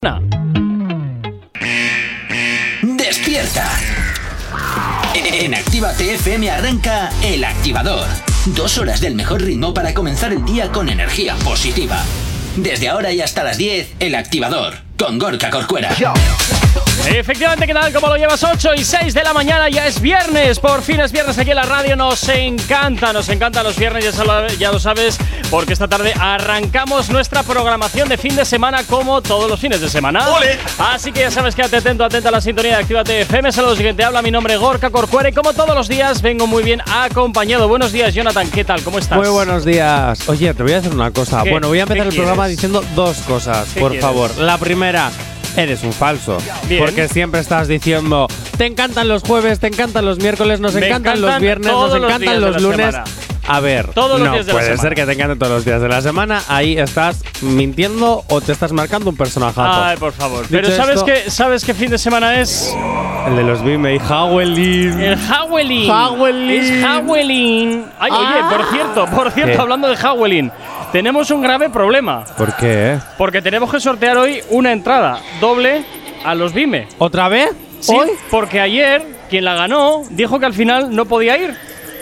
Despierta. En Actívate FM arranca El Activador. 2 horas del mejor ritmo para comenzar el día con energía positiva. Desde ahora y hasta las 10, El Activador, con Gorka Corcuera. Efectivamente, ¿qué tal? ¿Cómo lo llevas? 8 y 6 de la mañana, ya es viernes. Por fin es viernes aquí en la radio. Nos encantan los viernes, ya lo sabes, porque esta tarde arrancamos nuestra programación de fin de semana como todos los fines de semana. ¡Ole! Así que ya sabes, quédate atento, atenta a la sintonía de Actívate FM. Saludos, siguiente habla, mi nombre es Gorka Corcuera y como todos los días vengo muy bien acompañado. Buenos días, Jonathan, ¿qué tal? ¿Cómo estás? Muy buenos días. Oye, te voy a decir una cosa. ¿Qué? Bueno, voy a empezar el programa quieres? diciendo 2 cosas, por quieres? favor. La primera, eres un falso. Bien. Porque siempre estás diciendo, te encantan los jueves, te encantan los miércoles, nos encantan los viernes, nos encantan los lunes. A ver, todos los no días de la puede semana. ser que te encanten todos los días de la semana. Ahí estás mintiendo o te estás marcando un personajazo. Ay, por favor. Dicho Pero esto, ¿sabes qué fin de semana es? el de los Bime y Halloween. El Halloween. Halloween. Es Halloween. Ay, oye, por cierto, ¿Qué? hablando de Halloween, tenemos un grave problema. ¿Por qué? Porque tenemos que sortear hoy una entrada doble a los Vime. ¿Otra vez? Sí, ¿Hoy? porque ayer quien la ganó dijo que al final no podía ir.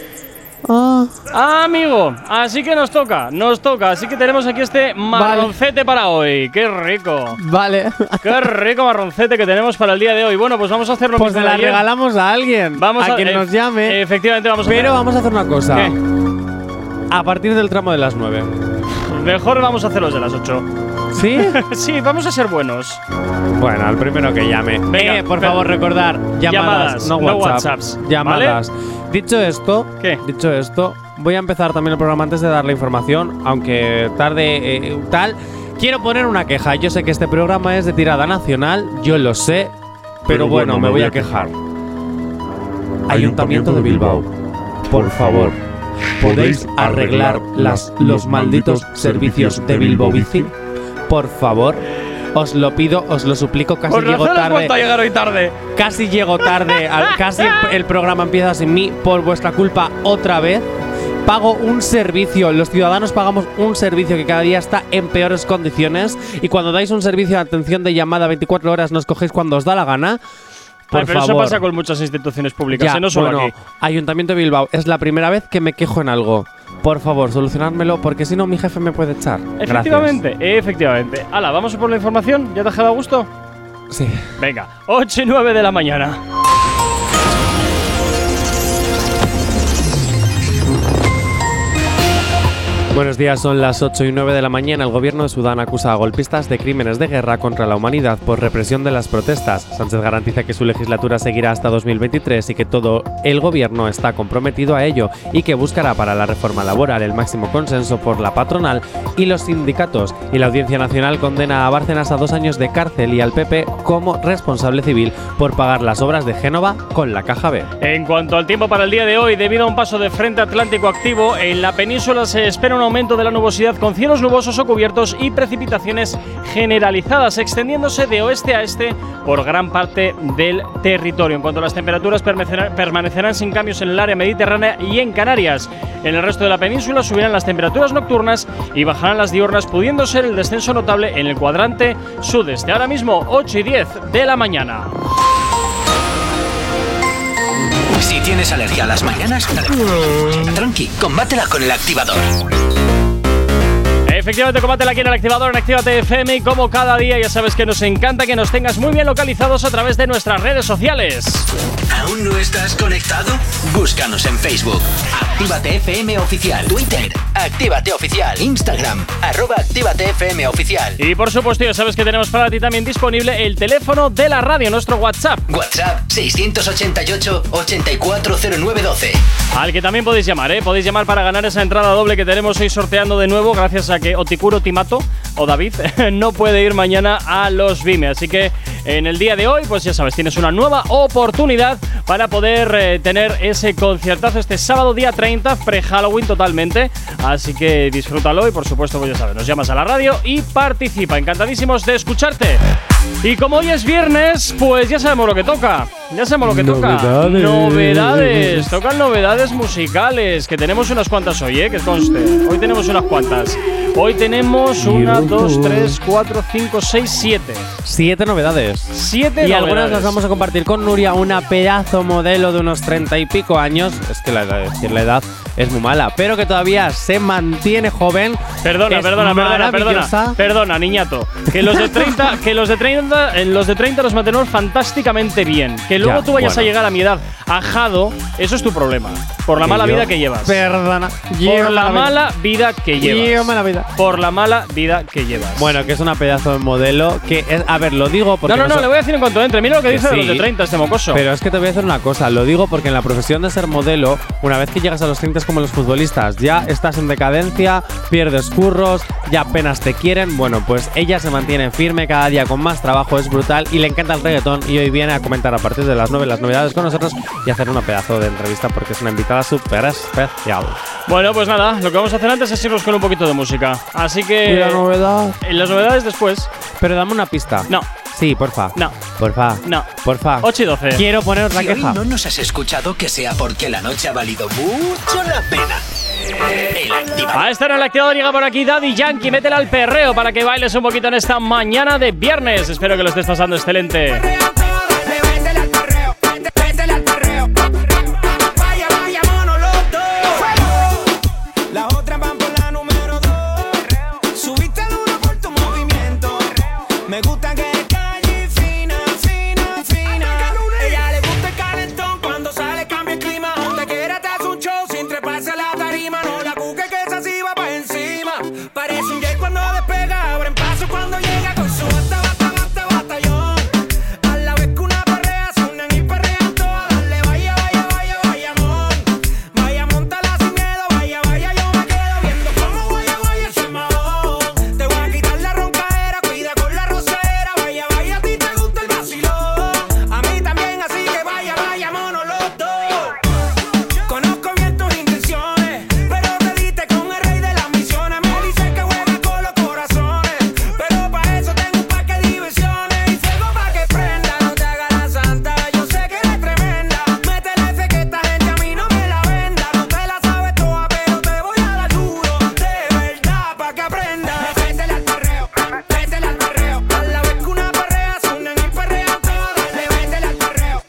Amigo, así que nos toca. Así que tenemos aquí este marroncete para hoy. ¡Qué rico! Vale. ¡Qué rico marroncete que tenemos para el día de hoy! Bueno, pues vamos a hacer lo Pues mismo se de la ayer. regalamos a alguien. A quien nos llame. Efectivamente, vamos a Pero hacer. vamos a hacer una cosa. ¿Qué? A partir del tramo de las 9. Mejor vamos a hacer los de las 8. ¿Sí? Sí, vamos a ser buenos. Bueno, al primero que llame. Venga, Por favor, recordar. Llamadas, no WhatsApps. Llamadas. ¿Vale? Dicho esto, voy a empezar también el programa antes de dar la información, aunque tarde tal. Quiero poner una queja. Yo sé que este programa es de tirada nacional, yo lo sé, pero bueno, me voy a quejar. Ayuntamiento de Bilbao, por favor, ¿podéis arreglar los malditos servicios de Bilbao Bici? Por favor, os lo pido, os lo suplico, casi Por llego razón has tarde. vuelto a llegar hoy tarde. Casi llego tarde, casi el programa empieza sin mí por vuestra culpa otra vez. Pago un servicio, los ciudadanos pagamos un servicio que cada día está en peores condiciones y cuando dais un servicio de atención de llamada 24 horas nos cogéis cuando os da la gana. Por Pero favor. eso pasa con muchas instituciones públicas, no solo aquí. Ayuntamiento de Bilbao, es la primera vez que me quejo en algo. Por favor, solucionádmelo porque si no mi jefe me puede echar. Efectivamente. Hala, ¿vamos a por la información? ¿Ya te has quedado a gusto? Sí. Venga, 8 y 9 de la mañana. Buenos días, son las 8 y 9 de la mañana. El gobierno de Sudán acusa a golpistas de crímenes de guerra contra la humanidad por represión de las protestas. Sánchez garantiza que su legislatura seguirá hasta 2023 y que todo el gobierno está comprometido a ello y que buscará para la reforma laboral el máximo consenso por la patronal y los sindicatos. Y la Audiencia Nacional condena a Bárcenas a 2 años de cárcel y al PP como responsable civil por pagar las obras de Génova con la Caja B. En cuanto al tiempo para el día de hoy, debido a un paso de frente atlántico activo, en la península se espera un aumento de la nubosidad con cielos nubosos o cubiertos y precipitaciones generalizadas, extendiéndose de oeste a este por gran parte del territorio. En cuanto a las temperaturas, permanecerán sin cambios en el área mediterránea y en Canarias. En el resto de la península subirán las temperaturas nocturnas y bajarán las diurnas, pudiendo ser el descenso notable en el cuadrante sudeste. Ahora mismo, 8 y 10 de la mañana. Si tienes alergia a las mañanas, tranqui, combátela con El Activador. Efectivamente, combátela aquí en El Activador, en Actívate FM, y como cada día ya sabes que nos encanta que nos tengas muy bien localizados a través de nuestras redes sociales. ¿Aún no estás conectado? Búscanos en Facebook. Actívate FM Oficial. Twitter. Actívate Oficial. Instagram. @Actívate FM Oficial. Y por supuesto ya sabes que tenemos para ti también disponible el teléfono de la radio, nuestro WhatsApp. WhatsApp 688 840912. Al que también podéis llamar, Podéis llamar para ganar esa entrada doble que tenemos hoy sorteando de nuevo, gracias a que Otikuro Timato o David no puede ir mañana a los Vime. Así que en el día de hoy, pues ya sabes, tienes una nueva oportunidad para poder tener ese conciertazo este sábado día 30, pre-Halloween totalmente. Así que disfrútalo y por supuesto, pues ya sabes, nos llamas a la radio y participa. Encantadísimos de escucharte. Y como hoy es viernes, pues ya sabemos lo que toca. Novedades. Tocan novedades musicales, que tenemos unas cuantas hoy, que conste. Hoy tenemos unas cuantas. Hoy tenemos 1, 2, 3, 4, 5, 6, 7. 7 novedades. 7 novedades. Y algunas las vamos a compartir con Nuria, una pedazo modelo de unos 30 y pico años. Es que la edad es muy mala, pero que todavía se mantiene joven. Perdona, niñato. Que los de 30 los mantenemos fantásticamente bien. Que luego tú vayas a llegar a mi edad ajado, eso es tu problema. Por la mala vida que llevas. Perdona. Por la mala vida que llevas. Por la mala vida que llevas. Bueno, que es una pedazo de modelo que es, a ver, lo digo porque No, le voy a decir en cuanto entre. Mira lo que dice de los de 30 este mocoso. Pero es que te voy a decir una cosa, lo digo porque en la profesión de ser modelo, una vez que llegas a los 30 es como los futbolistas, ya estás en decadencia, pierdes curros, ya apenas te quieren. Bueno, pues ella se mantiene firme cada día con más trabajo, es brutal y le encanta el reggaetón y hoy viene a comentar a partir de las 9 las novedades con nosotros y hacer una pedazo de entrevista porque es una invitada súper especial. Bueno, pues nada, lo que vamos a hacer antes es irnos con un poquito de música. Así que… ¿Y la novedad? Las novedades después. Pero dame una pista. No. Sí, porfa. No. Porfa. No. Porfa. 8 y 12. Quiero poner otra queja. Hoy no nos has escuchado, que sea porque la noche ha valido mucho la pena. El Activador. A estar en el Activador llega por aquí Daddy Yankee. Métela al perreo para que bailes un poquito en esta mañana de viernes. Espero que lo estés pasando excelente. Me gusta que calle fina, fina, fina. Ella le gusta el calentón cuando sale cambia el clima. Donde quiera te hace un show sin treparse a la tarima. No la cuque que esa sí va pa' encima. Parece un jet cuando despega, abren paso cuando llega con su batallón. A la vez que una perrea se unen y perrean todas. Dale, vaya, amor. Vaya, montala sin miedo, vaya, yo me quedo viendo cómo vaya, ese mahón. Te voy a quitar la roncadera, cuida con la rosera, vaya, a ti te gusta el vacilón. A mí también, así que vaya, mono los dos. Conozco bien tus intenciones, pero te diste con el rey de las misiones. Me dice que juega con los corazones, pero pa' eso tengo un parque de diversiones. Y fuego pa' que prenda, no te hagas la santa, yo sé que eres tremenda. Métele fe que esta gente a mí no me la venda. No te la sabes toda, pero te voy a dar duro, de verdad, pa' que aprenda. Métele al perreo, a la vez que una perrea se unen y perrean todas. Dale, métele al perreo,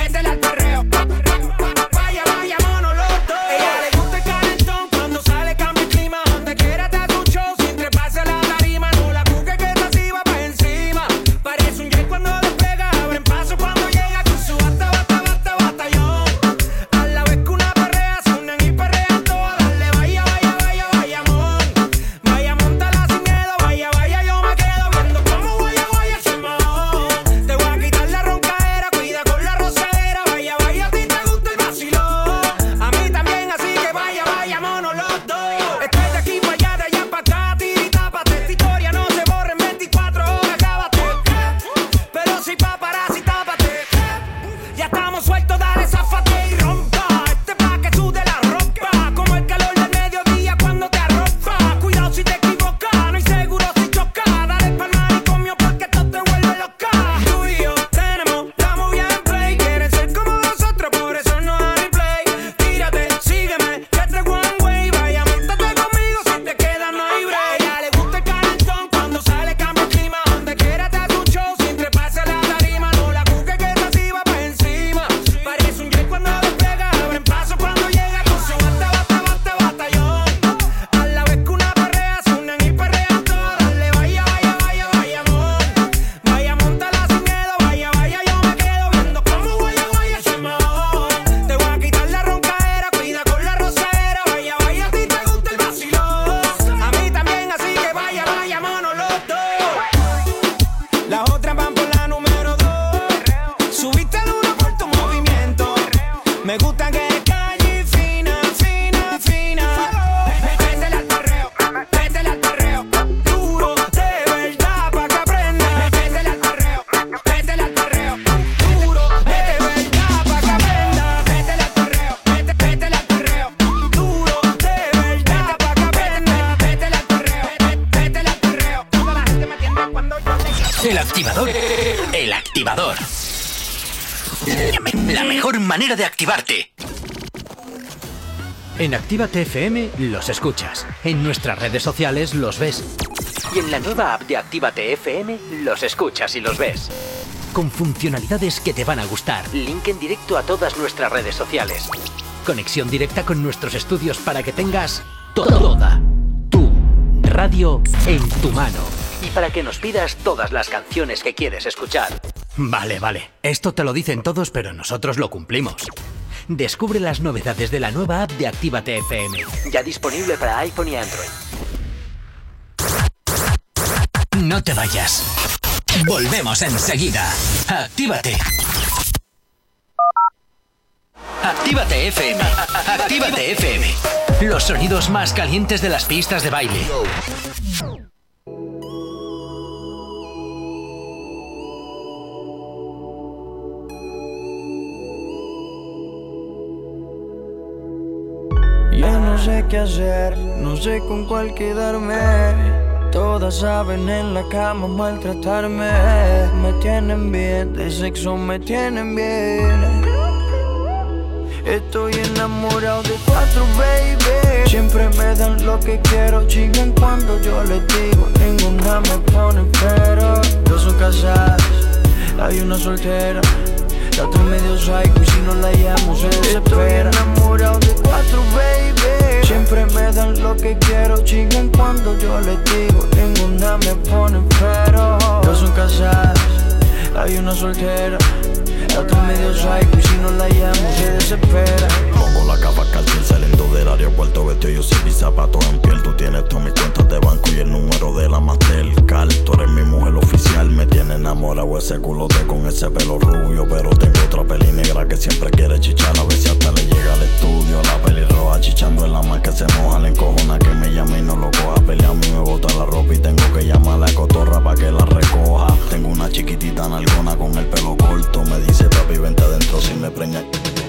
vaya, mono los dos. Ella le gusta el calentón cuando sale cambia el clima. Donde quiera te hace un show sin treparse a la tarima. No la cuque que esta sí va pa' encima. Parece un jet cuando despega, abren paso cuando llega con su batallón. A la vez que una perrea se unen y perrean todas. Dale, vaya, amor. Vaya, montala sin miedo, vaya, yo me quedo viendo cómo vaya, ese mahón. Te voy a quitar la roncadera, cuida con la rosera, vaya, a ti te gusta el vacilón. A mí también, así que vaya, mono los dos. Estoy de aquí pa' allá, de allá pa' acá, tiritápate. Esta historia no se borra en 24 horas, cábate. Pero si paparazzi, tápate. Ya estamos sueltos, dale, zafate y rompa. Este pa' que sude la ropa, como el calor del mediodía cuando te arropa. Cuidado si te equivocas, no hay seguro si choca. Dale pa'l manicomio porque esto te vuelve loca. Tú y yo estamos bien play. Quieren ser como nosotros, por eso no dan replay. Tírate, sígueme, que este one way. Vaya, móntate conmigo, si te quedas no hay break. Ya le gusta el calentón cuando sale cambia el clima. Donde quiera te hace un show sin treparse a la tarima. No la cuque que esta sí va pa' encima. Parece un jet cuando despega, abren paso cuando llega con su batallón. A la vez que una perrea se unen y perrean todas. Dale, vaya, amor. Vaya, montala sin miedo, vaya, yo me quedo viendo cómo vaya, ese mahón. Te voy a quitar la roncadera, cuida con la rosera, vaya, a ti te gusta el vacilón. A mí también, así que vaya, mono los dos. Las otras van por la número 2. Subiste el uno por tu movimiento. Me gusta que calle fina, fina, fina. Métele al perreo, duro, de verdad, pa' que aprenda. Métele al perreo, duro, de verdad, pa' que aprenda. Métele al perreo, duro, de verdad, pa' que aprenda. Métele al perreo. Toda la gente me atiende cuando yo le… El Activador. El Activador. La mejor manera de activarte. En Actívate FM los escuchas. En nuestras redes sociales los ves. Y en la nueva app de Actívate FM los escuchas y los ves. Con funcionalidades que te van a gustar. Link en directo a todas nuestras redes sociales. Conexión directa con nuestros estudios para que tengas toda tu radio en tu mano. Y para que nos pidas todas las canciones que quieres escuchar. Vale. Esto te lo dicen todos, pero nosotros lo cumplimos. Descubre las novedades de la nueva app de Actívate FM. Ya disponible para iPhone y Android. No te vayas. Volvemos enseguida. Actívate. Actívate FM. Actívate FM. Los sonidos más calientes de las pistas de baile. Ya no sé qué hacer, no sé con cuál quedarme. Todas saben en la cama maltratarme. Me tienen bien, de sexo me tienen bien. Estoy enamorado de 4, baby. Siempre me dan lo que quiero, chingan cuando yo les digo. Ninguna me pone pero. Dos son casadas, hay una soltera. La otra medio psycho y si no la llamo se desespera. Estoy enamorado de 4, baby. Siempre me dan lo que quiero, chingan cuando yo les digo. Ninguna me pone pero. Dos son casadas, hay una soltera. La otra medio psycho y si no la llamo se desespera. Pongo la capa calcín saliendo del aeropuerto, vestido yo sin mis zapatos en piel. Tú tienes todas mis cuentas de banco y el número de la Mastercard. Tú eres mi mujer oficial, me tiene enamorado ese culote con ese pelo rubio. Pero tengo otra peli negra que siempre quiere chichar. A ver si hasta le llega al estudio. La peli roja chichando en la más que se moja. Le encojona que me llame y no lo coja. Pelea a mí me bota la ropa y tengo que llamar a la cotorra pa' que la recoja. Tengo una chiquitita nalgona con el pelo corto. Me dice papi vente adentro si me preña.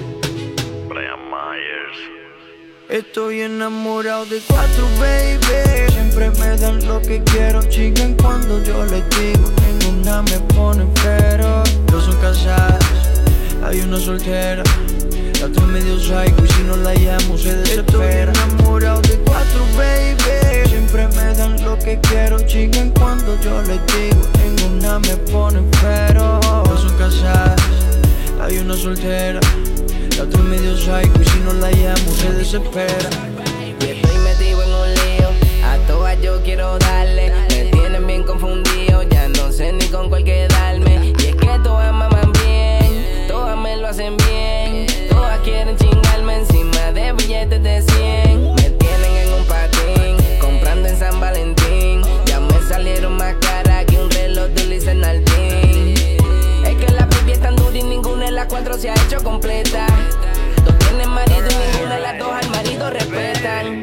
Brian Myers. Estoy enamorado de 4, baby. Siempre me dan lo que quiero, chingan cuando yo les digo. Ninguna me pone pero. Dos son casadas, hay una soltera. La otra medio psycho y si no la llamo se desespera. Estoy enamorado de 4, baby. Siempre me dan lo que quiero, chingan cuando yo les digo. Ninguna me pone pero. Dos son casadas, hay una soltera. La otra medio psycho y si no la llamo se desespera. Y estoy metido en un lío, a todas yo quiero darle. Me tienen bien confundido, ya no sé ni con cuál quedarme. Y es que todas maman bien, todas me lo hacen bien. Todas quieren chingarme encima de billetes de 100. Me tienen en un patín, comprando en San Valentín. Ya me salieron más caras que un reloj de Louis Nardin. Es que la baby es tan dura y ninguna de las 4 se ha hecho completa. Dos tienen marido y ninguna de las 2 al marido respetan.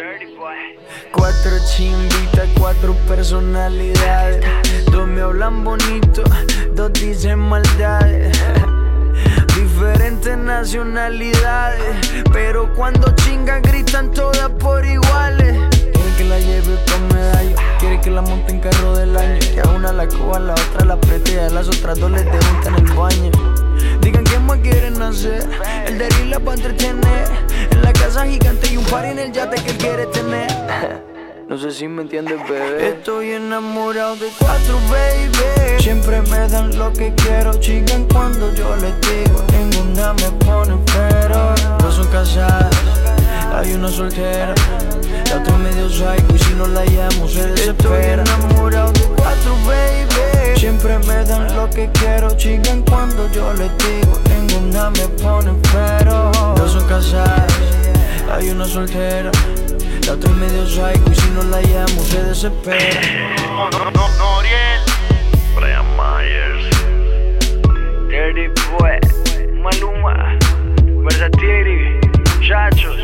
4 chimbitas, 4 personalidades. 2 me hablan bonito, 2 dicen maldades. Diferentes nacionalidades, pero cuando chingan gritan todas por iguales. Quiere que la lleve pa' medallo, quiere que la monte en carro del año. Que a una la coja, a la otra la apriete y a las otras 2 les debuta en el baño. Digan qué más quieren hacer, el de Rila pa' entretener. En la casa gigante y un party en el yate que él quiere tener. No sé si me entiendes, bebé. Estoy enamorado de 4, baby. Siempre me dan lo que quiero, chingan cuando yo les digo. Ninguna me pone pero. Dos son casadas, hay una soltera. La otra medio psycho y si no la llamo se desespera. Estoy enamorado de 4, baby. Siempre me dan lo que quiero, chingan cuando yo les digo. Ninguna me pone pero. Dos son casadas, hay una soltera. La otra es medio psycho y si no la llamo se desespera. Noriel. Brian Myers. Dirty Boy, Maluma, Versatiri, muchachos.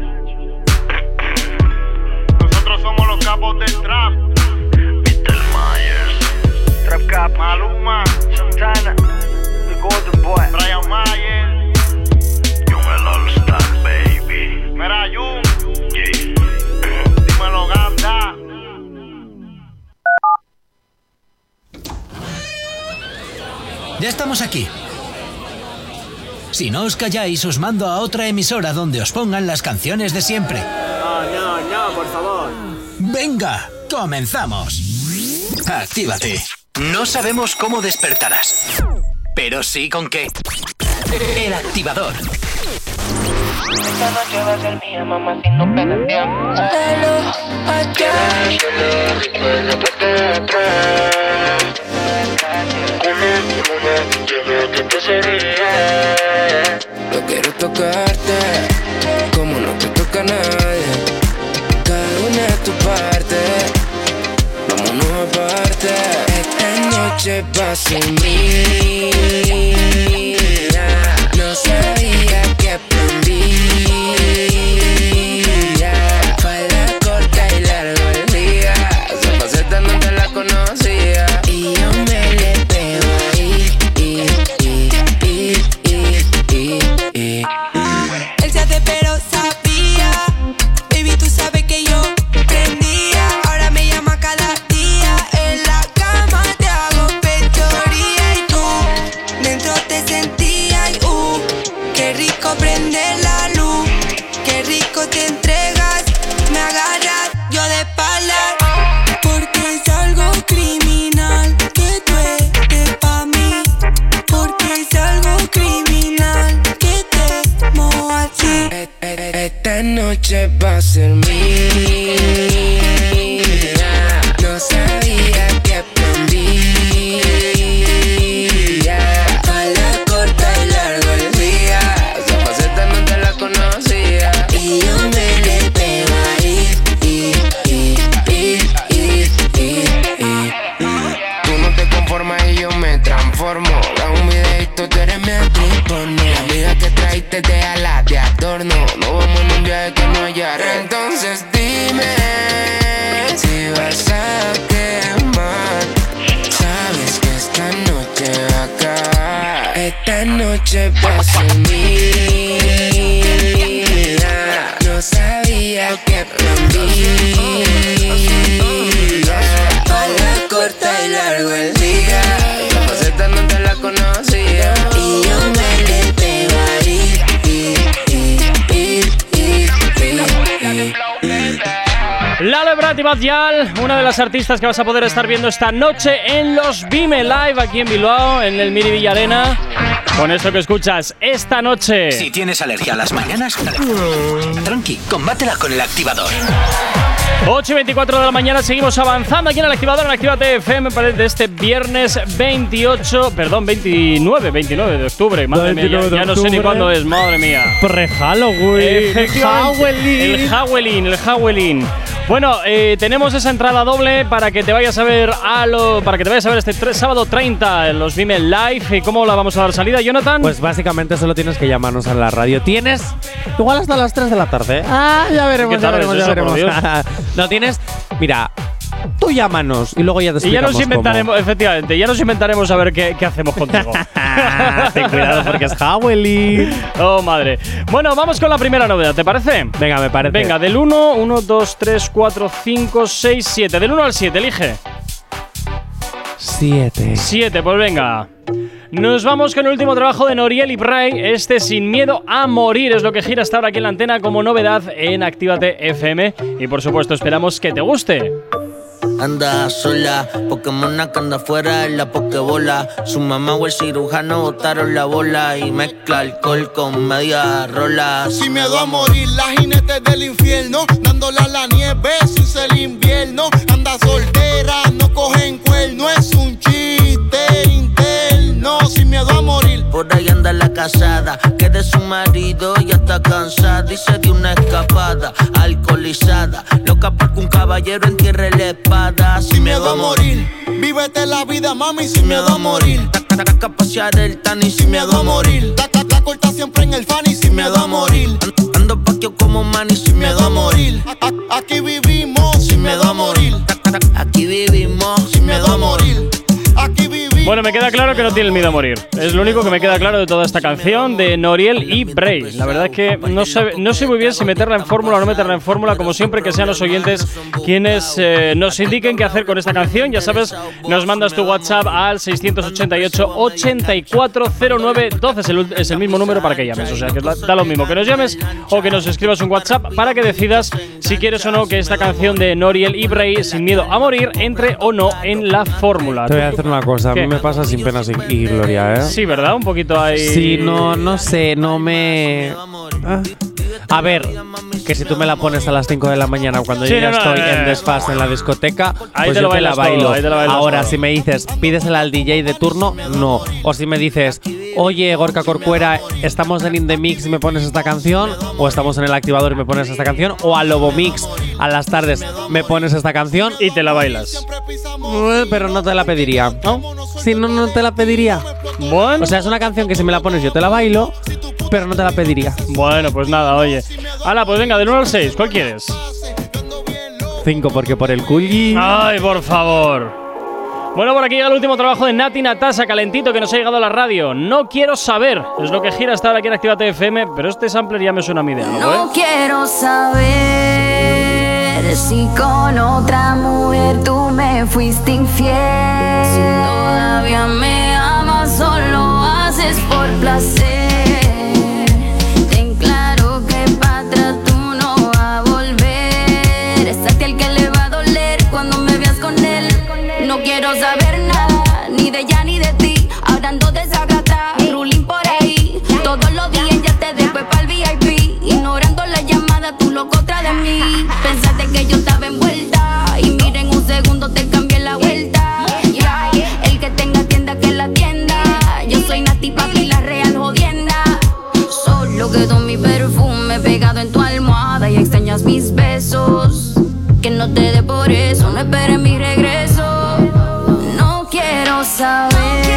Nosotros somos los capos del trap. Mr. Myers. Trap Cap, Maluma, Santana, The Golden Boy, Brian Myers. Jung el All Star, baby. Mira, Jung. Dímelo, Ganda. Ya estamos aquí. Si no os calláis, os mando a otra emisora donde os pongan las canciones de siempre. No, por favor. Venga, comenzamos. Actívate. No sabemos cómo despertarás, pero sí con qué. El Activador. Esta noche va a ser mía, mamá, si no pegateamos. Yo quiero tocarte como no te toca a nadie. Cada una es tu parte, vámonos aparte. Esta noche va a ser mía. No sabía que prendía. Falda corta y largo el día. Esa faceta no te la conocía. Y yo me le pego ahí. Él se hace pero sabía. Baby, tú sabes que yo prendía. Ahora me llama cada día. En la cama te hago pechoría. Y tú dentro te sentías. Qué rico prender la luz. Qué rico te entregas. Me agarras yo de espalda. Porque es algo criminal que tú eres pa' mí. Porque es algo criminal que te mojo así. Esta noche va a ser mía. No sabía que prendía. Falda corta y largo el día. Esa faceta no te la conocía. Y yo me le pego ahí. Tú no te conformas y yo me transformo. Grabo un videito, tú eres mi actriz porno. La vida que traíste déjala de adorno. No vamos en un viaje que no haya re. Entonces dime si vas a quemar. Sabes que esta noche va a acabar. Esta noche va a ser mía. No sabía que prendía. Falda corta y largo el día. La faceta no te la conocía. Y yo me le pego ahí. Lale Brat y Bad Yal, una de las artistas que vas a poder estar viendo esta noche en los Vime Live aquí en Bilbao, en el Miri Villarena. Con esto que escuchas esta noche. Si tienes alergia a las mañanas, tranqui, combátela con el Activador. 8:24 de la mañana, seguimos avanzando aquí en el Activador, en Actívate FM, de este viernes 29 de octubre. Madre mía, ya no sé ni cuándo es, madre mía. Pre-Halloween. El Halloween. Bueno, tenemos esa entrada doble para que te vayas a ver este sábado 30 en los Vime Live. ¿Y cómo la vamos a dar salida, Jonathan? Pues básicamente solo tienes que llamarnos a la radio. Tienes igual hasta las 3 de la tarde. Ya veremos, ya veremos. No tienes, mira, tú llámanos y luego ya te explicamos. Y ya nos inventaremos, efectivamente, ya nos inventaremos a ver qué hacemos contigo. Ten cuidado porque es Halloween. Oh, madre. Bueno, vamos con la primera novedad, ¿te parece? Venga, me parece. Venga, del 1, 2, 3, 4, 5, 6, 7. Del 1 al 7, elige. 7, pues venga. Nos vamos con el último trabajo de Noriel y Bray. Sin miedo a morir es lo que gira hasta ahora aquí en la antena como novedad en Actívate FM. Y por supuesto esperamos que te guste. Anda sola, Pokémona que anda fuera en la pokebola. Su mamá o el cirujano botaron la bola y mezcla alcohol con media rola. Sin miedo a morir, la jinete del infierno, dándole a la nieve sin ser invierno. Anda soltera, no cogen cuerno, es un chiste interno. Sin miedo a morir. Por ahí anda la casada, que de su marido ya está cansada y se dio una escapada, alcoholizada, loca porque un caballero entierre la espada. Sin miedo a morir, vívete la vida, mami, sin miedo a morir. Taca pasear el tani, sin miedo a morir. La corta siempre en el fanny, sin miedo a morir. Ando paquio como mani, sin miedo a morir. Aquí vivimos, sin miedo a morir. Aquí vivimos, sin miedo a morir. Aquí vivimos. Bueno, me queda claro que no tiene el miedo a morir. Es lo único que me queda claro de toda esta canción de Noriel y Bray. La verdad es que no sé muy bien si meterla en fórmula o no meterla en fórmula. Como siempre, que sean los oyentes quienes nos indiquen qué hacer con esta canción. Ya sabes, nos mandas tu WhatsApp al 688-840912. Es el mismo número para que llames. O sea, que da lo mismo que nos llames o que nos escribas un WhatsApp para que decidas si quieres o no que esta canción de Noriel y Bray, Sin miedo a morir, entre o no en la fórmula. Te voy a hacer una cosa. ¿Qué? A mí me pasa sin penas y gloria, ¿eh? Sí, ¿verdad? Un poquito ahí. Sí, no sé, no me. A ver, que si tú me la pones a las 5 de la mañana cuando yo ya estoy en desfase en la discoteca, ahí pues te yo lo te la bailas bailo. todo, ahí te la bailas Ahora, todo. si me dices, pídesela al DJ de turno, no. O si me dices, oye, Gorka Corcuera, estamos en In The Mix y me pones esta canción, o estamos en El Activador y me pones esta canción, o a Lobo Mix a las tardes me pones esta canción y te la bailas. Pero no te la pediría, ¿no? Sí, no te la pediría. Bueno. O sea, es una canción que si me la pones yo te la bailo, pero no te la pediría. Bueno, pues nada, oye. Hala, pues venga, del 1 al 6, ¿cuál quieres? 5, porque por el culli. Ay, por favor. Bueno, por aquí llega el último trabajo de Nati Natasha, calentito, que nos ha llegado a la radio. No quiero saber. Es lo que gira hasta ahora aquí en Actívate FM, pero este sampler ya me suena a mí de algo, No quiero saber si con otra mujer tú me fuiste infiel. Si todavía me amas, solo haces por placer. Ten claro que para atrás tú no vas a volver. Es a ti el que le va a doler cuando me veas con él. No quiero saber nada, ni de ella ni de ti. Ahora ando desacatada, ruling por ahí. Todos los días ya te dejo pa'l VIP. Ignorando la llamada, tú loco otra de mí. Pensaste que yo estaba envuelta y mira, en un segundo te cambié la vuelta. Yeah. El que tenga tienda que la tienda. Yo soy Nati papi, la real jodienda. Solo quedó mi perfume pegado en tu almohada y extrañas mis besos. Que no te dé por eso, no esperes mi regreso. No quiero saber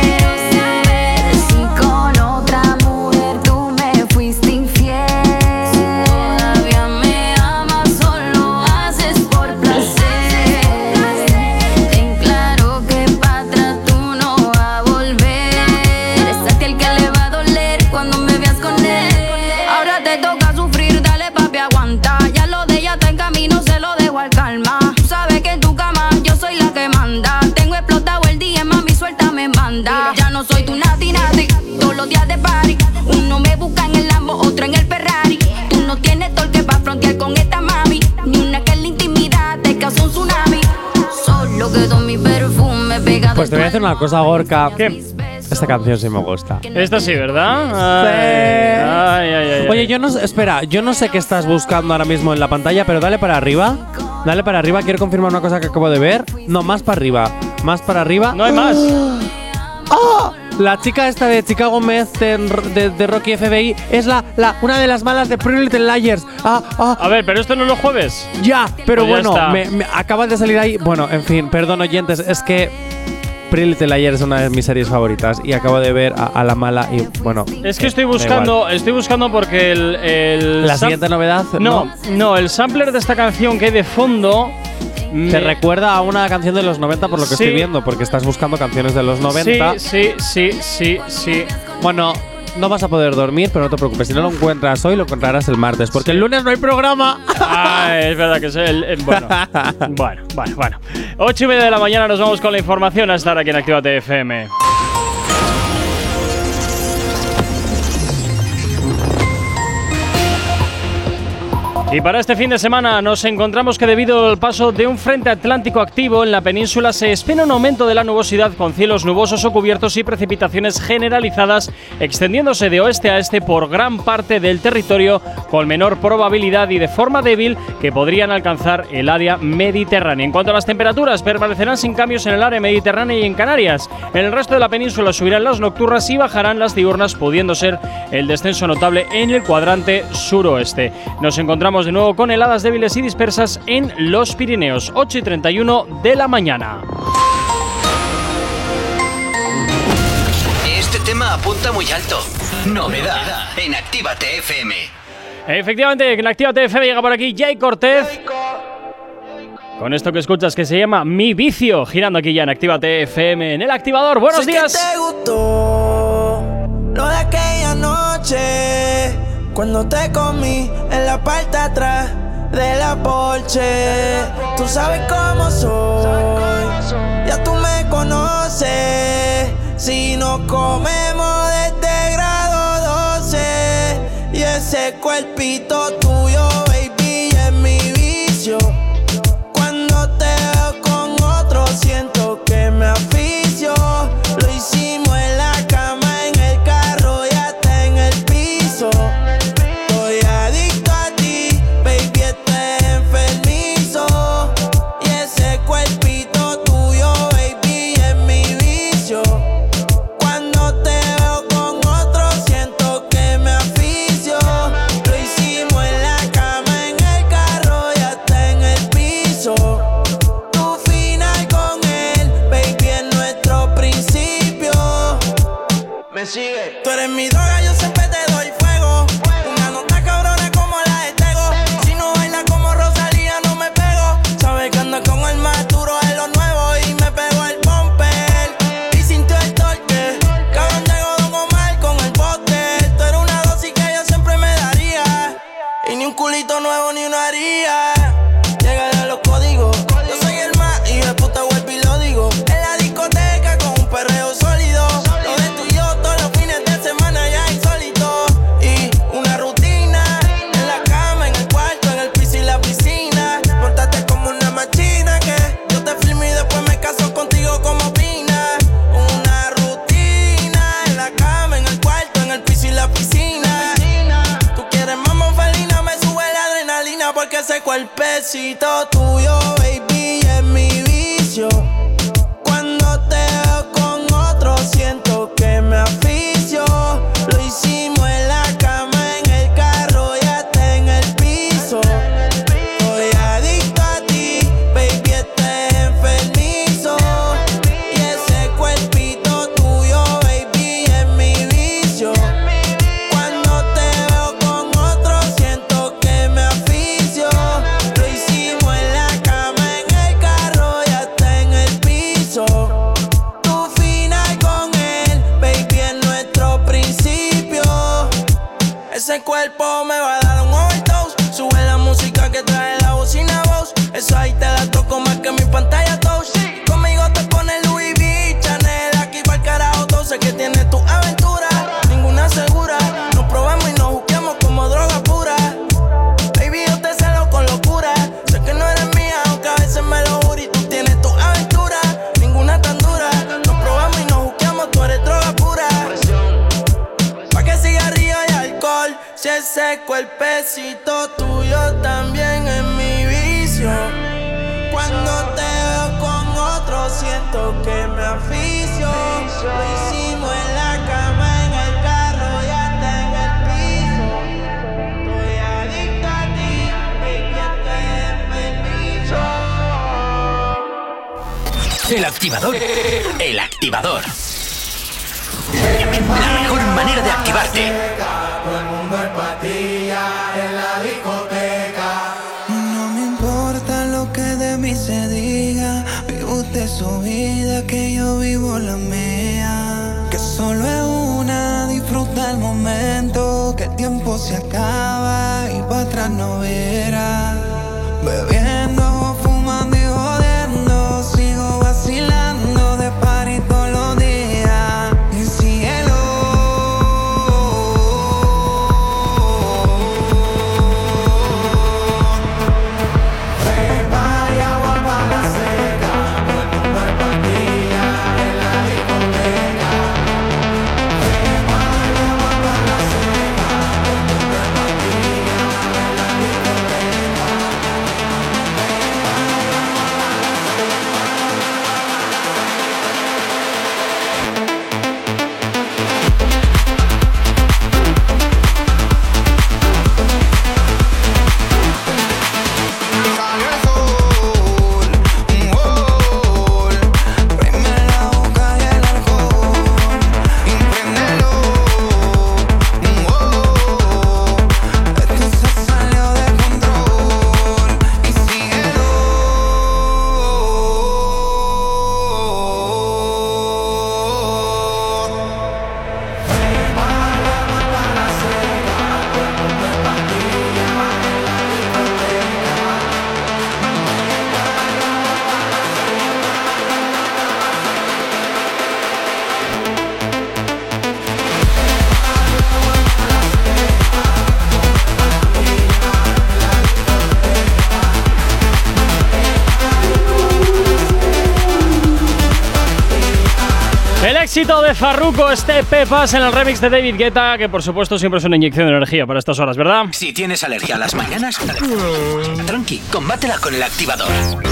si con otra mujer tú me fuiste infiel. Si todavía me amas, solo haces por placer. Ten claro que para atrás tú no vas a volver. Es a ti el que le va a doler cuando me veas con él. Ahora te toca sufrir, dale papi, aguanta. Ya lo de ella está en camino, se lo dejo al calma. Sabes que en tu cama yo soy la que manda. Tengo explotado el día, mami, suelta me manda. Ya no soy tu Nati, todos los días de party. Uno me busca en el Lambo, otro en el Ferrari. Tú no tienes torque pa' frontear con esta mami. Ni una que en la intimidad te causó un tsunami. Solo quedó mi perfume pegado. Pues te voy a decir una cosa, Gorka. ¿Qué? Esta canción sí me gusta. Esta sí, ¿verdad? Ay. Oye, yo no sé, espera, yo no sé qué estás buscando ahora mismo en la pantalla, pero dale para arriba. Dale para arriba, quiero confirmar una cosa que acabo de ver. No, más para arriba. Más para arriba. No hay más. ¡Oh! La chica esta de Chicago Med de Rocky FBI es una de las malas de Pretty Little Liars. A ver, pero esto no es los jueves. Ya, pero Pues ya bueno, está. me acaba de salir ahí. Bueno, en fin, perdón oyentes, es que Pretty Little Liars es una de mis series favoritas y acabo de ver a la mala y bueno. Es que estoy buscando porque la siguiente novedad. No, el sampler de esta canción que hay de fondo te recuerda a una canción de los 90 por lo que estoy viendo, porque estás buscando canciones de los 90. Sí. Bueno, no vas a poder dormir, pero no te preocupes. Si no lo encuentras hoy, lo encontrarás el martes, porque el lunes no hay programa. Es verdad que es bueno. Bueno. 8:30 de la mañana nos vamos con la información a estar aquí en Actívate FM. Y para este fin de semana nos encontramos que debido al paso de un frente atlántico activo en la península se espera un aumento de la nubosidad con cielos nubosos o cubiertos y precipitaciones generalizadas extendiéndose de oeste a este por gran parte del territorio con menor probabilidad y de forma débil que podrían alcanzar el área mediterránea. En cuanto a las temperaturas, permanecerán sin cambios en el área mediterránea y en Canarias. En el resto de la península subirán las nocturnas y bajarán las diurnas, pudiendo ser el descenso notable en el cuadrante suroeste. Nos encontramos de nuevo con heladas débiles y dispersas en los Pirineos, 8:31 de la mañana. Este tema apunta muy alto. Novedad en Actívate FM. Efectivamente, en Actívate FM llega por aquí Jay Cortez. con esto que escuchas que se llama Mi Vicio, girando aquí ya en Actívate FM en El Activador. ¡Buenos días! Sé que te gustó lo de aquella noche, cuando te comí en la parte atrás de la Porsche. Tú sabes cómo soy, ya tú me conoces. Si nos comemos desde grado 12, y ese cuerpito tuyo, baby, es mi vicio. Cuando te veo con otro, siento que me aficio. Lo hicimos en la cama, en el carro y hasta en el piso. Estoy adicto a ti, baby, estás enfermizo. Y ese cuerpito tuyo, baby, es mi vicio. Cuando te veo con otro, siento que me aficio. Lo hicimos en la cama, en el carro y hasta en el piso. Tu final con él, baby, es nuestro principio. Me sigue. Tú eres mi droga, yo siempre te doy fuego. Una nota cabrona como la de Tego. Si no baila como Rosalía, no me pego. Sabes que ando con el más duro en lo nuevo y me pegó el bumper. Y sintió el torque. Cabrón llegó Don Omar con el bote. Tú eres una dosis que yo siempre me daría. Y ni un culito nuevo ni una haría. Llega de los códigos. Yo soy el más y de puta vuelvo y lo digo. En la discoteca con un perreo sólido. Lo de tú y yo todos los fines de semana ya insólito. Y una rutina en la cama, en el cuarto, en el piso y la piscina. Montate como una machina que yo te filmo y después me caso contigo como opina. Una rutina en la cama, en el cuarto, en el piso y la piscina. Tú quieres mamá felina, me sube la adrenalina porque ese cuerpecito tuyo, baby, es mi vicio. Cuando te veo con otro, siento que me aficio. Lo hicimos en la cama, en el carro y hasta en el piso. Estoy adicto a ti, baby, estás enfermizo. Y ese cuerpito tuyo, baby, es mi vicio. Cuando te veo con otro, siento que me aficio. Lo hicimos en la cama, en el carro y hasta en el piso. Tu final con él, baby, es nuestro principio. Ese cuerpo me va a dar un overdose. Sube la música que trae la bocina voz. Eso ahí te la toco más que mi pantalla touch. Conmigo te pone Louis V, Chanel, aquí pa'l carajo. Todo sé que tienes tu aventura, ninguna segura. Nos probamos y nos juqueamos como droga pura. Baby, yo te celo con locura. Sé que no eres mía, aunque a veces me lo juro. Y tú tienes tu aventura, ninguna tan dura. Nos probamos y nos juqueamos, tú eres droga pura. Pa' que cigarrillo y alcohol. Si ese cuerpecito tuyo también es mi vicio. Cuando te veo con otro, siento que me aficio. Lo hicimos en la cama, en el carro y hasta en el piso. Estoy adicto a ti, baby, estás enfermizo. El activador. El activador. La mejor manera de activarte. Todo el mundo es patilla en la discoteca. No me importa lo que de mí se diga. Vive usted su vida, que yo vivo la mía. Que solo es una, disfruta el momento. Que el tiempo se acaba y para atrás no verá. Bebiendo, fumando y jodiendo. Sigo vacilando de party todos los días. Y cielo. éxito de Farruko, este Pepas en el remix de David Guetta, que por supuesto siempre es una inyección de energía para estas horas, ¿verdad? Si tienes alergia a las mañanas, tranqui, combátela con el activador.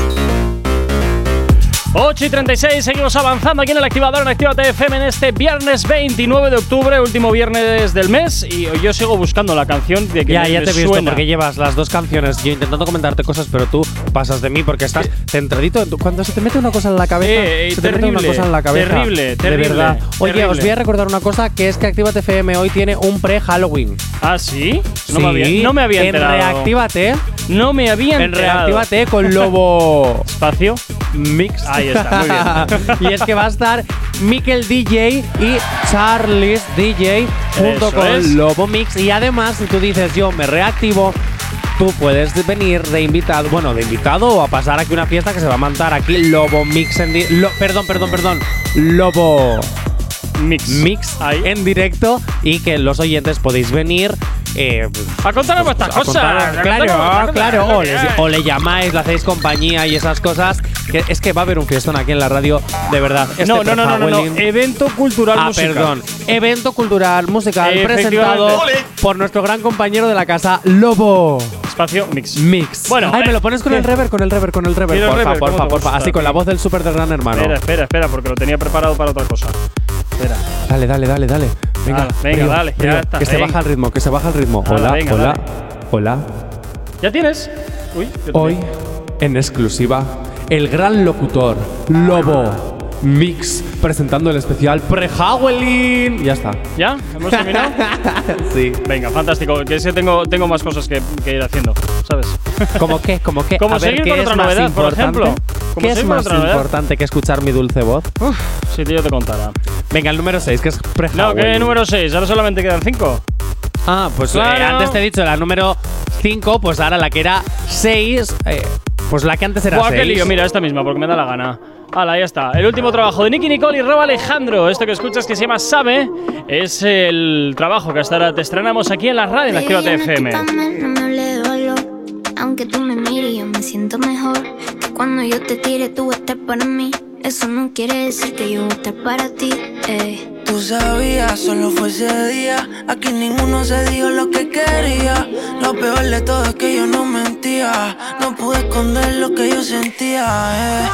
8:36, seguimos avanzando aquí en el activador en Actívate FM en este viernes 29 de octubre, último viernes del mes, y yo sigo buscando la canción de que ya me te he visto, suena. porque llevas las dos canciones, yo intentando comentarte cosas, pero tú pasas de mí porque estás centradito. Cuando se te mete una cosa en la cabeza, se te mete una cosa en la cabeza. Terrible. De verdad. Oye, terrible. os voy a recordar una cosa, que es que Actívate FM hoy tiene un pre-Halloween. ¿Ah, sí? Sí, No me había enterado. En Reactívate. No me había enterado. En Reactívate con Lobo Espacio Mix. Ahí está, muy bien. Y es que va a estar Mikel DJ y Charles DJ junto Eso con es. Lobo Mix. Y además, si tú dices yo me reactivo, tú puedes venir de invitado, o a pasar aquí una fiesta que se va a montar aquí Lobo Mix perdón, Lobo Mix ahí en directo, y que los oyentes podéis venir a contarnos vuestras cosas. Claro. O le llamáis, le hacéis compañía y esas cosas. Que es que va a haber un fiestón aquí en la radio, de verdad. No. Evento cultural musical. Perdón. Evento cultural musical Efectivamente. presentado por nuestro gran compañero de la casa, Lobo. Espacio Mix. Bueno, me lo pones con el reverb, porfa. Así con la voz del súper del gran hermano. Espera, porque lo tenía preparado para otra cosa. Espera. Dale. Venga, dale. Ya está. Que se baja el ritmo. Hola. ¿Ya tienes? Uy, hoy, en exclusiva, el gran locutor Lobo Mix presentando el especial pre-Halloween. Ya está. ¿Ya? ¿Hemos terminado? Sí. Venga, fantástico. Que sí tengo más cosas que ir haciendo, ¿sabes? ¿Cómo qué? Como seguir con otra novedad, por ejemplo. ¿Qué es más importante que escuchar mi dulce voz? Si yo te contara. Venga, el número 6, que es pre-Halloween. No, ¿qué número 6? Ahora solamente quedan 5. Ah, pues claro. Antes te he dicho la número 5, pues ahora la que era 6, pues la que antes era 6. Qué lío, mira, esta misma, porque me da la gana. Hala, ya está. El último trabajo de Nicki Nicole y Rauw Alejandro. Esto que escuchas, que se llama Sabe, es el trabajo que hasta ahora te estrenamos aquí en la radio en Actívate FM. No me hable de valor, aunque tú me mires yo me siento mejor. Que cuando yo te tire tú vas a estar para mí. Eso no quiere decir que yo voy a estar para ti. Tú sabías, solo fue ese día. Aquí ninguno se dijo lo que quería. Lo peor de todo es que yo no mentía. No pude esconder lo que yo sentía.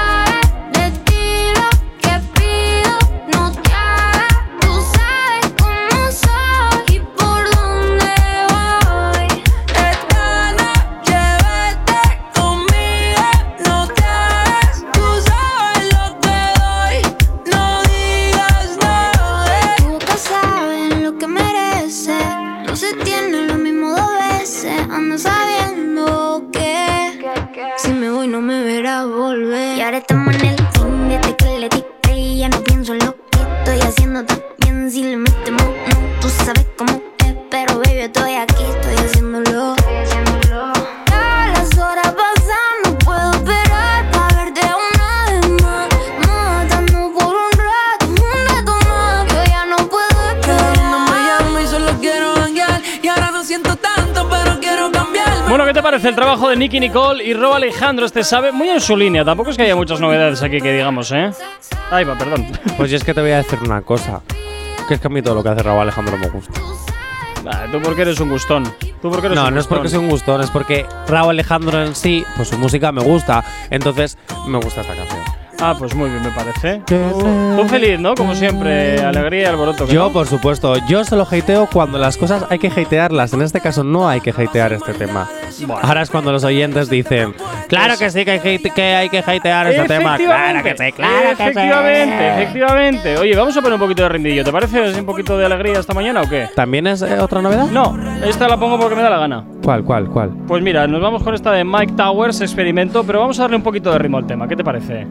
Y ahora estamos en el fin desde que le di play. Ya no pienso en lo que estoy haciendo también. Si le metemos, no, tú sabes cómo es. Pero baby, estoy aquí, estoy haciéndolo. Ya las horas pasan, no puedo esperar para verte una vez más. Matando por un rato más. Yo ya no puedo esperar. No me llamo y solo quiero janguear. Y ahora no siento tanto, pero quiero cambiar. Bueno, ¿qué te parece el trabajo de Nicki Nicole y Rauw Alejandro? Este Sabe, muy en su línea. Tampoco es que haya muchas novedades aquí que digamos, ¿eh? Ahí va, perdón. Pues yo es que te voy a decir una cosa. Que es que a mí todo lo que hace Rauw Alejandro me gusta. Tú porque eres un gustón. No es porque soy un gustón, es porque Rauw Alejandro en sí, pues su música me gusta. Entonces, me gusta esta canción. Ah, pues muy bien, me parece. Tú feliz, ¿no? Como siempre, alegría y alboroto. Yo, ¿no? por supuesto, yo solo hateo cuando las cosas hay que hatearlas. En este caso no hay que hatear este tema. Bueno. Ahora es cuando los oyentes dicen, claro que sí, que hay que hatear este tema. Claro que sí, claro que sí. Efectivamente. Oye, vamos a poner un poquito de rindillo. ¿Te parece? ¿Es un poquito de alegría esta mañana o qué? ¿También es otra novedad? No, esta la pongo porque me da la gana. ¿Cuál? Pues mira, nos vamos con esta de Mike Towers, Experimento, pero vamos a darle un poquito de ritmo al tema. ¿Qué te parece?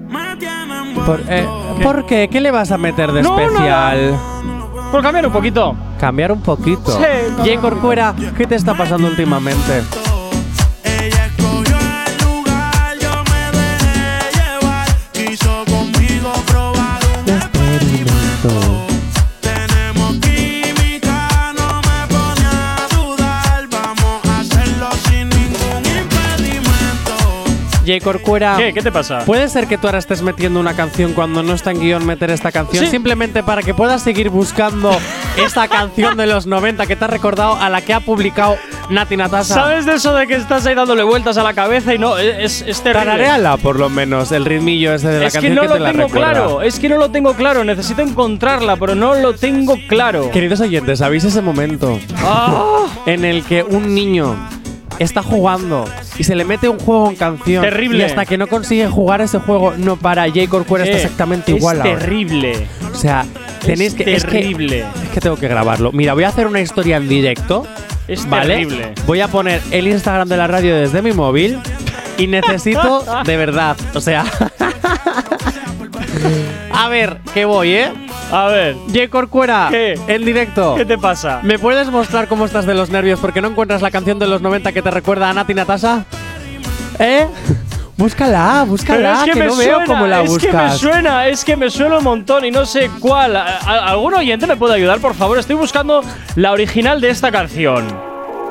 ¿Por qué? ¿Qué le vas a meter de especial? Por cambiar un poquito. Cambiar un poquito. Sí. Jay Corcuera, ¿qué te está pasando últimamente? Ella escogió el lugar, yo me dejé llevar. Quiso conmigo probar un experimento. Tenemos química, no me pone a dudar. Vamos a hacerlo sin ningún impedimento. Jay Oye, Corcuera. ¿Qué te pasa? ¿Puede ser que tú ahora estés metiendo una canción cuando no está en guión meter esta canción? Sí. Simplemente para que puedas seguir buscando esa canción de los 90 que te ha recordado a la que ha publicado Nati Natasha. ¿Sabes de eso de que estás ahí dándole vueltas a la cabeza y no? Es terrible. Tararéala, por lo menos, el ritmillo ese de la canción que te la recuerda. Es que no lo tengo claro. Necesito encontrarla, pero no lo tengo claro. Queridos oyentes, ¿sabéis ese momento en el que un niño está jugando y se le mete un juego en canción? Terrible. Y hasta que no consigue jugar ese juego no para. J. Corcuera está exactamente igual Es ahora. terrible. O sea, tenéis que… terrible. Es que tengo que grabarlo. Mira, voy a hacer una historia en directo. Es ¿vale? terrible. Voy a poner el Instagram de la radio desde mi móvil y necesito de verdad, o sea… A ver, que voy, ¿eh? A ver. J. Corcuera, ¿Qué? en directo. ¿Qué te pasa? ¿Me puedes mostrar cómo estás de los nervios porque no encuentras la canción de los 90 que te recuerda a Nati Natasha? Búscala, Pero es que que me no suena, veo cómo la buscas. Es que me suena un montón y no sé cuál. ¿Algún oyente me puede ayudar, por favor? Estoy buscando la original de esta canción.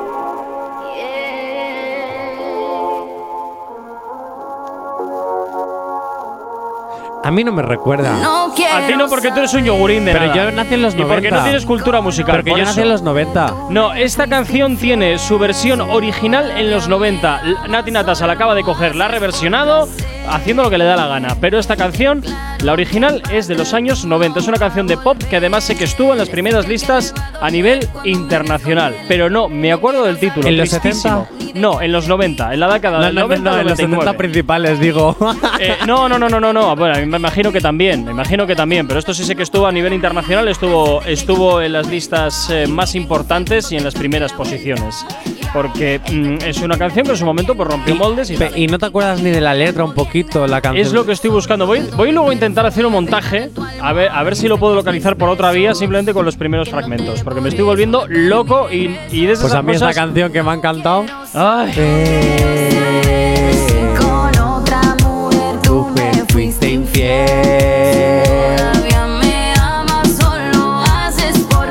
A mí no me recuerda. A ti no, porque tú eres un yogurín de Pero nada. yo nací en los 90. Y porque no tienes cultura musical. Porque por yo eso. nací en los 90. No, esta canción tiene su versión original en los 90. Nati Natasha la acaba de coger, la ha reversionado, haciendo lo que le da la gana. Pero esta canción, la original, es de los años 90. Es una canción de pop que además sé que estuvo en las primeras listas a nivel internacional. Pero no, me acuerdo del título. ¿En los tristísimo. 70? No, en los 90, en la década del 90 en los 70 principales, digo. No. Bueno, me imagino que también, pero esto sí sé que estuvo a nivel internacional, estuvo en las listas más importantes y en las primeras posiciones. Porque es una canción que en su momento pues rompió moldes y tal. Y no te acuerdas ni de la letra un poquito, la canción. Es lo que estoy buscando. Voy luego a intentar hacer un montaje, a ver si lo puedo localizar por otra vía, simplemente con los primeros fragmentos. Porque me estoy volviendo loco y de esas Pues a mí cosas… esta canción que me ha encantado… Ay. Con otra mujer tú me fuiste infiel. Todavía me amas, solo haces por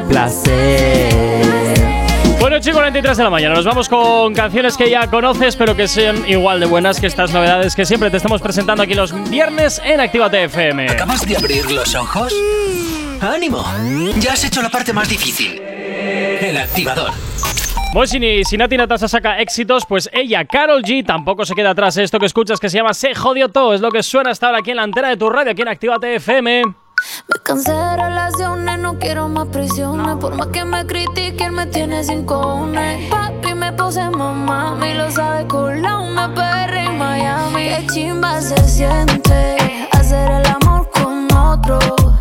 placer. Bueno, 8:43 de la mañana. Nos vamos con canciones que ya conoces, pero que sean igual de buenas que estas novedades que siempre te estamos presentando aquí los viernes en Actívate FM. ¿Acabas de abrir los ojos? ¡Ánimo! Ya has hecho la parte más difícil. El activador. Bueno, si Nati Natasha saca éxitos, pues ella, Karol G, tampoco se queda atrás. Esto que escuchas que se llama Se Jodió Todo es lo que suena hasta ahora aquí en la antena de tu radio, aquí en Actívate FM. Me cansé de relaciones, no quiero más prisiones. Por más que me critiquen, me tiene sin cojones. Papi me pose mamá, y lo sabe colar una perra en Miami. Qué chimba se siente hacer el amor con otro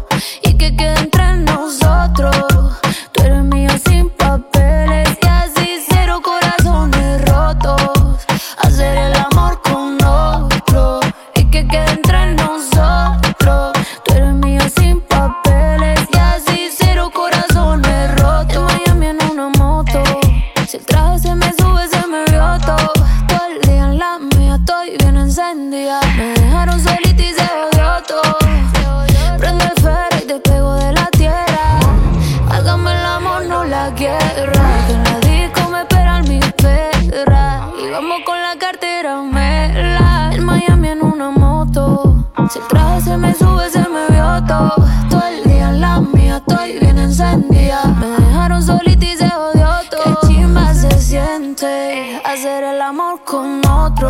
y que quede entre nosotros. Tú eres mío sin papeles y así cero corazones rotos. Hacer el amor con otro y que quede entre nosotros. Tú eres mío sin papeles y así cero corazones rotos. En Miami en una moto, si el traje se me sube se me vio todo. Todo el día en la mía estoy bien encendida. Me dejaron solita y se odió todo. Prende el ferro y te pego de la tierra. Hágame el amor, no la guerra. Que en la disco me esperan mis perras. Y vamos con la cartera mela. En Miami en una moto, si el traje se me sube se me vio todo. Todo el día en la mía estoy bien encendida. Me dejaron solita y se odió todo. Qué chimba se siente hacer el amor con otro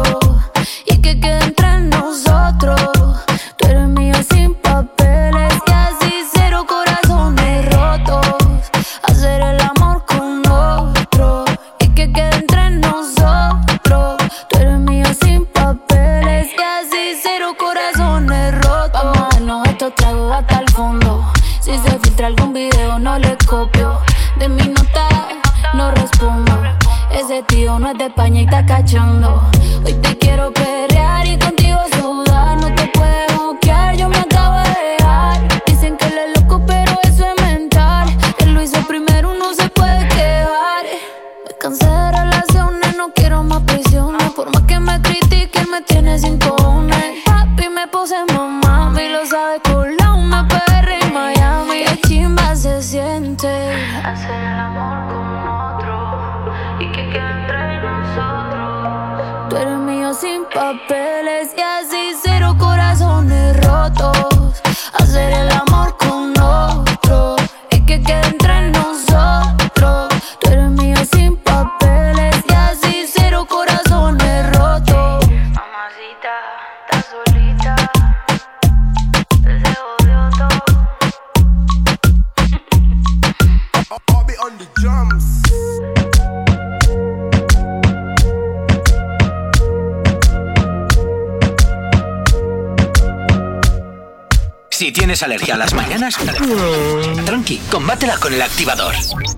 y que quede entre nosotros. Tú eres mío sin papeles y así cero corazones rotos. Hacer el amor con otro y que quede entre nosotros. Tú eres mío sin papeles y así cero corazones rotos. Vamos a darnos estos tragos hasta el fondo. Si se filtra algún video no le copio. De mi nota no respondo. Ese tío no es de España y está cachando. Hoy te quiero pelear y contigo sudar. No te puedes bloquear, yo me acabo de dejar. Dicen que él es loco pero eso es mental. Él lo hizo primero, no se puede quejar. Me cansé de relaciones, no quiero más prisiones. Por más que me critiquen me tiene sin cojones. Papi me pose mamá, y lo sabe colar una perra en Miami. Qué chimba se siente hacer el amor con otro y que quede entre nosotros. Tú eres mío sin papeles I'll be on the drums. Si tienes alergia a las mañanas, tranqui, combátela con el activador.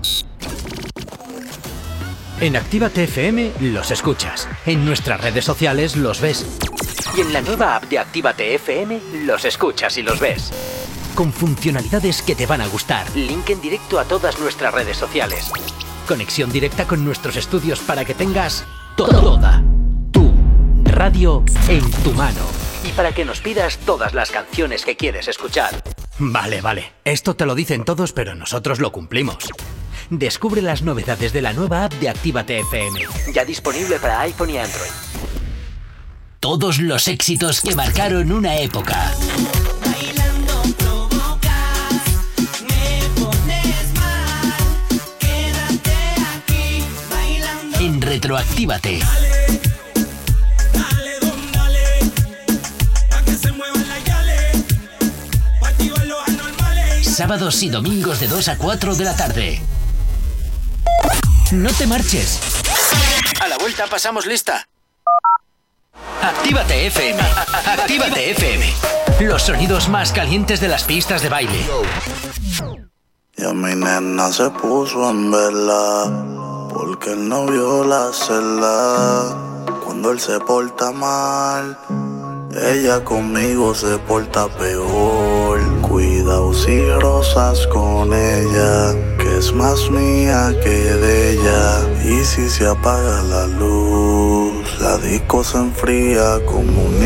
En Actívate FM los escuchas. En nuestras redes sociales los ves. Y en la nueva app de Actívate FM los escuchas y los ves. Con funcionalidades que te van a gustar. Link en directo a todas nuestras redes sociales. Conexión directa con nuestros estudios para que tengas toda tu radio en tu mano. Y para que nos pidas todas las canciones que quieres escuchar. Vale. Esto te lo dicen todos, pero nosotros lo cumplimos. Descubre las novedades de la nueva app de Actívate FM. Ya disponible para iPhone y Android. Todos los éxitos que marcaron una época. Bailando provocas, me pones mal. Quédate aquí, bailando. En Retroactívate. Sábados y domingos de 2 a 4 de la tarde. No te marches. A la vuelta pasamos lista. Actívate FM. Actívate FM. Los sonidos más calientes de las pistas de baile. Y a mi nena se puso en vela porque el novio la cela. Cuando él se porta mal, ella conmigo se porta peor. Cuidado si rozas con ella, que es más mía que de ella. Y si se apaga la luz, la disco se enfría como un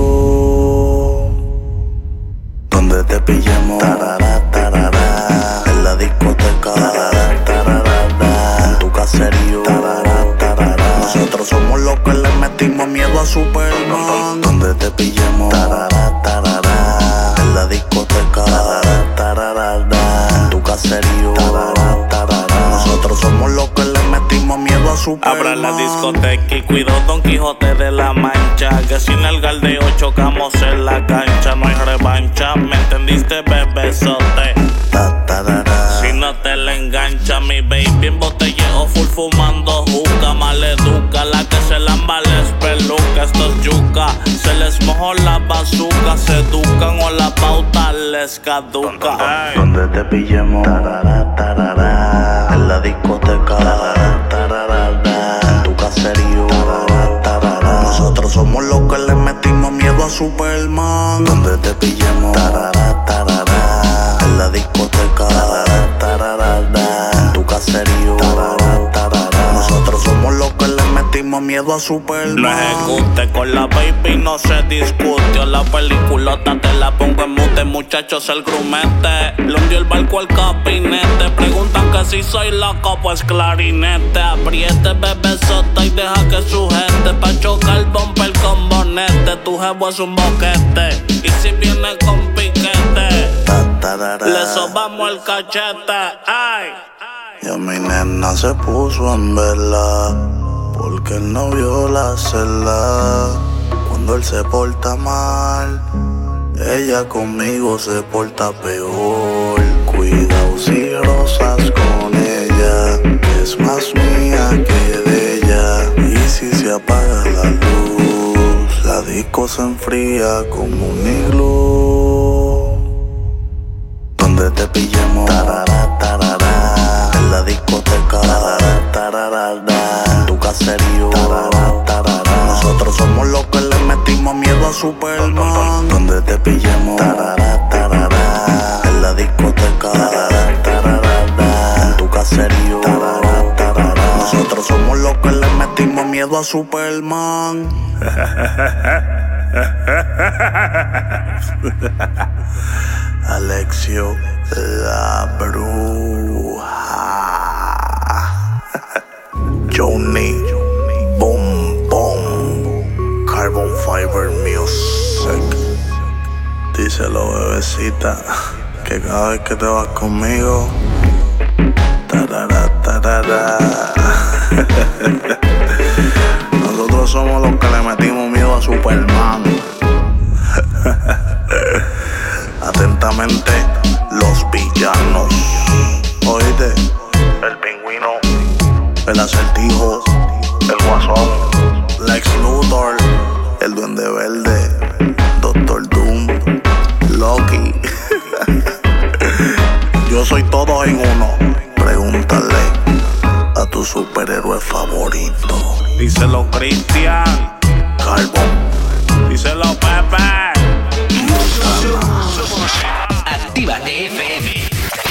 iglú. Donde te pillemos, tarara, tarara, en la discoteca, tarara, tarara, en tu caserío, tarara, tarara. Nosotros somos los que le metimos miedo a Superman. Donde te pillemos, tarara, tarara, en la discoteca, tarara, tarara, en tu caserío, tarara, tarara. Nosotros somos los que le metimos miedo a Superman. Abra la discoteca y cuido Don Quijote de la Mancha, que sin el galdeo chocamos en la cancha. No hay revancha, ¿me entendiste, bebesote? Si no te la engancha, mi baby en botelleo full fumando juca. Maleduca, la que se lamba les peluca. Esto es yuca, se les mojó la bazuca. Se educan o la pauta les caduca. Donde te pillemos, tarara, tarara, en la discoteca, tarara, tarara, en tu caserío, tarara, tarara. Nosotros somos los que le metimos miedo a Superman. Donde te pillemos, tarara, tarara, en la discoteca, tarara, tarara, en tu caserío, tarara, tarara. Nosotros somos los que le metimos miedo a Superman. Lo ejecute con la baby, no se discute. La peliculota te la pongo en mute, muchachos, el grumete. Le hundió el barco al capinete. Preguntan que si soy loco, pues clarinete. Apriete, bebesota, y deja que sujete. Pa' chocar el bumper con bonete. Tu jevo es un boquete, y si viene con piquete, le sobamos el cachete. Ay. Y a mi nena se puso en vela porque el novio la cela. Cuando él se porta mal, ella conmigo se porta peor. Cuidado si rozas con ella, que es más mía que de ella. Y si se apaga la luz, la disco se enfría como un iglú. Donde te pillemos, tarara, tarara, en la discoteca, tarara, tarara, en tu caserío, tarara, tarara. Nosotros somos los que le metimos miedo a Superman. Donde te pillemos, tarara, tarara, en la discoteca, tarara, tarara, en tu caserío, tarara, tarara. Nosotros somos los que le metimos miedo a Superman. Alexio la bruja. Johnny Boom Boom Carbon Fiber Music. Díselo, bebecita, que cada vez que te vas conmigo, tarara, tarara. Nosotros somos los que le metimos miedo a Superman. Atentamente, los villanos. Oíste. el Acertijo, el Guasón, Lex Luthor, el Duende Verde, Doctor Doom, Loki. Yo soy todo en uno. Pregúntale a tu superhéroe favorito. Díselo Cristian, Carbón. díselo Pepe. Actívate FM.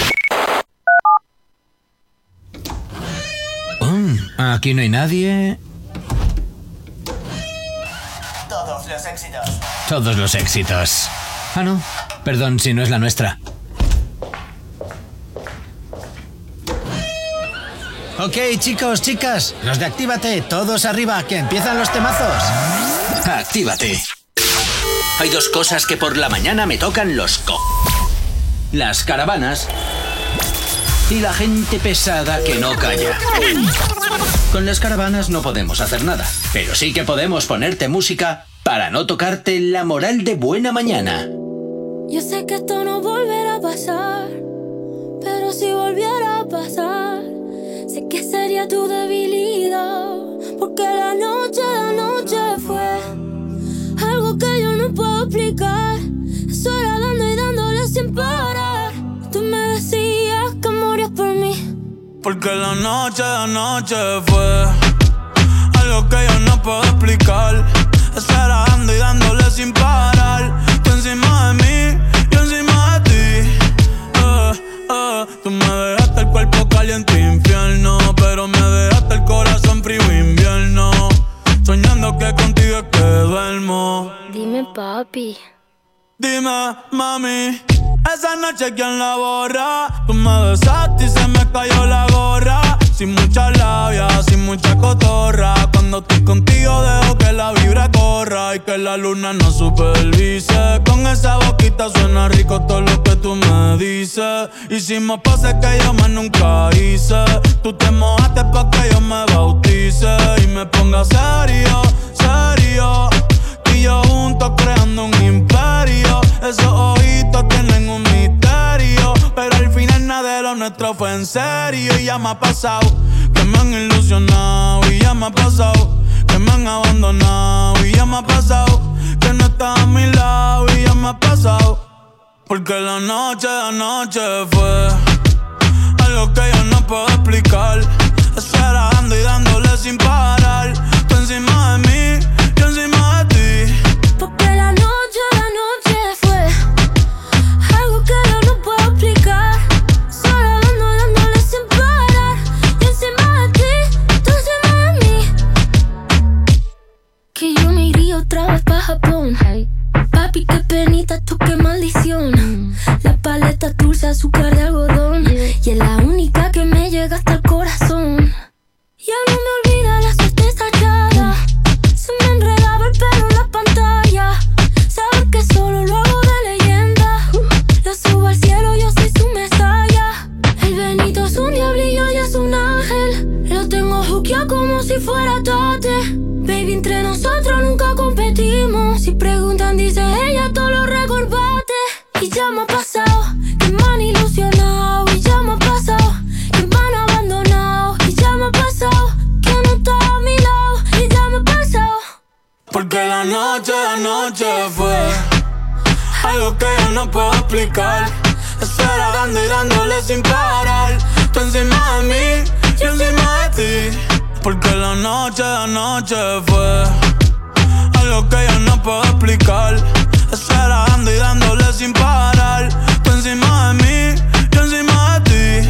Aquí no hay nadie. Todos los éxitos. Todos los éxitos. Ah, no. Perdón si no es la nuestra. Ok, chicos, chicas, los de Actívate, todos arriba, que empiezan los temazos. Actívate. Hay dos cosas que por la mañana me tocan los las caravanas y la gente pesada que no calla. Con las caravanas no podemos hacer nada, pero sí que podemos ponerte música para no tocarte la moral de buena mañana. Yo sé que esto no volverá a pasar, pero si volviera a pasar, sé que sería tu debilidad, porque la noche fue algo que yo no puedo explicar. Es hora dando y dándole sin parar. Tú me decías que morías por mí, porque la noche fue algo que yo no puedo explicar. Es hora dando y dándole sin parar. Tú encima de mí, yo encima de ti. Tú me dejaste el cuerpo caliente infierno, pero me dejaste el corazón frío invierno. Soñando que contigo es que duermo. Dime, papi. Dime, mami, esa noche ¿quién la borra? Tú me besaste y se me cayó la gorra. Sin mucha labia, sin mucha cotorra. Cuando estoy contigo dejo que la vibra corra y que la luna no supervise. Con esa boquita suena rico todo lo que tú me dices. Hicimos pases que yo más nunca hice. Tú te mojaste pa' que yo me bautice y me ponga serio, serio. Y yo juntos creando un imperio. Esos ojitos tienen un misterio, pero al final nada de lo nuestro fue en serio. Y ya me ha pasado que me han ilusionado. Y ya me ha pasado que me han abandonado. Y ya me ha pasado que no estás a mi lado. Y ya me ha pasado porque la noche fue algo que yo no puedo explicar. Eso era dando y dándole sin parar. Tú encima de mí, yo encima de ti. Porque la noche fue algo que yo no puedo explicar. Solo dándole sin parar. Yo encima de ti, tú encima de mí. Que yo me iría otra vez pa' Japón. Papi, qué penita, tú qué maldición. La paleta dulce, azúcar de algodón. Y es la única que me llega hasta el corazón. Ya no me olvida la suerte estallada. Se me enredaba el pelo en la pantalla. Sabes que solo lo hago de leyenda. Lo subo al cielo, yo soy su mesaya. El Benito es un diablillo y es un ángel. Lo tengo juqueado como si fuera Tate. Baby, entre nosotros nunca competimos. Si preguntan, dice ella, todo lo recorbate. Y ya me ha pasado que me han ilusionado. Y ya me ha pasado que me han abandonado. Y ya me ha pasado que no está a mi lado. Y ya me ha pasado porque la noche fue algo que yo no puedo explicar. Eso era dando y dándole sin parar. Tú encima de mí, yo encima de ti. Porque la noche fue algo que yo no puedo explicar. Eso era dando y dándole sin parar. Tú encima de mí, yo encima de ti.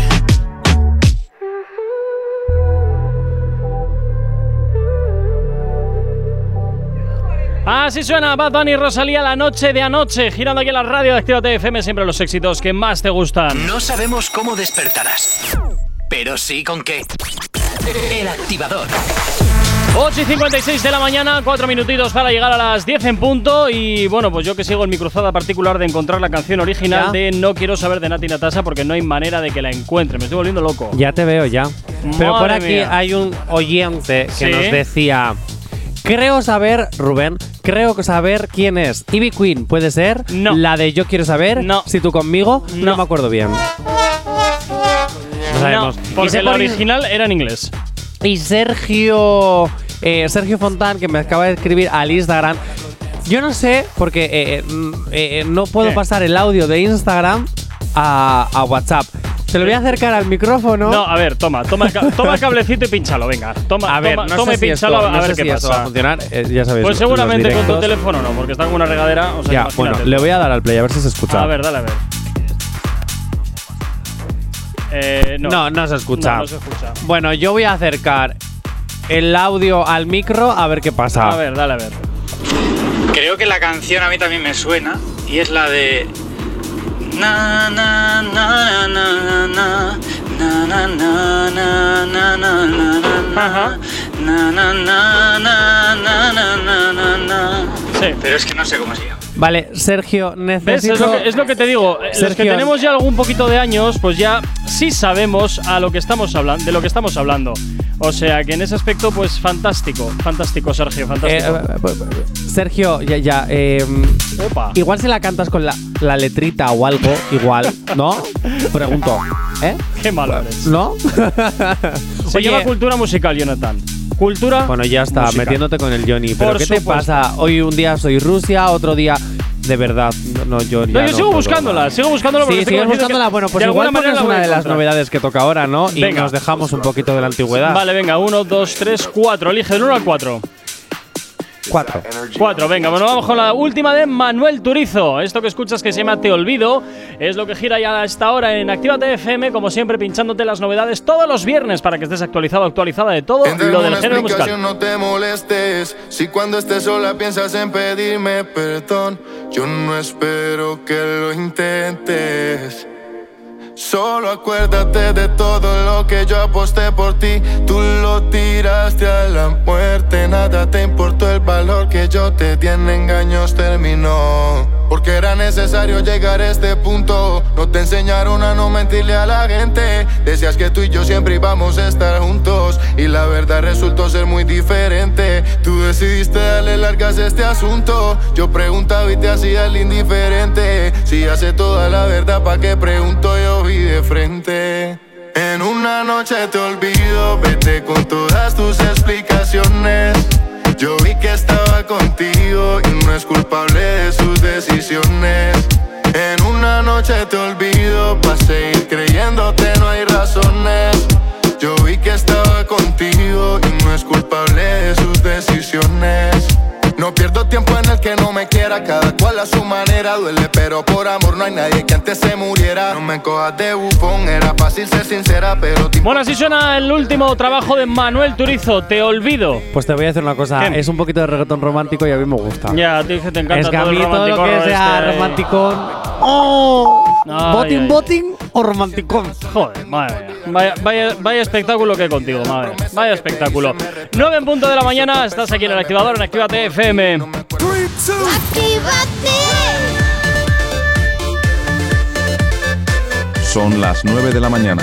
Así suena Bad Bunny y Rosalía la noche de anoche, girando aquí en la radio de Actívate FM, siempre los éxitos que más te gustan. No sabemos cómo despertarás, pero sí con qué. El Activador. 8:56 de la mañana, 4 minutitos para llegar a las 10 en punto. Y bueno, pues yo que sigo en mi cruzada particular de encontrar la canción original de No Quiero Saber de Nati Natasha, porque no hay manera de que la encuentre. Me estoy volviendo loco. Ya te veo, ya. Pero Madre por aquí mía. hay un oyente que ¿Sí? nos decía: creo saber, Rubén, creo saber quién es. Ivy Queen, ¿puede ser? No. La de Yo Quiero Saber. No. Si tú conmigo, no me acuerdo bien. No sabemos. No, Y porque sé la por- original era en inglés. Y Sergio Fontán, que me acaba de escribir al Instagram. Yo no sé, porque no puedo pasar el audio de Instagram a WhatsApp. Te lo voy a acercar al micrófono. No, a ver, toma el cablecito y pínchalo, venga. Toma y pínchalo a ver qué pasa. Va a funcionar, ya sabéis. Pues seguramente con tu teléfono no, porque está con una regadera. O sea, ya, bueno, le voy a dar al play a ver si se escucha. A ver, dale a ver. No se escucha. No se escucha. Bueno, yo voy a acercar el audio al micro a ver qué pasa. A ver, dale a ver. Creo que la canción a mí también me suena y es la de na na na na na na na na na na na na na na. Sí. Pero es que no sé cómo se llama. Vale, Sergio, necesito… ¿Ves? Es lo que te digo. Sergio, los que tenemos ya algún poquito de años, pues ya sí sabemos de lo que estamos hablando. O sea que en ese aspecto, pues fantástico, Sergio, fantástico. Sergio, igual si la cantas con la letrita o algo, igual, ¿no? Pregunto, ¿eh? Qué malo eres. ¿No? Se llama cultura musical, Jonathan. Cultura. Bueno, ya está, musical. Metiéndote con el Johnny. ¿Pero qué te pasa? Hoy un día soy Rusia, otro día… De verdad, yo sigo buscándola. Sí, sigues buscándola. Bueno, pues igual es una de las novedades que toca ahora, ¿no? Y nos dejamos un poquito de la antigüedad. Vale, venga, 1, 2, 3, 4. Elige del 1 al 4. 4, venga, bueno, vamos con la última de Manuel Turizo. Esto que escuchas que se llama Te Olvido es lo que gira ya a esta hora en Actívate FM, como siempre pinchándote las novedades todos los viernes para que estés actualizada de todo lo del género musical. No te molestes, si cuando estés sola piensas en pedirme perdón, yo no espero que lo intentes. Solo acuérdate de todo lo que yo aposté por ti. Tú lo tiraste a la muerte. Nada te importó, el valor que yo te di en engaños terminó. Porque era necesario llegar a este punto. No te enseñaron a no mentirle a la gente. Decías que tú y yo siempre íbamos a estar juntos, y la verdad resultó ser muy diferente. Tú decidiste darle largas a este asunto. Yo preguntaba y te hacía el indiferente. Si ya sé toda la verdad, ¿pa' qué pregunto? Yo vi de frente. En una noche te olvido, vete con todas tus explicaciones. Yo vi que estaba contigo y no es culpable de sus decisiones. En una noche te olvido, para seguir creyéndote no hay razones. Yo vi que estaba contigo y no es culpable de sus decisiones. No pierdo tiempo en el que no me quiera, cada cual a su manera. Duele, pero por amor no hay nadie que antes se muriera. No me cojas de bufón, era fácil ser sincera, pero… Bueno, así suena el último trabajo de Manuel Turizo, Te Olvido. Pues te voy a decir una cosa, ¿qué? Es un poquito de reggaetón romántico y a mí me gusta. Ya, a ti te encanta. Es que todo a mí todo lo que sea romanticón… ¿Botín o romanticón? Joder, madre mía. Vaya espectáculo que hay contigo, madre. Vaya espectáculo. 9 en punto de la mañana, estás aquí en el activador en Actívate FM. Son las 9 de la mañana.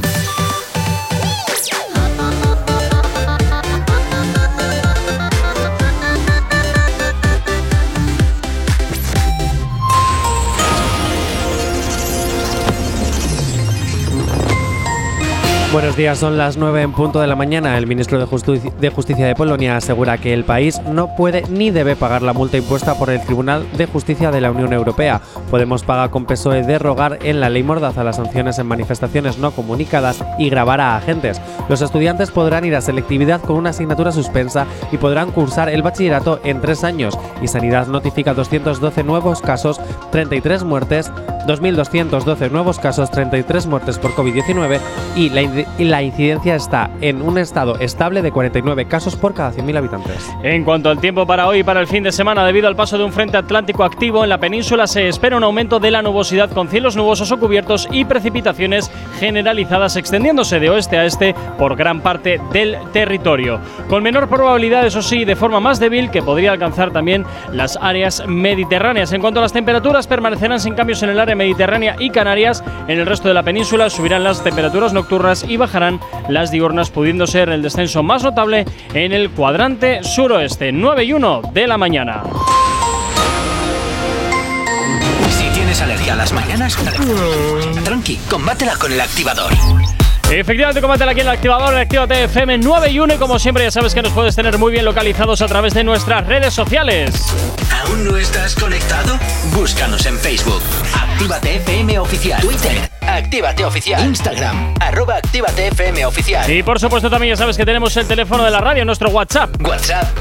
Buenos días, son las 9 en punto de la mañana. El ministro de Justicia de Polonia asegura que el país no puede ni debe pagar la multa impuesta por el Tribunal de Justicia de la Unión Europea. Podemos pagar con PSOE derogar en la ley Mordaza las sanciones en manifestaciones no comunicadas y grabar a agentes. Los estudiantes podrán ir a selectividad con una asignatura suspensa y podrán cursar el bachillerato en 3 años. Y Sanidad notifica 212 nuevos casos, 33 muertes, 2.212 nuevos casos, 33 muertes por COVID-19 y la incidencia está en un estado estable de 49 casos por cada 100.000 habitantes. En cuanto al tiempo para hoy y para el fin de semana, debido al paso de un frente atlántico activo en la península, se espera un aumento de la nubosidad con cielos nubosos o cubiertos y precipitaciones generalizadas extendiéndose de oeste a este por gran parte del territorio. Con menor probabilidad, eso sí, de forma más débil, que podría alcanzar también las áreas mediterráneas. En cuanto a las temperaturas, permanecerán sin cambios en el área mediterránea y Canarias. En el resto de la península subirán las temperaturas nocturnas y bajarán las diurnas, pudiendo ser el descenso más notable en el cuadrante suroeste. 9 y 1 de la mañana. Si tienes alergia a las mañanas, tranqui, combátela con el activador. Efectivamente, coméntala aquí en el activador, en Actívate FM 9 y 1. Y como siempre, ya sabes que nos puedes tener muy bien localizados a través de nuestras redes sociales. ¿Aún no estás conectado? Búscanos en Facebook. Actívate FM Oficial. Twitter. Actívate Oficial. Instagram. @Actívate FM Oficial. Y por supuesto también ya sabes que tenemos el teléfono de la radio, nuestro WhatsApp. WhatsApp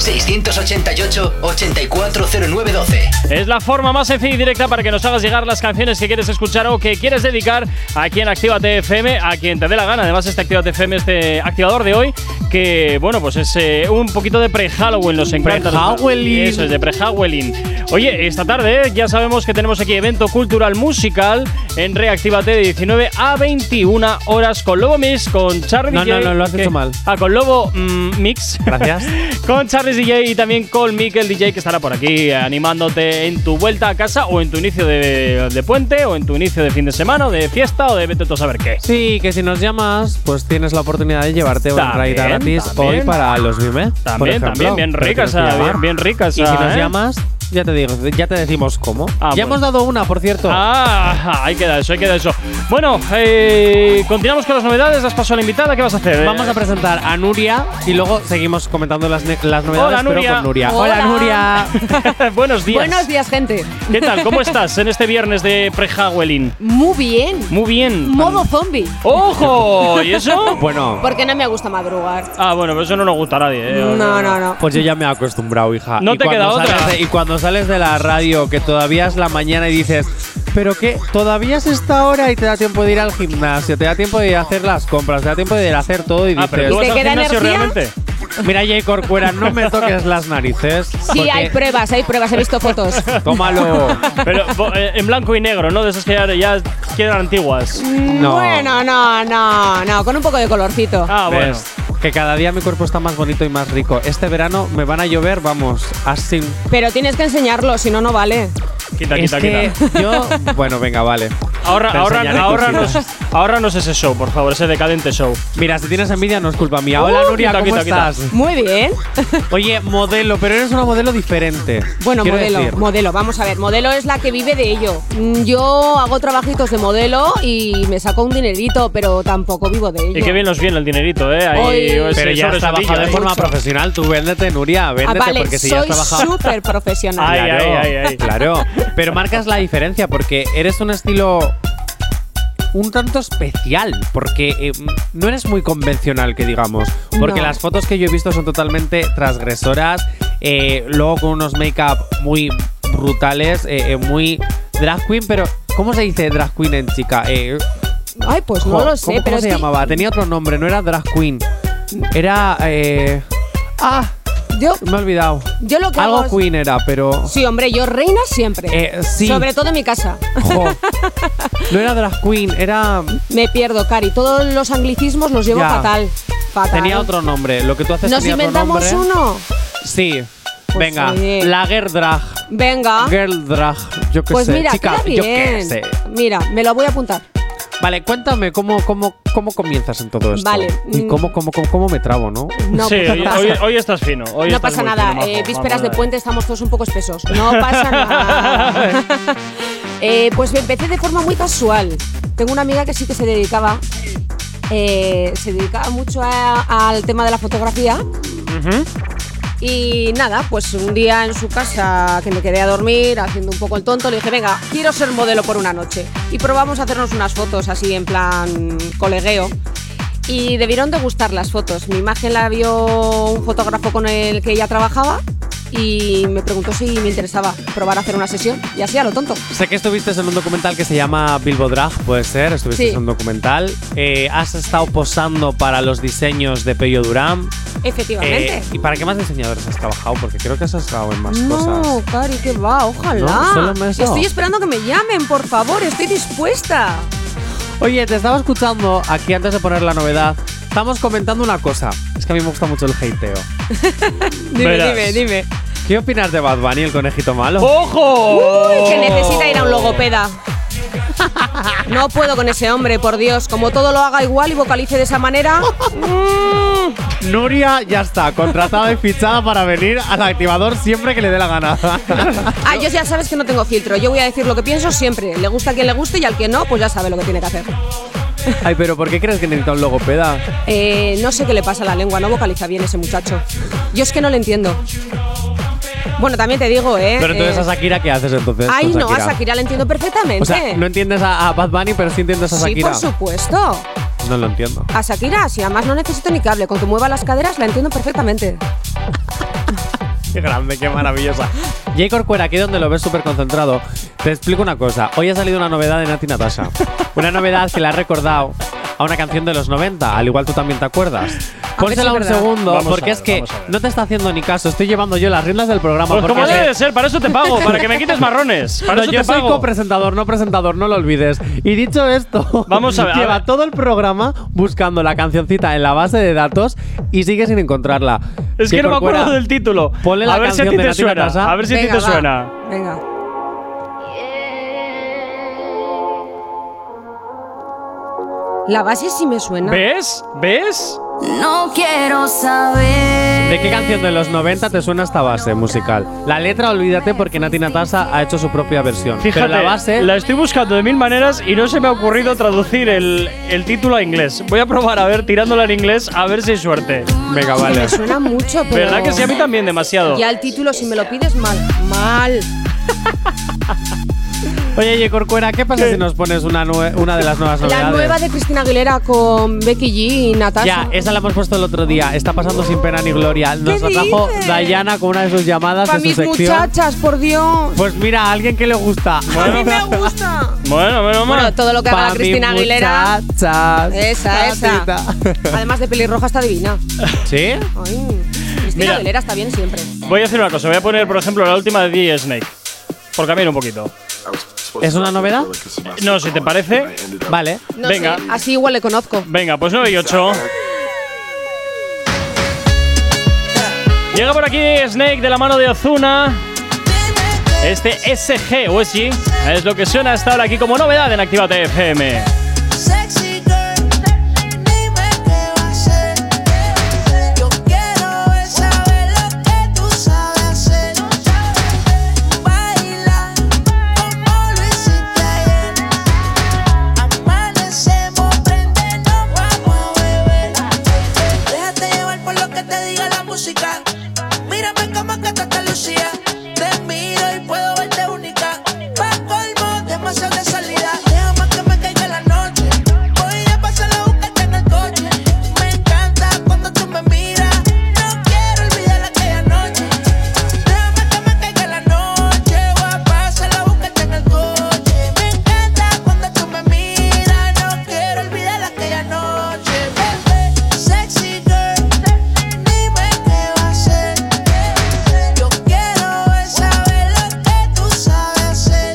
688-840912. Es la forma más sencilla y directa para que nos hagas llegar las canciones que quieres escuchar o que quieres dedicar aquí en Actívate FM, a quien te dé la gana. Además, este Actívate FM, este activador de hoy, que bueno, pues es un poquito de pre-Halloween, nos encanta. Pre-Halloween. Eso es, de pre-Halloween. Oye, esta tarde ya sabemos que tenemos aquí evento cultural musical en Reactívate de 19 a 21 horas con Lobo Mix, con Charlie DJ. No, lo has hecho mal. Con Lobo Mix. Gracias. Con Charlie DJ y también con Mikel DJ, que estará por aquí animándote en tu vuelta a casa o en tu inicio de puente o en tu inicio de fin de semana o de fiesta o de vete tú a saber qué. Sí, que si nos llamas, pues tienes la oportunidad de llevarte una rayita gratis hoy para los Vime. También, bien rica esa, bien rica esa. Y si nos llamas, ya te digo, ya te decimos cómo. Ya hemos dado una, por cierto. Ahí queda eso. Bueno, continuamos con las novedades. ¿Has pasado a la invitada? ¿Qué vas a hacer? Vamos a presentar a Nuria y luego seguimos comentando las novedades. Hola, Nuria. Pero con Nuria. Hola, Nuria. Buenos días. Buenos días, gente. ¿Qué tal? ¿Cómo estás en este viernes de pre-Halloween? Muy bien. Muy bien. Modo zombie. ¡Ojo! ¿Y eso? Bueno. Porque no me gusta madrugar. Bueno, pero eso no nos gusta a nadie. No. Pues yo ya me he acostumbrado, hija. No te queda otra. Y cuando sales de la radio, que todavía es la mañana y dices, ¿pero qué? Todavía es esta hora y te da tiempo de ir al gimnasio, te da tiempo de ir a hacer las compras, te da tiempo de ir a hacer todo y dices… ¿pero tú vas al gimnasio realmente? Mira, Jay Corcuera, no me toques las narices. Sí, hay pruebas, he visto fotos. Tómalo. Pero en blanco y negro, ¿no? De esas que ya quedan antiguas. No. Bueno, no, con un poco de colorcito. Bueno. ¿Ves? Que cada día mi cuerpo está más bonito y más rico. Este verano me van a llover, vamos, así. Pero tienes que enseñarlo, si no, no vale. Quita. Yo… Bueno, venga, vale. Ahórranos ese show, por favor, ese decadente show. Mira, si tienes envidia no es culpa mía. Hola, Nuria, ¿cómo estás? Muy bien. Oye, modelo, pero eres una modelo diferente. Bueno, modelo, vamos a ver. Modelo es la que vive de ello. Yo hago trabajitos de modelo y me saco un dinerito, pero tampoco vivo de ello. Y qué bien nos viene el dinerito, ¿eh? Ahí, pero ya has trabajado de forma profesional. Tú véndete, Nuria, véndete, vale, porque si ya has trabajado… soy súper profesional. Ay. Claro, pero marcas la diferencia porque eres un estilo un tanto especial, porque no eres muy convencional, que digamos, porque las fotos que yo he visto son totalmente transgresoras, luego con unos make-up muy brutales, muy drag queen, pero ¿cómo se dice drag queen en chica? Ay, pues no lo sé, ¿Cómo se llamaba? Tenía otro nombre, no era drag queen, era… me he olvidado. Yo lo que algo queen era, pero… Sí, hombre, yo reina siempre. Sí. Sobre todo en mi casa. No era drag queen, era… Me pierdo, Cari. Todos los anglicismos los llevo fatal. Tenía otro nombre. Lo que tú haces ¿Nos tenía inventamos otro nombre. uno? Sí. Pues venga, oye. la girl drag. Venga. Girl drag. Yo qué pues sé. Mira, chica, queda bien. yo qué sé. Mira, me lo voy a apuntar. Vale, cuéntame cómo comienzas en todo esto. Vale. Y cómo me trabo, ¿no? No, sí, hoy estás fino. Hoy no estás pasa muy nada. fino, Vísperas de puente estamos todos un poco espesos. No pasa nada. Pues empecé de forma muy casual. Tengo una amiga que sí que se dedicaba mucho al tema de la fotografía. Y nada, pues un día en su casa, que me quedé a dormir haciendo un poco el tonto, le dije, venga, quiero ser modelo por una noche. Y probamos a hacernos unas fotos así en plan colegueo. Y debieron de gustar las fotos. Mi imagen la vio un fotógrafo con el que ella trabajaba y me preguntó si me interesaba probar a hacer una sesión. Y así a lo tonto. Sé que estuviste en un documental que se llama Bilbo Drag, puede ser. Estuviste en un documental. Has estado posando para los diseños de Pello Durán. Efectivamente. ¿Y para qué más diseñadores has trabajado? Porque creo que has estado en más cosas. No, Cari, que va, ojalá. No, solo me eso. Estoy esperando que me llamen, por favor, estoy dispuesta. Oye, te estaba escuchando aquí antes de poner la novedad. Estamos comentando una cosa. Es que a mí me gusta mucho el hateo. Dime. ¿Qué opinas de Bad Bunny, el conejito malo? ¡Ojo! Uy, que necesita ir a un logopeda. No puedo con ese hombre, por Dios. Como todo lo haga igual y vocalice de esa manera. Nuria ya está, contratada y fichada para venir al activador siempre que le dé la gana. Yo ya sabes que no tengo filtro. Yo voy a decir lo que pienso siempre. Le gusta a quien le guste y al que no, pues ya sabe lo que tiene que hacer. Ay, pero ¿por qué crees que necesita un logopeda? No sé qué le pasa a la lengua, no vocaliza bien ese muchacho. Yo es que no le entiendo. Bueno, también te digo, Pero entonces a Shakira, ¿qué haces entonces? Ay, con no, a Shakira le entiendo perfectamente. O sea, no entiendes a Bad Bunny, pero sí entiendes a Sí, Shakira. por supuesto. No lo entiendo. A Shakira, sí, además no necesito ni que hable. Con que mueva las caderas la entiendo perfectamente. Qué grande, qué maravillosa. J. Corcuera, aquí donde lo ves súper concentrado. Te explico una cosa. Hoy ha salido una novedad de Nati Natasha. Una novedad que le ha recordado a una canción de los 90. Al igual tú también te acuerdas. Pónsela un segundo, porque es que no te está haciendo ni caso. Estoy llevando yo las riendas del programa. Pues como debe de ser, para eso te pago, para que me quites marrones. Para eso yo te soy pago. copresentador, no presentador, no lo olvides. Y dicho esto, vamos a ver, lleva todo el programa buscando la cancioncita en la base de datos y sigue sin encontrarla. Es que no me acuerdo del título. Ponle la a ver si a canción ti de te Nati suena. Natasha. A ver si a ti te va. suena. Venga. La base sí me suena. ¿Ves? ¿Ves? No quiero saber. ¿De qué canción de los 90 te suena esta base musical? La letra, olvídate, porque Nati Natasha ha hecho su propia versión. Fíjate, pero la base la estoy buscando de mil maneras y no se me ha ocurrido traducir el título a inglés. Voy a probar a ver, tirándola en inglés, a ver si hay suerte. Venga, Sí, vale. me suena mucho, pero… ¿Verdad que sí? A mí también demasiado. Ya el título, si me lo pides, mal. Mal. Oye, J. Corcuera, ¿qué pasa si nos pones una de las nuevas novedades? La nueva de Cristina Aguilera con Becky G y Natasha. Ya, esa la hemos puesto el otro día. Está pasando sin pena ni gloria. Nos la trajo dices? Dayana con una de sus llamadas Para de su mis sección. muchachas, por Dios. Pues mira, a alguien que le gusta. A mí me gusta. Bueno, menos mal. Bueno, todo lo que haga Pa' Cristina mis Aguilera. muchachas. Esa. Tatita. Además de pelirroja está divina. ¿Sí? Ay, Cristina Mira. Aguilera está bien siempre. Voy a hacer una cosa. Voy a poner, por ejemplo, la última de DJ Snake. Por cambiar un poquito. ¿Es una novedad? No, si te parece. Vale. No Venga. sé, así igual le conozco. Venga, pues 9 y 8. Llega por aquí Snake de la mano de Ozuna. Este SG o SG es lo que suena hasta ahora aquí como novedad en Actívate FM. Sexy girl, dime qué va a hacer. Yo quiero es saber lo que tú sabes hacer. Baila como lo hiciste ayer. Amanecemos, prendenos, vamos a beber. Déjate llevar por lo que te diga la música. Mírame como que te lucía. Te miro y puedo verte única. Pa' colmo, demasiado de salida. Déjame que me caiga la noche. Voy a pasar la buscarte en el coche. Me encanta cuando tú me miras. No quiero olvidar aquella noche. Déjame que me caiga la noche. Voy a pasar la buscarte en el coche. Me encanta cuando tú me miras. No quiero olvidar aquella noche. Bebé, sexy girl, dime qué va a hacer. Yo quiero es saber lo que tú sabes hacer.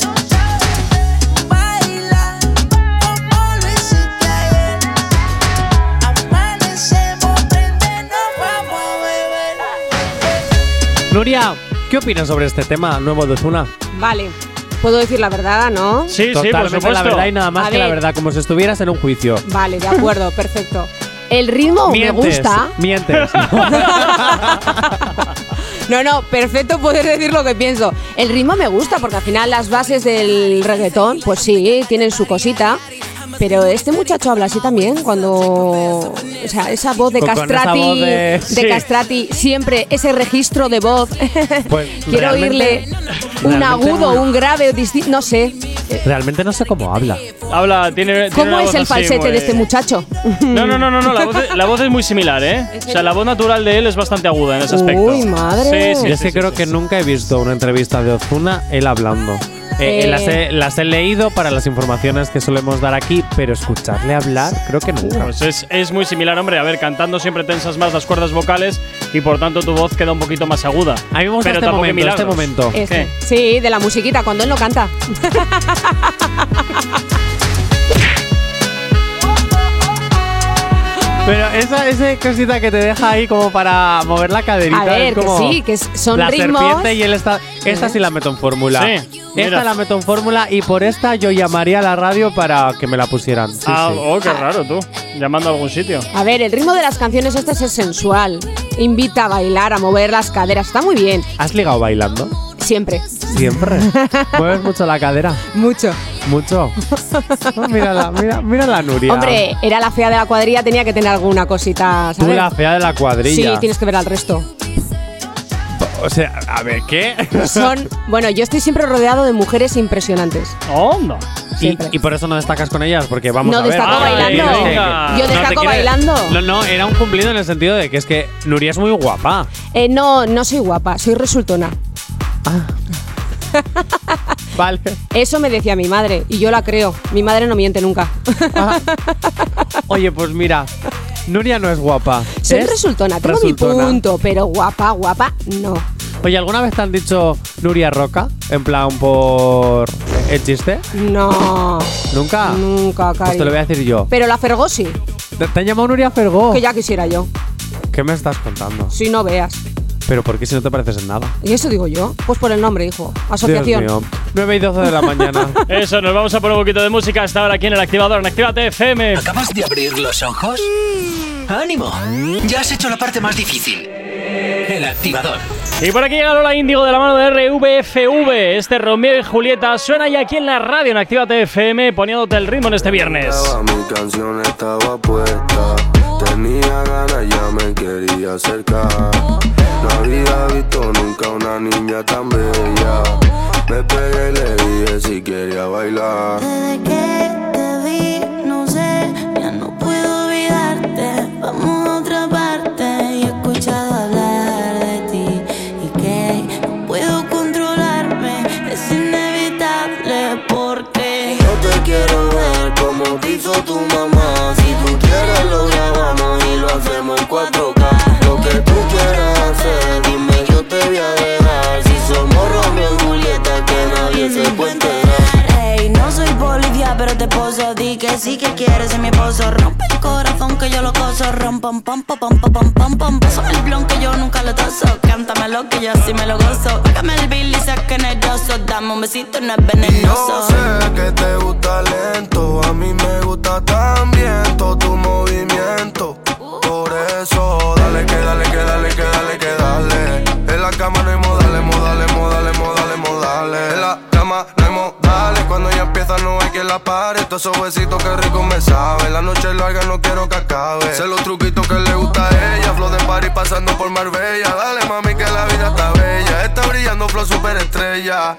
Baila como lo hiciste ayer. Amanecemos, prendenos, vamos a beber. Nuria, ¿qué opinas sobre este tema nuevo de Ozuna? Vale. Puedo decir la verdad, ¿no? Sí, Totalmente por supuesto. la verdad y nada más A que la ver. verdad, como si estuvieras en un juicio. Vale, de acuerdo, perfecto. El ritmo me gusta. Mientes. No, perfecto poder decir lo que pienso. El ritmo me gusta porque al final las bases del reggaetón, pues sí, tienen su cosita. Pero este muchacho habla así también cuando… O sea, esa voz de Con esa Castrati, voz de- Sí. Castrati, siempre ese registro de voz. Pues, Quiero oírle un agudo, un grave, distinto, no sé. Realmente no sé cómo habla. Habla, tiene ¿Cómo una es voz el así falsete muy- de este muchacho? No, la voz es muy similar, ¿eh? O sea, la voz natural de él es bastante aguda en ese aspecto. Uy, madre. Sí, sí, Y es sí, que sí, creo sí, que sí. nunca he visto una entrevista de Ozuna él hablando. Las he leído para las informaciones que solemos dar aquí, pero escucharle hablar, creo que nunca. Pues es muy similar, hombre. A ver, cantando siempre tensas más las cuerdas vocales y por tanto tu voz queda un poquito más aguda. A mí me gusta Pero este tampoco hay momento, milagros. Este. ¿Qué? Sí, de la musiquita, cuando él no canta. Pero esa cosita que te deja ahí como para mover la caderita. A ver, es como que sí, que son la ritmos. serpiente y él está. Esta sí la meto en fórmula. Sí, mira. Esta la meto en fórmula y por esta yo llamaría a la radio para que me la pusieran. Sí, Ah, sí. oh, qué raro tú. Llamando a algún sitio. A ver, el ritmo de las canciones este es sensual. Invita a bailar, a mover las caderas. Está muy bien. ¿Has ligado bailando? Siempre. Siempre. Mueves mucho la cadera. Mucho. ¿Mucho? Oh, mírala, mira la Nuria. Hombre, era la fea de la cuadrilla, tenía que tener alguna cosita, ¿sabes? Tú la fea de la cuadrilla. Sí, tienes que ver al resto. O sea, a ver, ¿qué? Bueno, yo estoy siempre rodeado de mujeres impresionantes. ¡Onda! Y por eso no destacas con ellas, porque vamos a ver. No destaco bailando. Yo destaco bailando. No, era un cumplido en el sentido de que es que Nuria es muy guapa. No soy guapa, soy resultona. Vale. Eso me decía mi madre, y yo la creo. Mi madre no miente nunca. Oye, pues mira, Nuria no es guapa. Soy resultona, tengo resultona. mi punto, pero guapa, no. Oye, ¿alguna vez te han dicho Nuria Roca? En plan, por el chiste. No. ¿Nunca? Nunca, cariño. Pues te lo voy a decir yo. Pero la Fergó sí. ¿Te han llamado Nuria Fergó? Que ya quisiera yo. ¿Qué me estás contando? Si no veas. ¿Pero por qué si no te pareces en nada? ¿Y eso digo yo? Pues por el nombre, hijo. Asociación. Dios mío. 9 y 12 de la mañana. Eso, nos vamos a poner un poquito de música hasta ahora aquí en El Activador, en Actívate FM. ¿Acabas de abrir los ojos? ¡Ánimo! Ya has hecho la parte más difícil. El Activador. Y por aquí llega Lola Índigo de la mano de RVFV. Este Romeo y Julieta suena ya aquí en la radio en Actívate FM, poniéndote el ritmo en este viernes. Mi canción estaba puesta, tenía ganas, ya me quería acercar. No había visto nunca una niña tan bella. Me pegué y le dije si quería bailar. Desde que te vi, no sé, ya no puedo olvidarte. Vamos a otra parte y he escuchado hablar de ti. Y que no puedo controlarme, es inevitable porque yo te quiero ver como te hizo tu mamá. Si tú quieres lo grabamos y lo hacemos en 4K. Lo que tú quieras hacer, dime, yo te voy a dejar. Si somos Romeo y Julieta, que nadie se puede enterar. Ey, no soy policía, pero te poso. Di que sí que quieres ser mi esposo. Rompe el corazón que yo lo coso. Rom, pam, pam, pam, pam, pam, pam, pam. Pásame el blon que yo nunca lo toso. Cántamelo que yo sí me lo gozo. Hágame el bill y saca nervioso. Dame un besito, no es venenoso. Yo sé que te gusta lento, a mí me gusta también todo tu movimiento. Por eso, dale que dale, que dale, que dale, que dale. En la cama no hay modales, modales, modales, modales, modales. En la cama no hay modales, cuando ella empieza no hay quien la pare. Todos esos besitos que rico me saben. La noche es larga, no quiero que acabe. Sé los truquitos que le gusta a ella. Flow de party pasando por Marbella. Dale mami que la vida está bella. Está brillando flow superestrella.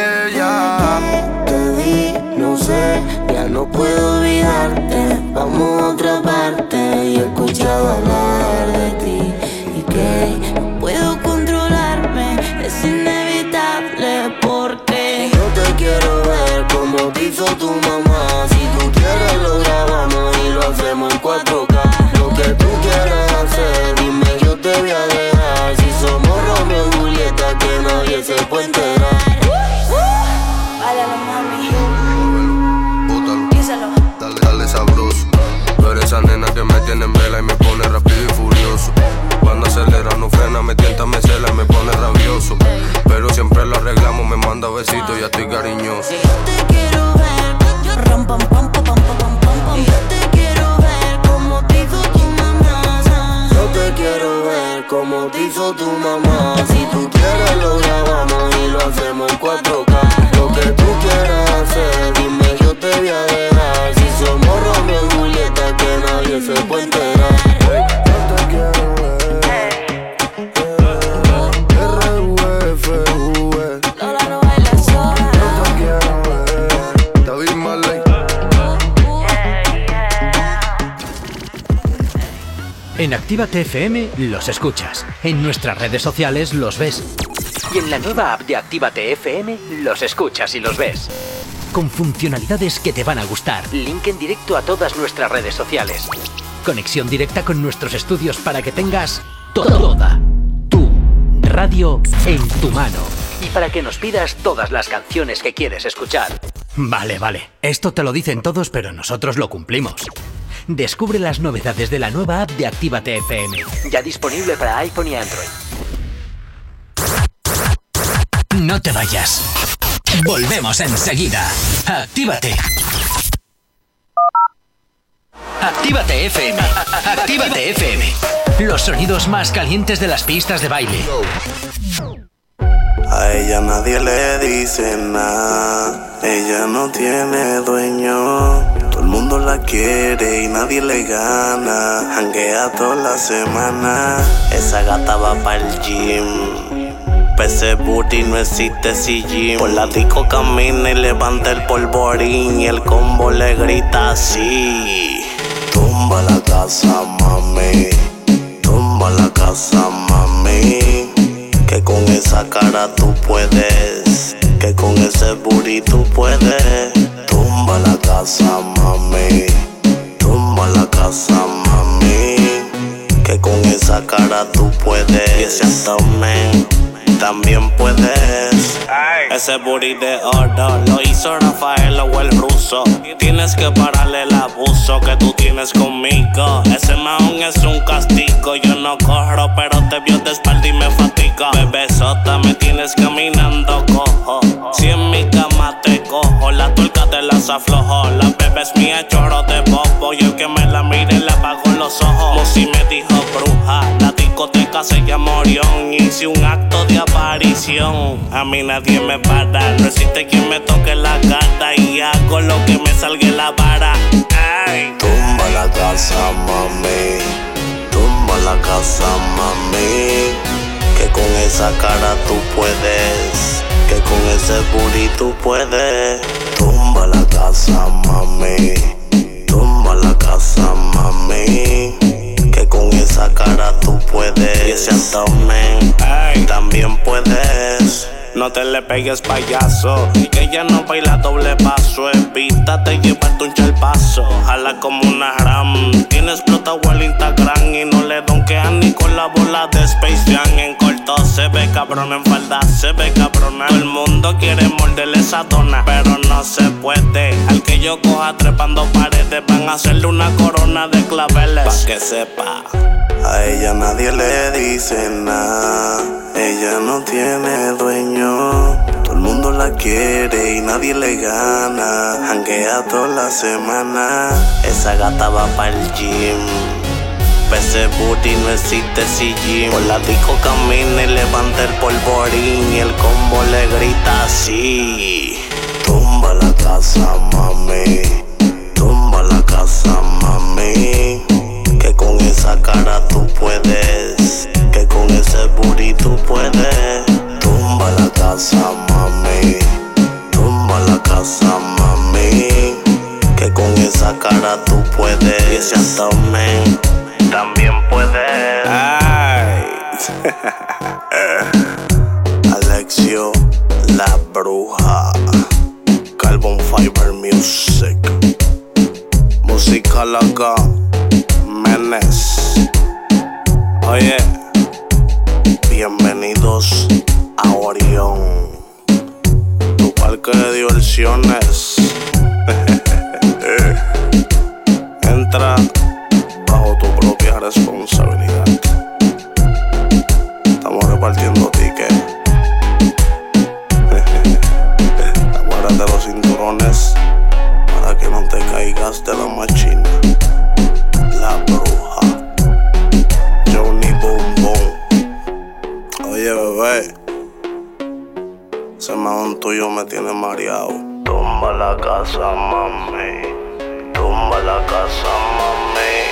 Ella te vi, no sé, ya no puedo olvidarte. Vamos a otra parte y he escuchado hablar de ti. Y que no puedo controlarme, es inevitable porque yo te quiero ver como te hizo tu mamá. Si tú quieres lo grabamos y lo hacemos en 4K. Lo que tú quieras hacer, dime, yo te voy a dejar. Si somos Romeo y Julieta, que nadie se puede enterar. Báilalo, mami. Bótalo. Díselo. Dale sabroso. Tú eres esa nena que me tiene en vela y me pone rápido y furioso. Cuando acelera no frena, me tienta, me cela y me pone rabioso. Pero siempre lo arreglamos, me manda besitos y ya estoy cariñoso. Yo te quiero ver, rom, pam, pam, pam, pam, pam, pam, pam. Yo te quiero ver como te hizo tu mamá. Yo te quiero ver como te hizo tu mamá. Si tú quieres lo grabamos y lo hacemos en 4K. Lo que tú quieras hacer, dime, yo te voy a dejar. Si somos Romeo y Julieta, que nadie se puede enterar. Yo te quiero ver. RVFV. Lola no baila sola. Yo te quiero ver. David Marley. En Actívate FM los escuchas. En nuestras redes sociales los ves. Y en la nueva app de Actívate FM los escuchas y los ves. Con funcionalidades que te van a gustar. Link en directo a todas nuestras redes sociales. Conexión directa con nuestros estudios para que tengas toda tu radio en tu mano. Y para que nos pidas todas las canciones que quieres escuchar. Vale. Esto te lo dicen todos, pero nosotros lo cumplimos. Descubre las novedades de la nueva app de Actívate FM. Ya disponible para iPhone y Android. No te vayas. Volvemos enseguida. Actívate. Actívate FM. Actívate FM. Los sonidos más calientes de las pistas de baile. A ella nadie le dice nada. Ella no tiene dueño. Todo el mundo la quiere y nadie le gana. Janguea toda la semana. Esa gata va pa'l gym. Ese booty no existe si gym. Por la disco camina y levanta el polvorín. Y el combo le grita así: tumba la casa, mami. Tumba la casa, mami. Que con esa cara tú puedes. Que con ese booty tú puedes. Tumba la casa, mami. Tumba la casa, mami. Que con esa cara tú puedes. Y ese abdomen también puedes. Ese booty de oro lo hizo Rafael o el ruso. Tienes que pararle el abuso que tú tienes conmigo. Ese mahón es un castigo. Yo no corro, pero te vio de espalda y me fatiga. Bebesota, me tienes caminando cojo. Si en mi cama te cojo, la tuerca te las aflojo. La bebé es mía, chorro de bobo. Y el que me la mire le apago los ojos. Mosi me dijo bruja, la discoteca se llama Orión. Hice un acto de aparición. A mí nadie me para, no existe quien me toque la gata. Y hago lo que me salga la vara. Ay. Tumba la casa, mami. Tumba la casa, mami. Que con esa cara tú puedes. Que con ese booty tú puedes. Tumba la casa, mami. Tumba la casa, mami. Que con esa cara tú puedes. Y ese abdomen también puedes. No te le pegues, payaso, que ella no baila doble paso. Evítate llevarte un chalpazo. Jala como una ram. Tiene explotado el Instagram y no le donkean ni con la bola de Space Jam. En corto se ve cabrón, en falda se ve cabrona. Todo el mundo quiere morderle esa dona, pero no se puede. Al que yo coja trepando paredes, van a hacerle una corona de claveles. Pa' que sepa. A ella nadie le dice nada. Ella no tiene dueño. Todo el mundo la quiere y nadie le gana. Janguea toda la semana. Esa gata va pa'l gym. Ese booty no existe si gym. Por la disco camina y levanta el polvorín. Y el combo le grita así: tumba la casa, mami. Tumba la casa, mami. Que con esa cara tú puedes. Que con ese booty tú puedes. Tumba la casa, mami. Tumba la casa, mami. Que con esa cara tú puedes. Y ese abdomen también puedes. Ay. Alexio, la bruja. Carbon Fiber Music. Música loca. Menes. Oye, bienvenidos a Orión, tu parque de diversiones. Entra bajo tu propia responsabilidad. Estamos repartiendo tickets. Aguárdate los cinturones para que no te caigas de la machina. La bruja, Johnny Boom Boom. Oye, bebé, ese mahón tuyo me tiene mareado. Tumba la casa, mami. Tumba la casa, mami.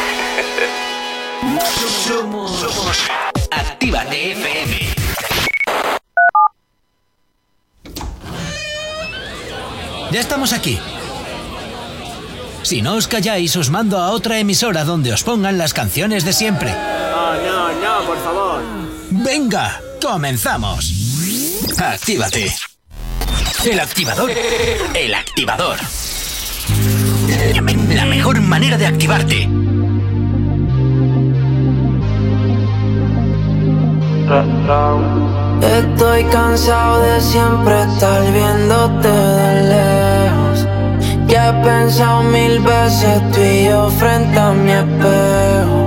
Somos Actívate FM. Ya estamos aquí. Si no os calláis, os mando a otra emisora donde os pongan las canciones de siempre. No, por favor. Venga, comenzamos. Actívate. El activador. El activador. La mejor manera de activarte. Estoy cansado de siempre estar viéndote de lejos. Ya he pensado 1000 veces tú y yo frente a mi espejo.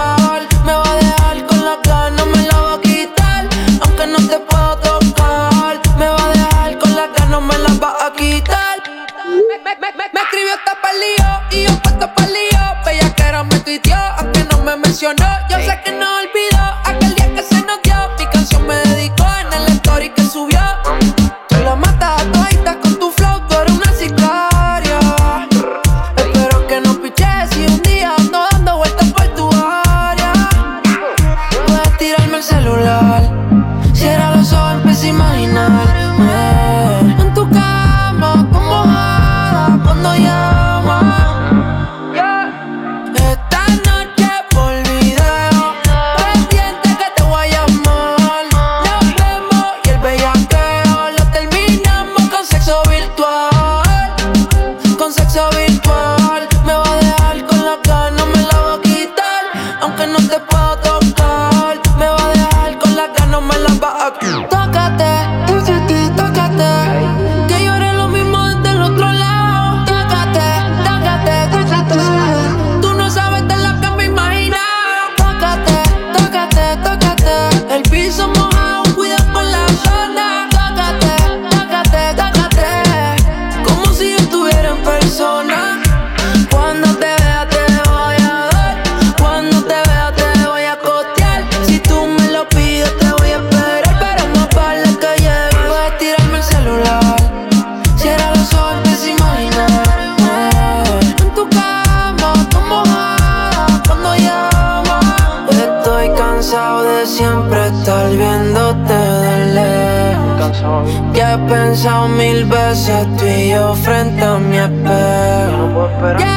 No te puedo tocar. traicionó. Yo sé que no olvidó aquel día que se nos dio. Mi canción me dedicó en el story que subió. Tú la matas a toditas con tu flow, tú eres una sicaria. Espero que no piches si un día ando dando vueltas por tu área. Puedes tirarme el celular. Cierra los ojos, empieza a imaginarme en tu cama, como mojada cuando llama. Esta noche por video, pendiente que te voy a llamar. Nos vemos y el bellaqueo lo terminamos con sexo virtual. Con sexo virtual. Me va a dejar con la cara, no me la va a quitar. Aunque no te puedo tocar, me va a dejar con la cara, no me la va a quitar. Tócate, tócate, que llore lo mismo desde el otro lado. Tócate, tú no sabes de lo que me imaginaba. Tócate, el piso mojado, cuida por la zona. Tócate, como si yo estuviera en persona. Cuando te vea te voy a dar, cuando te vea te voy a costear. Si tú me lo pides te voy a esperar, pero no vale que llegue. Puedes tirarme el celular, cierra los ojos, empieza a imaginarme en tu cama, como mojada cuando llama. Estoy cansado de siempre estar viéndote de lejos. Ya he pensado 1000 veces tú y yo frente a mi espejo.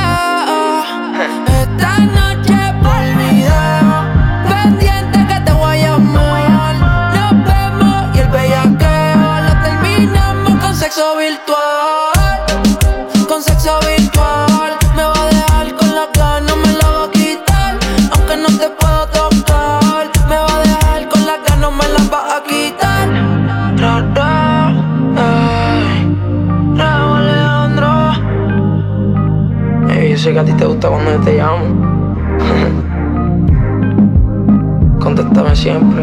Esta noche por video, pendiente que te voy a llamar. Nos vemos y el bellaqueo lo terminamos con sexo virtual. Con sexo virtual. Me va a dejar con la cara, no me la va a quitar. Aunque no te puedo tocar, me va a dejar con la cara, no me la va a quitar. Raúl Alejandro. Yo sé que a ti te gusta cuando yo te llamo. Contéstame siempre.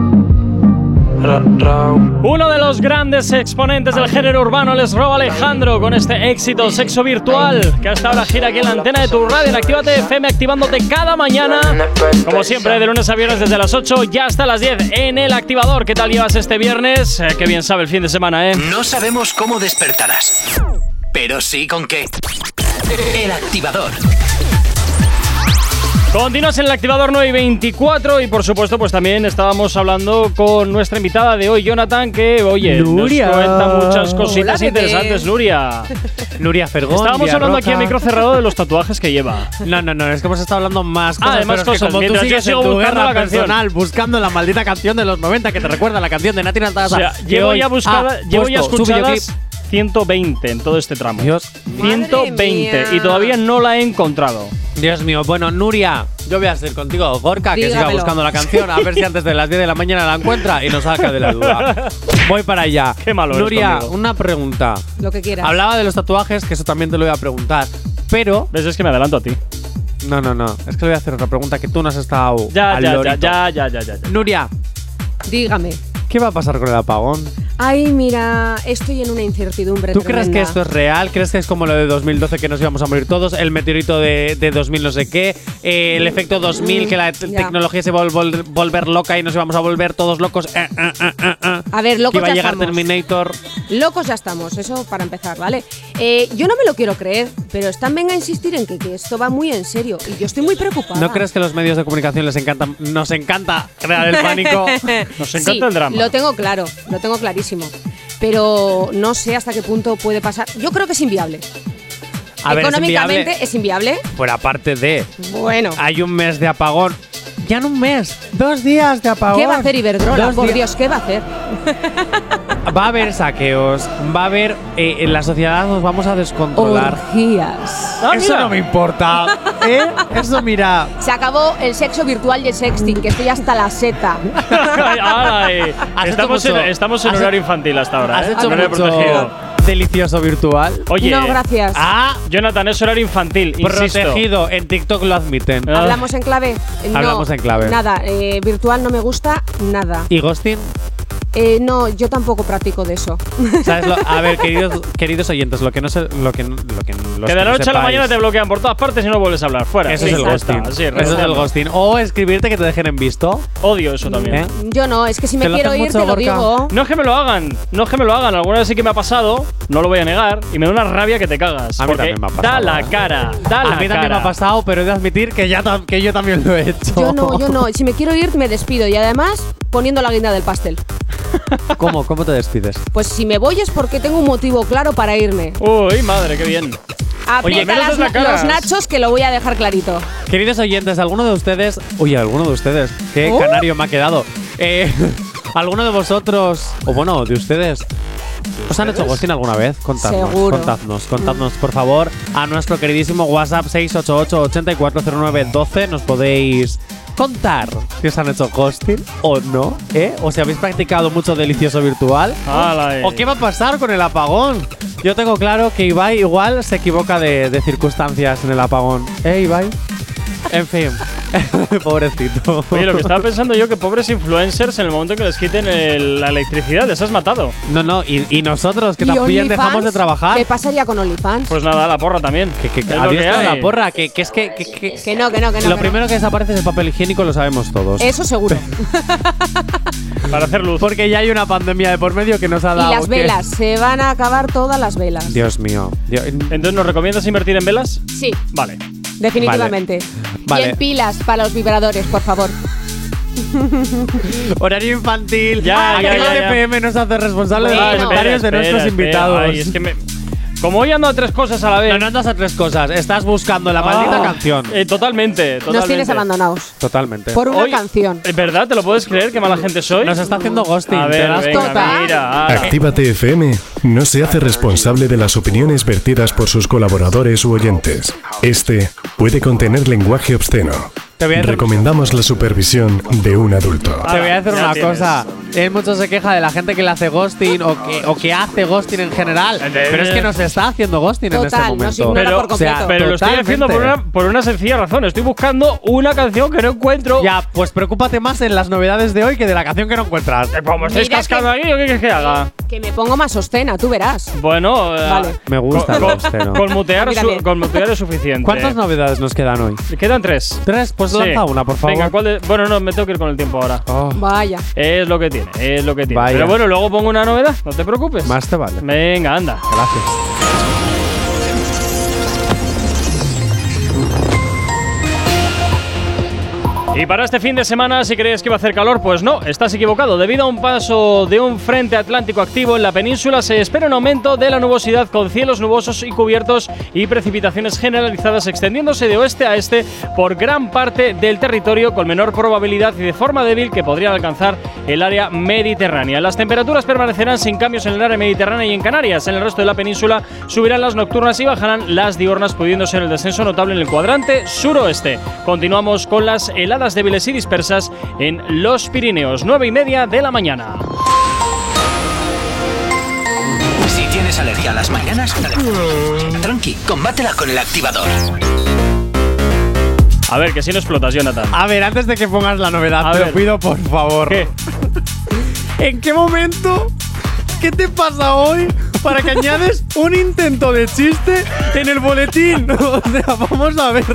Uno de los grandes exponentes del género urbano les Raúl Alejandro con este éxito Sexo Virtual, que hasta ahora gira aquí en la antena de tu radio en Actívate FM, activándote cada mañana, como siempre, de lunes a viernes desde las 8 y hasta las 10 en El Activador. ¿Qué tal llevas este viernes? Qué bien sabe el fin de semana, ¿eh? No sabemos cómo despertarás, pero sí con qué. El Activador. Continúas en El Activador 9:24 y por supuesto pues también estábamos hablando con nuestra invitada de hoy, Jonathan, que oye, Nuria. nos cuenta muchas cositas interesantes. Nuria Fergón. Estábamos hablando aquí a micro cerrado de los tatuajes que lleva. No, es que hemos estado hablando más cosas. Más pero es cosas. que como Mientras tú yo sigues sigo en tu buscando guerra la canción. personal, buscando la maldita canción de los 90 que te recuerda a la canción de Nati Natasha. O sea, llevo ya escuchadas 120 en todo este tramo. Dios, 120 y todavía no la he encontrado. Dios mío, bueno, Nuria, yo voy a ser contigo, Gorka, que siga buscando la canción, a ver si antes de las 10 de la mañana la encuentra y nos saca de la duda. Voy para allá. Qué malo eres Nuria, conmigo. una pregunta. Lo que quieras. Hablaba de los tatuajes, que eso también te lo voy a preguntar, pero… ¿Ves? Es que me adelanto a ti. No, es que le voy a hacer otra pregunta que tú no has estado Ya. Nuria, Dígame. ¿qué va a pasar con el apagón? Ay, mira, estoy en una incertidumbre ¿Tú crees que tremenda. esto es real? ¿Crees que es como lo de 2012 que nos íbamos a morir todos? El meteorito de 2000 no sé qué, el efecto 2000 que la tecnología se va a volver loca y nos íbamos a volver todos locos. A ver, locos que iba a ya llegar estamos. Terminator. Locos ya estamos, eso para empezar, ¿vale? Yo no me lo quiero creer, pero están venga a insistir en que esto va muy en serio y yo estoy muy preocupada. ¿No crees que los medios de comunicación nos encanta crear el pánico? Nos encanta el drama. Lo tengo clarísimo. Pero no sé hasta qué punto puede pasar. Yo creo que es inviable. A ver, económicamente es inviable. Por aparte de… Bueno. Hay un mes de apagón. Ya no un mes, 2 días de apagón. ¿Qué va a hacer Iberdrola? Por Dios, ¿qué va a hacer? Va a haber saqueos, va a haber… en la sociedad nos vamos a descontrolar. Orgías. Eso no me importa. Eso, mira… Se acabó el sexo virtual y el sexting, que estoy hasta la seta. Estamos en horario infantil hasta ahora. ¿Has hecho horario mucho protegido. Delicioso virtual? Oye, no, gracias. Jonathan, es horario infantil, protegido, insisto. en TikTok lo admiten. ¿Hablamos en clave? No, Hablamos en clave. Nada, virtual no me gusta nada. ¿Y ghosting? No, yo tampoco practico de eso. ¿Sabes? A ver, queridos oyentes, lo que no sé, lo que Que de la noche a la mañana te bloquean por todas partes y no vuelves a hablar. Fuera. Eso es el ghosting. Eso es el ghosting. O escribirte que te dejen en visto. Odio eso también. Yo no, es que si me quiero ir te lo digo. No es que me lo hagan, Alguna vez sí que me ha pasado, no lo voy a negar, y me da una rabia que te cagas. A mí también me ha pasado. Da la cara, A mí también me ha pasado, pero he de admitir que yo también lo he hecho. Yo no. Si me quiero ir, me despido. Y además, poniendo la guinda del pastel. ¿Cómo te despides? Pues si me voy es porque tengo un motivo claro para irme. Uy, madre, qué bien. Aprieta los nachos que lo voy a dejar clarito. Queridos oyentes, ¿alguno de ustedes? Qué canario me ha quedado. ¿Alguno de vosotros, o bueno, de ustedes, os han hecho ghosting alguna vez? Contadnos, por favor, a nuestro queridísimo WhatsApp 688-8409-12. Nos podéis contar si os han hecho ghosting o no, o si habéis practicado mucho delicioso virtual. ¿O qué va a pasar con el apagón? Yo tengo claro que Ibai igual se equivoca de circunstancias en el apagón. Ibai? En fin, pobrecito. Oye, lo que estaba pensando yo, que pobres influencers, en el momento que les quiten la electricidad, les has matado. No, y nosotros, que también dejamos de trabajar. ¿Qué pasaría con OnlyFans? Pues nada, la porra también. Adiós con la porra, que es que… Que no. Lo primero que desaparece es el papel higiénico, lo sabemos todos. Eso seguro. Para hacer luz. Porque ya hay una pandemia de por medio que nos ha dado… Y las velas, se van a acabar todas las velas. Dios mío. Entonces, ¿nos recomiendas invertir en velas? Sí. Vale. Definitivamente. Vale. Y en pilas para los vibradores, por favor. Horario infantil. Ya. FM nos hace responsable de los comentarios de nuestros invitados. Ay, es que como hoy ando a tres cosas a la vez. No andas a tres cosas. Estás buscando la maldita canción. Totalmente. Nos tienes abandonados. Totalmente. Por una canción. ¿Verdad? ¿Te lo puedes creer? Qué mala gente soy. Nos está haciendo ghosting. A ver, mira. Actívate FM no se hace responsable de las opiniones vertidas por sus colaboradores u oyentes. Este puede contener lenguaje obsceno. Recomendamos la supervisión de un adulto. Te voy a decir una cosa. Él mucho se queja de la gente que le hace ghosting o que hace ghosting en general. Pero es que nos está haciendo ghosting en este momento. Pero lo estoy haciendo por una sencilla razón. Estoy buscando una canción que no encuentro. Ya, pues preocúpate más en las novedades de hoy que de la canción que no encuentras. ¿Cómo estáis cascando aquí o qué quieres que haga? Que me pongo más obscena, tú verás. Bueno, vale. Me gusta el obsceno. Con mutear es suficiente. ¿Cuántas novedades nos quedan hoy? Quedan 3. ¿3? Pues lanza una, por favor. Venga, bueno, no, me tengo que ir con el tiempo ahora. Vaya. Es lo que tiene, Vaya. Pero bueno, luego pongo una novedad, no te preocupes. Más te vale. Venga, anda. Gracias. Y para este fin de semana, si crees que va a hacer calor, pues no, estás equivocado. Debido a un paso de un frente atlántico activo en la península, se espera un aumento de la nubosidad con cielos nubosos y cubiertos y precipitaciones generalizadas extendiéndose de oeste a este por gran parte del territorio, con menor probabilidad y de forma débil que podrían alcanzar el área mediterránea. Las temperaturas permanecerán sin cambios en el área mediterránea y en Canarias. En el resto de la península subirán las nocturnas y bajarán las diurnas, pudiendo ser el descenso notable en el cuadrante suroeste. Continuamos con las heladas débiles y dispersas en los Pirineos, 9:30 de la mañana. Si tienes alergia a las mañanas, tranqui, combátela con el activador. A ver, que si no explotas, Jonathan. A ver, antes de que pongas la novedad, te lo pido, por favor. ¿Qué? ¿En qué momento? ¿Qué te pasa hoy para que añades un intento de chiste en el boletín? O sea, vamos a ver.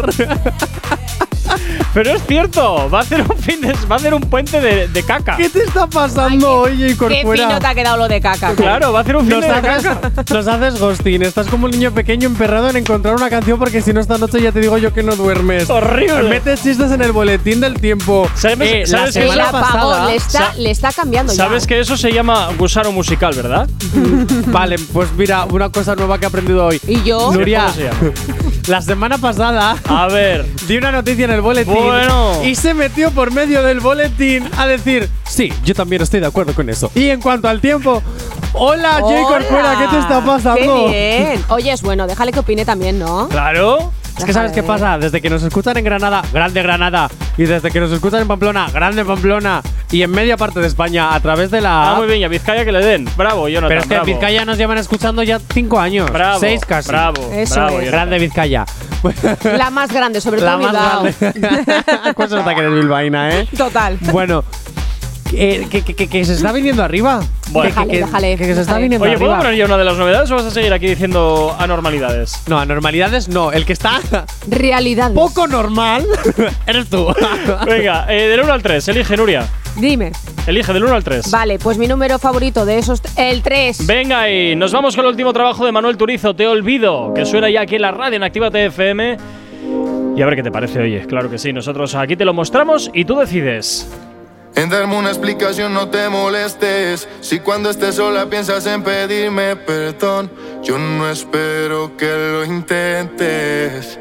Pero es cierto, va a hacer un puente de caca. ¿Qué te está pasando hoy, J. Corcuera? Qué fino te ha quedado lo de caca. Claro, va a hacer un puente de caca. Nos haces ghosting. Estás como un niño pequeño emperrado en encontrar una canción porque si no esta noche ya te digo yo que no duermes. Horrible. Metes chistes en el boletín del tiempo. ¿Sabes la semana pasada le está cambiando ya. ¿Sabes que eso se llama gusano musical, verdad? Vale, pues mira, una cosa nueva que he aprendido hoy. ¿Y yo? Nuria, ¿Cómo se llama? La semana pasada, a ver, di una noticia en el boletín y se metió por medio del boletín a decir, sí, yo también estoy de acuerdo con eso. Y en cuanto al tiempo, hola, J. Corcuera, ¿qué te está pasando? Qué bien. Oye, es bueno, déjale que opine también, ¿no? Claro. Es que ¿sabes qué pasa? Desde que nos escuchan en Granada, grande Granada, y desde que nos escuchan en Pamplona, grande Pamplona, y en media parte de España a través de la… muy bien, y a Vizcaya que le den. Bravo, Jonathan. Pero es que en Vizcaya nos llevan escuchando ya 5 años. Bravo. 6 casi. Bravo. Eso bravo, es. Grande Vizcaya. La más grande, sobre la todo más Bilbao. grande. Cosa hasta que eres bilbaína, ¿eh? Total. Bueno, Que se está viniendo arriba. Bueno, déjale. Que se está viniendo Oye, ¿puedo arriba. poner yo una de las novedades o vas a seguir aquí diciendo anormalidades? No, anormalidades no. El que está Realidades. poco normal eres tú. Venga, del 1 al 3, elige, Nuria. Dime. Elige del 1 al 3. Vale, pues mi número favorito de esos, el 3. Venga, y nos vamos con el último trabajo de Manuel Turizo, Te Olvido, que suena ya aquí en la radio en Actívate FM. Y a ver qué te parece, oye. Claro que sí, nosotros aquí te lo mostramos y tú decides. En darme una explicación no te molestes. Si cuando estés sola piensas en pedirme perdón, yo no espero que lo intentes.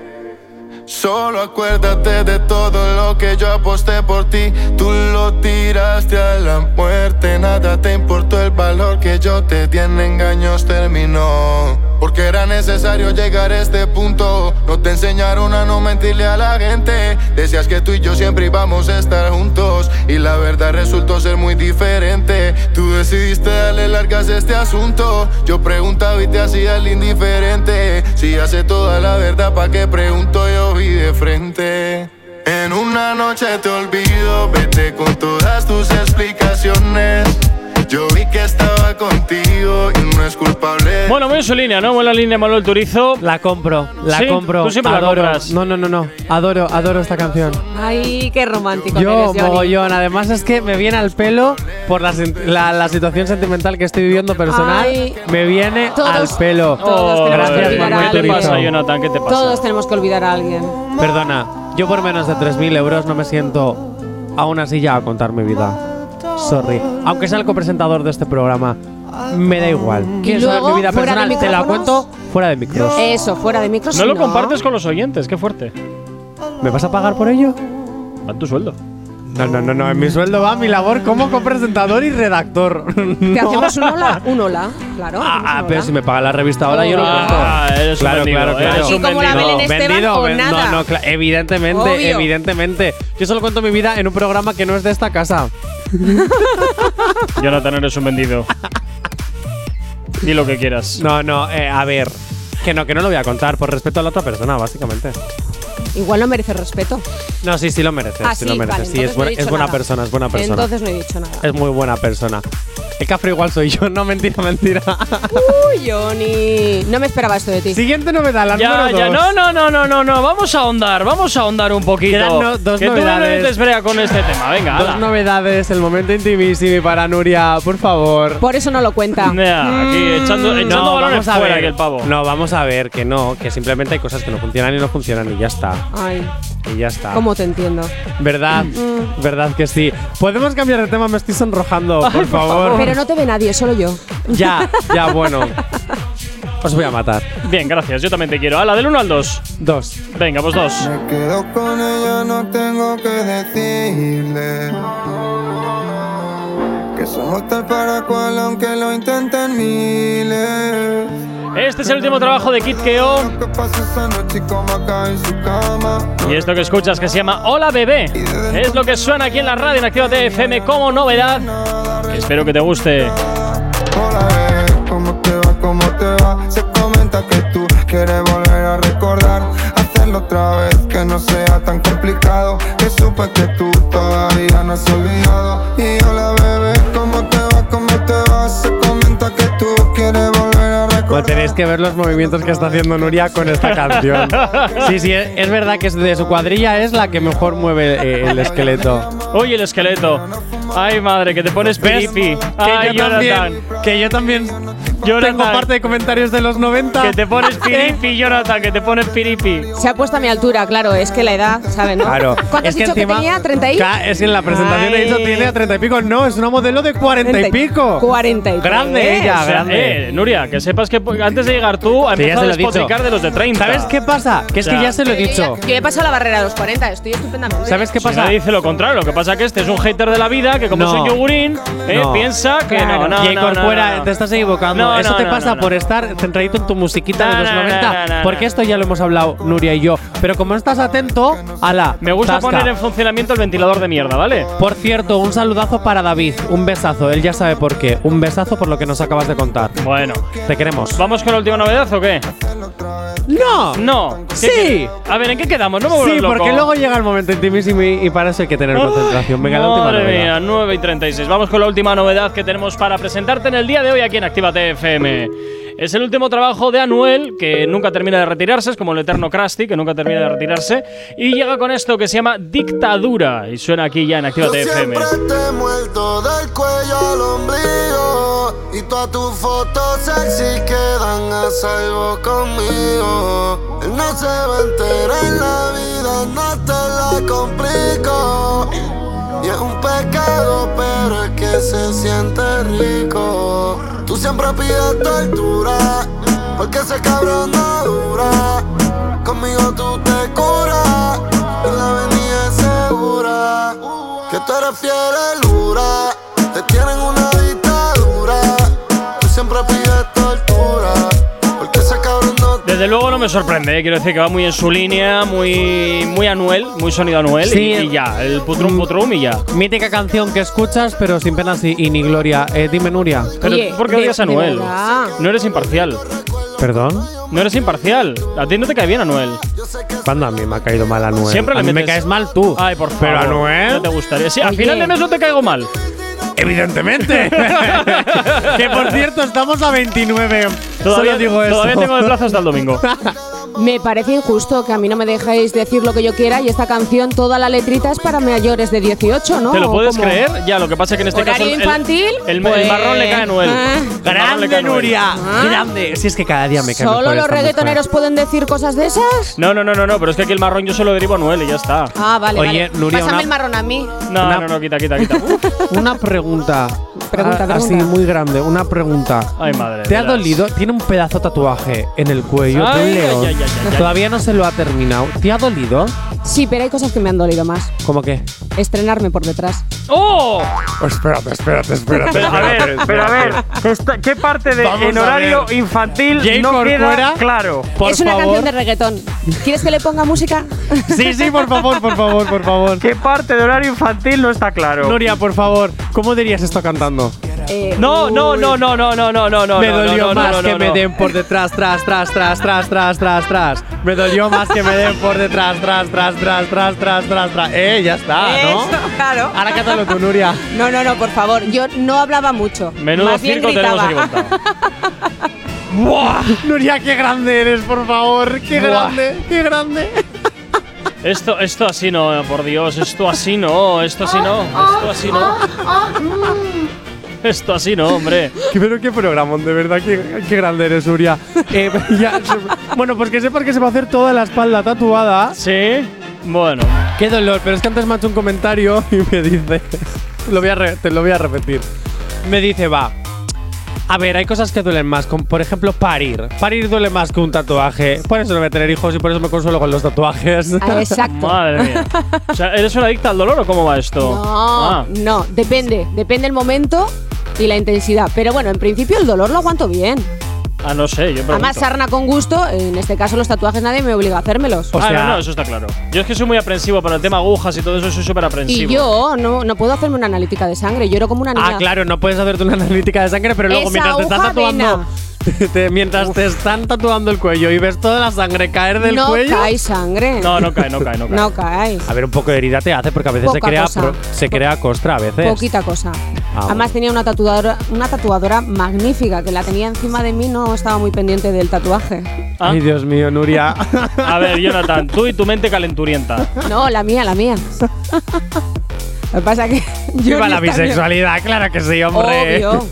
Solo acuérdate de todo lo que yo aposté por ti. Tú lo tiraste a la muerte. Nada te importó el valor que yo te di en engaños terminó. Porque era necesario llegar a este punto. No te enseñaron a no mentirle a la gente. Decías que tú y yo siempre íbamos a estar juntos y la verdad resultó ser muy diferente. Tú decidiste darle largas a este asunto. Yo preguntaba y te hacía el indiferente. Si hace toda la verdad, ¿pa' qué pregunto? Yo vi de frente. En una noche te olvido, vete con todas tus explicaciones. Yo vi que estaba contigo y no es culpable. Bueno, muy en su línea, ¿no? Buena línea, Manuel Turizo. La compro, ¿Sí? compro. Tú siempre adoro. la compras. No. Adoro esta canción. Ay, qué romántico Yo, eres, Johnny. mogollón. Además es que me viene al pelo por la situación sentimental que estoy viviendo personal. Ay, me viene al pelo. todos tenemos que Gracias, olvidar a Manuel ¿Qué te alguien. pasa, Turizo. Jonathan? ¿Qué te pasa? Todos tenemos que olvidar a alguien. Perdona, yo por menos de 3.000 euros no me siento a una silla a contar mi vida. Sorry. Aunque sea el copresentador de este programa, me da igual. ¿Quieres saber luego, mi vida fuera de personal? Te la micrófonos. cuento fuera de micros. Eso, fuera de micros. No si lo compartes con los oyentes, qué fuerte. ¿Me vas a pagar por ello? Va en tu sueldo. No. En mi sueldo va mi labor como copresentador y redactor. Te hacemos un hola, claro. Pero si me paga la revista ahora, yo lo cuento. Eres un Claro. vendido, eres Y un como la vendido. Belén Esteban o nada. No, evidentemente, Obvio. evidentemente. Yo solo cuento mi vida en un programa que no es de esta casa. Jonathan, eres un vendido. Di lo que quieras. No, a ver. Que no lo voy a contar por respeto a la otra persona, básicamente. Igual no merece respeto. No, sí lo mereces. Ah, sí lo sí, mereces. vale, Sí, entonces no he dicho es buena nada. persona, es buena persona. Entonces no he dicho nada. Es muy buena persona. El cafre igual soy yo, no, mentira. Uy, Johnny. No me esperaba esto de ti. Siguiente novedad, la Ya, número 2. no. Vamos a ahondar un poquito. Quedan dos que novedades. tú no te brea con este tema. Venga, Dos hala. novedades, el momento intimísimo para Nuria, por favor. Por eso no lo cuenta. Ya, aquí echando balones vamos a fuera ver. que el pavo. No, vamos a ver que no, que simplemente hay cosas que no funcionan y no funcionan y ya está. Ay, Y ya está. ¿cómo te entiendo? ¿Verdad? ¿Verdad que sí? ¿Podemos cambiar de tema? Me estoy sonrojando, por favor. Pero no te ve nadie, solo yo. Ya, bueno. Os voy a matar. Bien, gracias. Yo también te quiero. Hala, del 1 al 2. 2. Venga, pues 2. Me quedo con ella, no tengo que decirle que somos tal para cual aunque lo intenten miles. Este es el último trabajo de Kid Keo. ¿Qué pasa esa noche y cómo acaba en su cama? Y esto que escuchas que se llama Hola Bebé. Es lo que suena aquí en la radio en Actívate FM como novedad. Espero que te guste. Hola bebé, ¿cómo te va? Se comenta que tú quieres volver a recordar, hacerlo otra vez, que no sea tan complicado, que supe que tú todavía no has olvidado. Y hola bebé, ¿cómo te va? Se comenta que tú quieres volver a recordar. Pues tenéis que ver los movimientos que está haciendo Nuria con esta canción. Sí, es verdad que de su cuadrilla es la que mejor mueve el esqueleto. Uy, el esqueleto. Ay, madre, que te pones piripi. Ay, Jonathan. Que yo también Jonathan. tengo parte de comentarios de los 90. Que te pones piripi, Jonathan, que te pones piripi. Se ha puesto a mi altura, claro. Es que la edad, ¿sabes, no? Claro. ¿Cuánto has dicho que tenía? ¿30 y? Es que en la presentación he dicho tiene a 30 y pico. No, es una modelo de 40 y pico. 43. Grande ella, O sea, grande. Nuria, que sepas que antes de llegar tú has Sí, ya empezado se a lo he dicho. despotricar de los de 30. ¿Sabes qué pasa? Que es que ya se lo he dicho. Yo he pasado la barrera de los 40, estoy estupendamente. ¿Sabes qué Si pasa? nadie dice lo contrario, lo que pasa es que este es un hater de la vida que como No. soy yogurín, No. piensa que Claro. no. Jacob, fuera, no. te estás equivocando. No, Eso no, te no, pasa no. por estar centradito en tu musiquita de No, los no, 90. no, Porque no. esto ya lo hemos hablado Nuria y yo. Pero como no estás atento, ala. Me gusta tasca. poner en funcionamiento el ventilador de mierda, ¿vale? Por cierto, un saludazo para David. Un besazo. Él ya sabe por qué. Un besazo por lo que nos acabas de contar. Bueno, Te queremos. ¿vamos con la última novedad o qué? ¡No! No. ¡Sí! A ver, ¿en qué quedamos? No me vuelvas Sí, loco. porque luego llega el momento intimísimo y para eso hay que tener concentración. Venga, la última Madre novedad. mía, 9:36. Vamos con la última novedad que tenemos para presentarte en el día de hoy aquí en Actívate FM. Es el último trabajo de Anuel, que nunca termina de retirarse, es como el eterno Krusty, que nunca termina de retirarse, y llega con esto que se llama Dictadura, y suena aquí ya en Actívate FM. Siempre te he muerto del cuello al ombligo y todas tus fotos sexy quedan a salvo conmigo. Él no se va a enterar en la vida, no te la complico. Y es un pecado, pero es que se siente rico. Tú siempre pides tortura, porque ese cabrón no dura. Conmigo tú te curas, y la avenida es segura. Que tú eres fielura, te tienen una dictadura. Tú siempre pides tortura, porque ese cabrón no te... Desde luego no me sorprende, quiero decir que va muy en su línea, muy Anuel, muy sonido Anuel, Sí. y ya, el putrum putrum y ya. Mítica canción que escuchas, pero sin penas y ni gloria. Dime, Nuria. Pero Oye, ¿por qué odias a de Anuel? verdad. No eres imparcial. ¿Perdón? No eres imparcial. A ti no te cae bien Anuel. ¿Cuándo a mí me ha caído mal Anuel? Siempre le a mí me metes- caes mal tú. Ay, por favor. Pero Anuel… No te gustaría. Sí, al Oye. final de mes no te caigo mal. ¡Evidentemente! Que por cierto, estamos a 29. Todavía, Solo digo eso. todavía tengo de plazo hasta el domingo. Me parece injusto que a mí no me dejéis decir lo que yo quiera y esta canción, toda la letrita es para mayores de 18, ¿no? ¿Te lo ¿O puedes cómo? creer? Ya, lo que pasa es que en este ¿Horario caso. infantil? El Pues, marrón le cae a Anuel. El marrón le cae ¡Grande, a Anuel. Nuria! ¡Grande! Si es que cada día me cae ¿Solo mejor los esta reggaetoneros pueden decir cosas de esas? No, pero es que aquí el marrón yo solo derivo a Anuel y ya está. Ah, vale, Oye, vale. Nuria, Pásame una- el marrón a mí. No, quita. mujer. Una pregunta. Pregunta. Así, muy grande. Una pregunta. Ay, madre. ¿Te ha verás. dolido? Tiene un pedazo de tatuaje en el cuello de Ay, un león. ay. Todavía no se lo ha terminado. ¿Te ha dolido? Sí, pero hay cosas que me han dolido más. ¿Cómo qué? Estrenarme por detrás. ¡Oh! Espérate. Pero a ver, ¿qué parte de Vamos en a horario ver. infantil Jay no Corcuera, queda claro? Por es una favor. canción de reggaetón. ¿Quieres que le ponga música? Sí, por favor. ¿Qué parte de horario infantil no está claro? Nuria, por favor, ¿cómo dirías esto cantando? No. Me dolió más que me den. den por detrás, tras. Me dolió más que me den por detrás, tras. Ya está, ¿no? Eso, claro. Ahora cántalo tú, Nuria. No, por favor. Yo no hablaba mucho. Menudo Más bien circo tenemos aquí gritaba. montado. ¡Buah! Nuria, qué grande eres, por favor. Qué Buah. grande. Esto así no, por Dios, esto así no. Esto así no, hombre. Pero qué programón, de verdad, qué grande eres, Nuria. Bueno, pues que sepas que se va a hacer toda la espalda tatuada. Sí, bueno. Qué dolor, pero es que antes me ha hecho un comentario y me dice… te lo voy a repetir. Me dice, a ver, hay cosas que duelen más, como por ejemplo parir. Parir duele más que un tatuaje. Por eso no voy a tener hijos y por eso me consuelo con los tatuajes. Ah, exacto. Madre mía. O sea, ¿eres una adicta al dolor o cómo va esto? Ah. No, depende el momento y la intensidad. Pero bueno, en principio el dolor lo aguanto bien. Ah, no sé, yo pregunto. Además, sarna con gusto, en este caso los tatuajes nadie me obliga a hacérmelos. No, eso está claro. Yo es que soy muy aprensivo para el tema agujas y todo eso, soy súper aprensivo. Y yo no puedo hacerme una analítica de sangre, lloro como una niña. Ah, claro, no puedes hacerte una analítica de sangre, pero luego Esa mientras te están aguja tatuando… mientras te están tatuando el cuello y ves toda la sangre caer del no cuello… cae sangre. No cae. No cae. A ver, un poco de herida te hace porque a veces Poca cosa. se crea costra a veces. Poquita cosa. Ah, Además tenía una tatuadora magnífica que la tenía encima de mí, no estaba muy pendiente del tatuaje. Ay, Dios mío, Nuria. A ver, Jonathan, tú y tu mente calenturienta. No, la mía. Lo que pasa que yo Viva la ni también- bisexualidad, claro que sí, hombre. Obvio.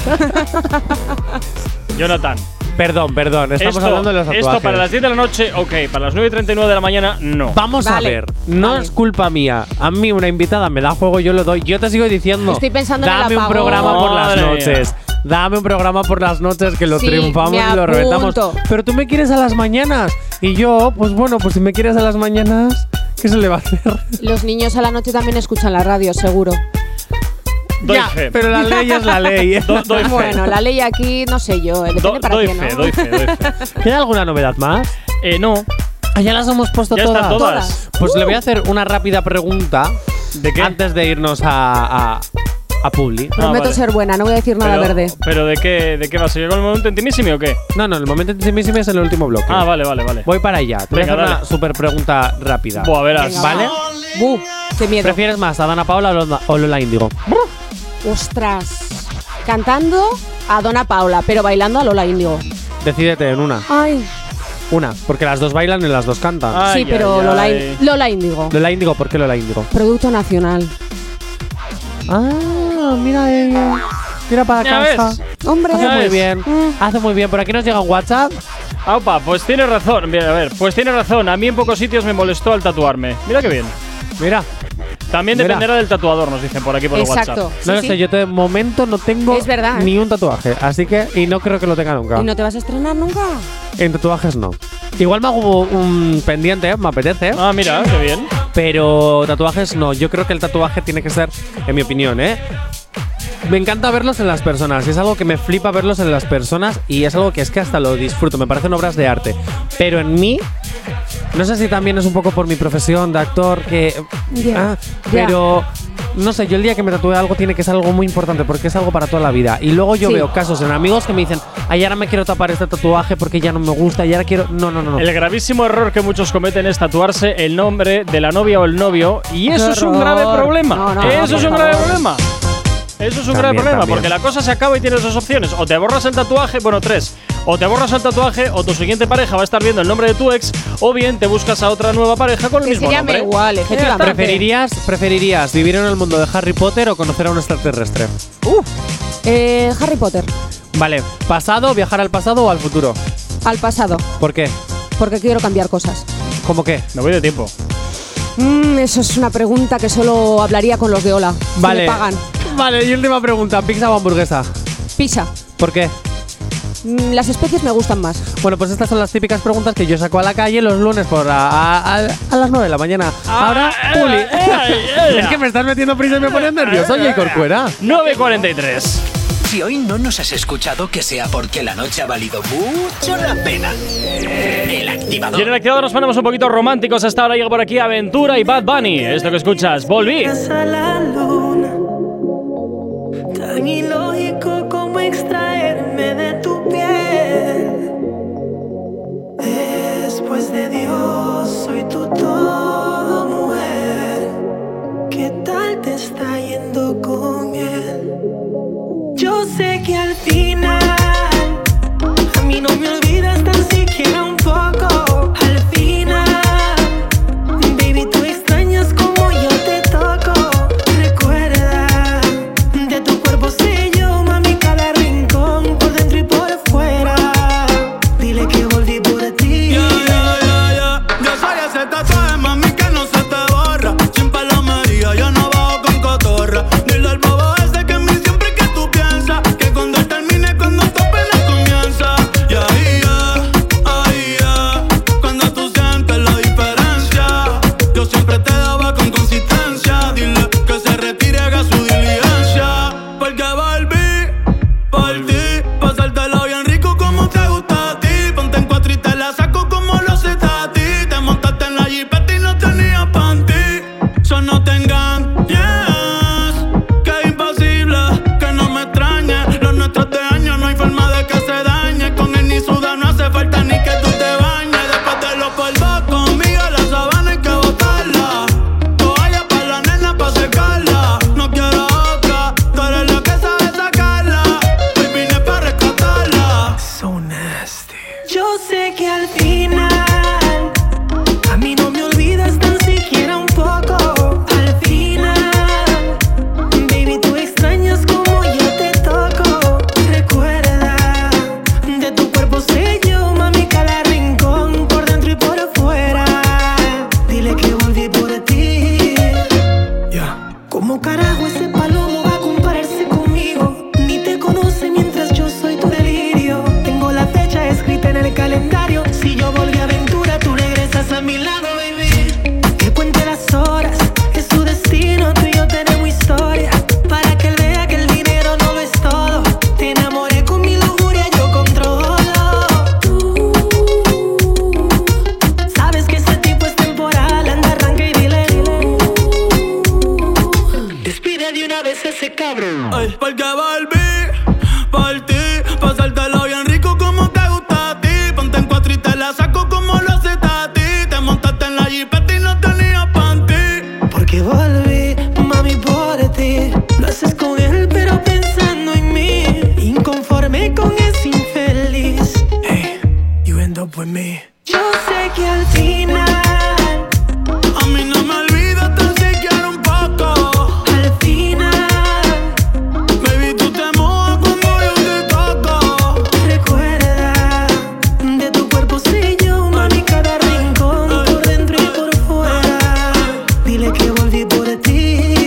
Jonathan. Perdón, estamos hablando de los tatuajes. Esto para las 10 de la noche, ok. Para las 9:39 de la mañana, no. Vamos a ver, no es culpa mía. A mí una invitada me da juego, yo lo doy. Yo te sigo diciendo. Estoy pensando en el dame un apagón. programa por las Madre mía. noches. Dame un programa por las noches que lo Sí, triunfamos me y lo reventamos. apunto. Pero tú me quieres a las mañanas. Y yo, pues bueno, pues si me quieres a las mañanas, ¿qué se le va a hacer? Los niños a la noche también escucan la radio, seguro. Doy Ya, fe. pero la ley es la ley. Doy fe. Bueno, la ley aquí, no sé yo, depende para Doy quién, fe, ¿no? doy fe. ¿Queda alguna novedad más? No. Ah, ya las hemos puesto Ya todas. están todas. Pues le voy a hacer una rápida pregunta. ¿De qué? Antes de irnos a A Publi. Prometo ser buena, no voy a decir nada verde. ¿Pero de qué vas? ¿Llegó el momento intimísimo o qué? No, el momento intimísimo es el último bloque. Ah, vale. Voy para allá. Te voy a hacer una super pregunta rápida. Buah, verás. ¿Vale? Qué miedo. ¿Prefieres más a Dana Paola o Lola Índigo? Ostras. Cantando a Donna Paola, pero bailando a Lola Índigo. Decídete en una. Ay. Una, porque las dos bailan y las dos cantan. Sí, pero Lola Índigo. Lola Índigo, ¿por qué Lola Índigo? Producto nacional. Ah, mira ella. Tira para casa. Hombre, hace muy bien. Hace muy bien. Por aquí nos llega un WhatsApp. Aupa, pues tienes razón. Mira, a ver, pues tienes razón. A mí en pocos sitios me molestó al tatuarme. Mira qué bien. Mira. También dependerá del tatuador, nos dicen por aquí por el WhatsApp. No lo sé, yo de momento no tengo ni un tatuaje, así que, y no creo que lo tenga nunca. ¿Y no te vas a estrenar nunca? En tatuajes no. Igual me hago un pendiente, me apetece. Ah, mira, qué bien. Pero tatuajes no, yo creo que el tatuaje tiene que ser, en mi opinión, me encanta verlos en las personas, es algo que me flipa verlos en las personas y es algo que hasta lo disfruto, me parecen obras de arte. Pero en mí, no sé si también es un poco por mi profesión de actor que… Pero… No sé, yo el día que me tatúe algo tiene que ser algo muy importante porque es algo para toda la vida. Y luego yo veo casos en amigos que me dicen, ay, ahora me quiero tapar este tatuaje porque ya no me gusta y ahora quiero… No. El gravísimo error que muchos cometen es tatuarse el nombre de la novia o el novio y eso es un grave problema. Eso es un grave problema. Eso es un grave problema, porque la cosa se acaba y tienes dos opciones. O te borras el tatuaje, bueno, tres. O te borras el tatuaje, o tu siguiente pareja va a estar viendo el nombre de tu ex, o bien te buscas a otra nueva pareja con el mismo nombre. Igual, efectivamente. ¿Preferirías vivir en el mundo de Harry Potter o conocer a un extraterrestre? Harry Potter. Vale, ¿pasado, viajar al pasado o al futuro? Al pasado. ¿Por qué? Porque quiero cambiar cosas. ¿Cómo qué? Me voy de tiempo. Eso es una pregunta que solo hablaría con los de Ola. Vale. Si me pagan. Vale, y última pregunta, ¿pizza o hamburguesa? Pizza. ¿Por qué? Las especies me gustan más. Bueno, pues estas son las típicas preguntas que yo saco a la calle los lunes a las 9 de la mañana. Ahora, Juli. Es que me estás metiendo prisa y me pones nervioso, Oye, Corcuera. 9:43. Si hoy no nos has escuchado, que sea porque la noche ha valido mucho la pena. El Activador. Y en el Activador nos ponemos un poquito románticos. Hasta ahora llega por aquí Aventura y Bad Bunny. Esto que escuchas, Volví. Tan ilógico como extraerme de tu piel. Después de Dios, soy tu todo, mujer. ¿Qué tal te está yendo con él? Yo sé que al final a mí no me olvidas tan siquiera un poco. Al final, baby, tú extrañas como yo te toco. Recuerda, de tu cuerpo sé yo, mami, cada rincón, por dentro y por fuera. Dile que volví por ti. Yo soy ese tatuaje, mami, que no se te borra. Sin palomería, yo no bajo con cotorra. Dile al bobo ese que en mí siempre que tú piensas. Que cuando él termine, cuando tu pena comienza. Y ahí ya, cuando tú sientes la diferencia. Yo siempre te daba con consistencia. Dile que se retire, haga su diligencia. Porque volví por ti, pasártelo bien rico como te gusta a ti. Ponte en cuatro y te la saco como lo sé a ti. Te montaste en la jipeta y no tenías panty. So no te engañes, que es imposible que no me extrañe. Los nuestros de años no hay forma de que se dañe. Con él ni suda, no hace falta ni que tú te bañes. Después de los polvos conmigo, la sabana hay que botarla. Toalla para la nena pa' secarla. No quiero otra, tú eres la que sabe sacarla. Hoy vine pa' rescatarla. So nasty. Yo sé que al final a mí no me olvidas tan siquiera un poco. Al final, baby, tú extrañas como yo te toco. Recuerda, de tu cuerpo sé yo, mami, cada rincón, por dentro y por fuera. Dile que volví por ti. ¿Cómo carajo ese palomo va a compararse conmigo? Ni te conoce mientras yo soy tu delirio. Tengo la fecha escrita en el calendario. Si yo volví a aventura, tú regresas a mi lado, baby. Que cuente las horas, es su destino. Tú y yo tenemos historia. Para que él vea que el dinero no lo es todo. Te enamoré con mi lujuria, yo controlo. Tú sabes que ese tipo es temporal. Anda, arranca y dile. Despide de una vez ese cabrón. Ay, porque volví por ti, pasártelo bien rico como te gusta a ti. Ponte en cuatro y te la saco como lo hace Tati. Te montaste en la jipeta y no tenías panty. Porque volví, mami, por ti. Lo haces con él, pero pensando en mí. Inconforme con ese infeliz. Hey, you end up with me. Yo sé que al final a mí no me olvidas tan siquiera un poco. Al final, baby, tú te mojas como yo te toco. recuerda, de tu cuerpo sé yo, mami, cada rincón, por dentro y por fuera. Dile que volví por ti.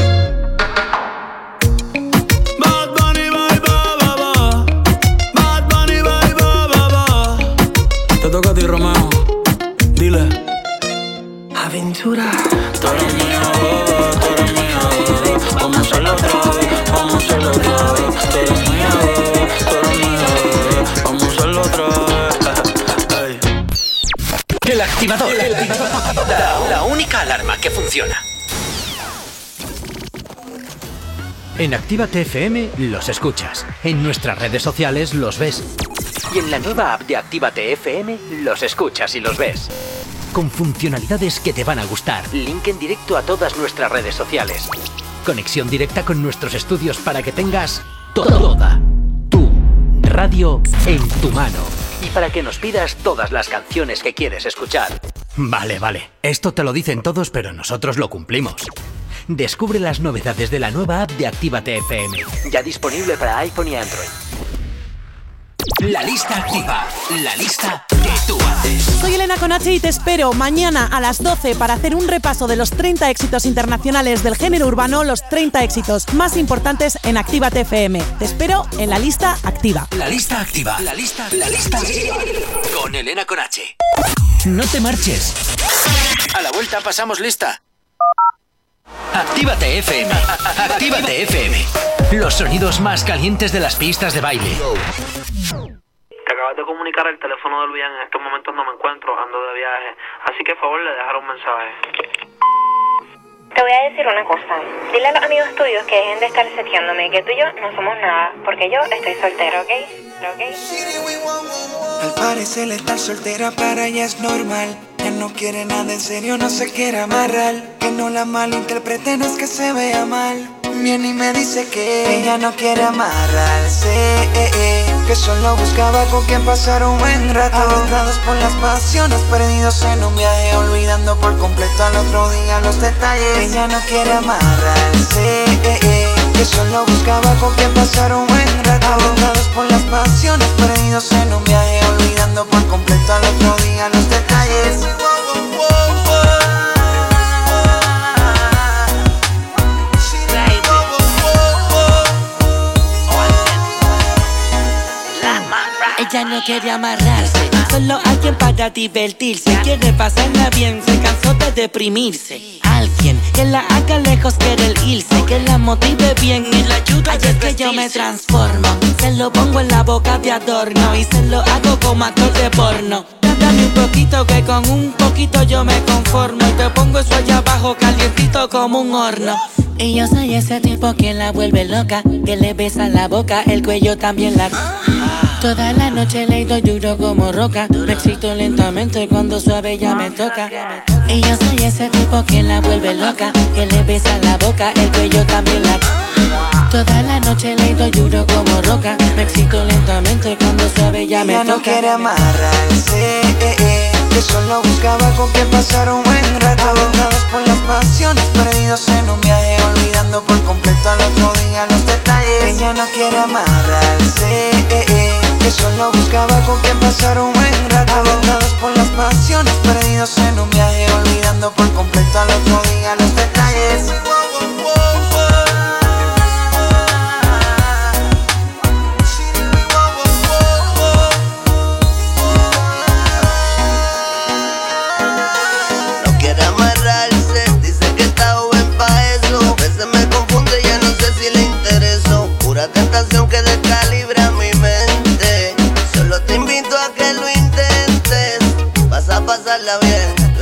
Bad Bunny, bye, bye, bye, bye. Bad Bunny, bye, bye, bye, bye. Te toca a ti, Romeo. Dile. Aventura. Tú eres mía, tú eres mía. Vamos a hacerlo otra vez, vamos a hacerlo otra vez. Tú eres mía, tú eres mía. Vamos a hacerlo otra vez. Ey. El activador. La única alarma que funciona. En Actívate FM los escuchas. En nuestras redes sociales los ves. Y en la nueva app de Actívate FM los escuchas y los ves. Con funcionalidades que te van a gustar. Link en directo a todas nuestras redes sociales. Conexión directa con nuestros estudios para que tengas toda tu radio en tu mano. Y para que nos pidas todas las canciones que quieres escuchar. Vale. Esto te lo dicen todos, pero nosotros lo cumplimos. Descubre las novedades de la nueva app de Actívate FM. Ya disponible para iPhone y Android. La lista activa. La lista que tú haces. Soy Elena Conache y te espero mañana a las 12 para hacer un repaso de los 30 éxitos internacionales del género urbano, los 30 éxitos más importantes en Actívate FM. Te espero en la lista activa. La lista activa. La lista activa. Con Elena Conache. No te marches. A la vuelta pasamos lista. Actívate FM. Actívate FM. Los sonidos más calientes de las pistas de baile. Te acabas de comunicar el teléfono de Luyan. En estos momentos no me encuentro, ando de viaje. Así que, por favor, le dejaré un mensaje. Te voy a decir una cosa. Dile a los amigos tuyos que dejen de estar seteándome, que tú y yo no somos nada. Porque yo estoy soltera, ¿ok? Al parecer estar soltera para ella es normal. Ya no quiere nada en serio, no se quiere amarrar. Que no la malinterpreten, es que se vea mal. Viene y me dice que ella no quiere amarrarse, que solo buscaba con quien pasar un buen rato. Aventados por las pasiones, perdidos en un viaje, olvidando por completo al otro día los detalles. Ella no quiere amarrarse, que solo buscaba con quien pasar un buen rato. Aventados por las pasiones, perdidos en un viaje, olvidando por completo al otro día los detalles. Ella no quiere amarrarse, solo alguien para divertirse. Quiere pasarla bien, se cansó de deprimirse. Alguien que la haga lejos, quiere el irse, que la motive bien y la ayude a es que yo me transformo. Se lo pongo en la boca de adorno y se lo hago como actor de porno. Dame un poquito que con un poquito yo me conformo. Y te pongo eso allá abajo calientito como un horno. Y yo soy ese tipo que la vuelve loca, que le besa la boca, el cuello también la... Toda la noche le doy duro como roca. Me excito lentamente cuando suave ya me toca. Y yo soy ese tipo que la vuelve loca, que le besa la boca, el cuello también la... Toda la noche le doy duro como roca. Me excito lentamente cuando suave ya me toca. Ella no quiere amarrarse, que solo buscaba con quien pasar un buen rato. Aventados por las pasiones, perdidos en un viaje, olvidando por completo al otro día los detalles. Ella no quiere amarrarse, que solo buscaba con quien pasar un buen rato. Aventados por las pasiones, perdidos en un viaje, olvidando por completo al otro día los detalles. No quiere amarrarse, dice que está joven pa' eso. A veces me confunde, ya no sé si le intereso. Pura tentación que descalibra mi mente. Solo te invito a que lo intentes, vas a pasarla bien.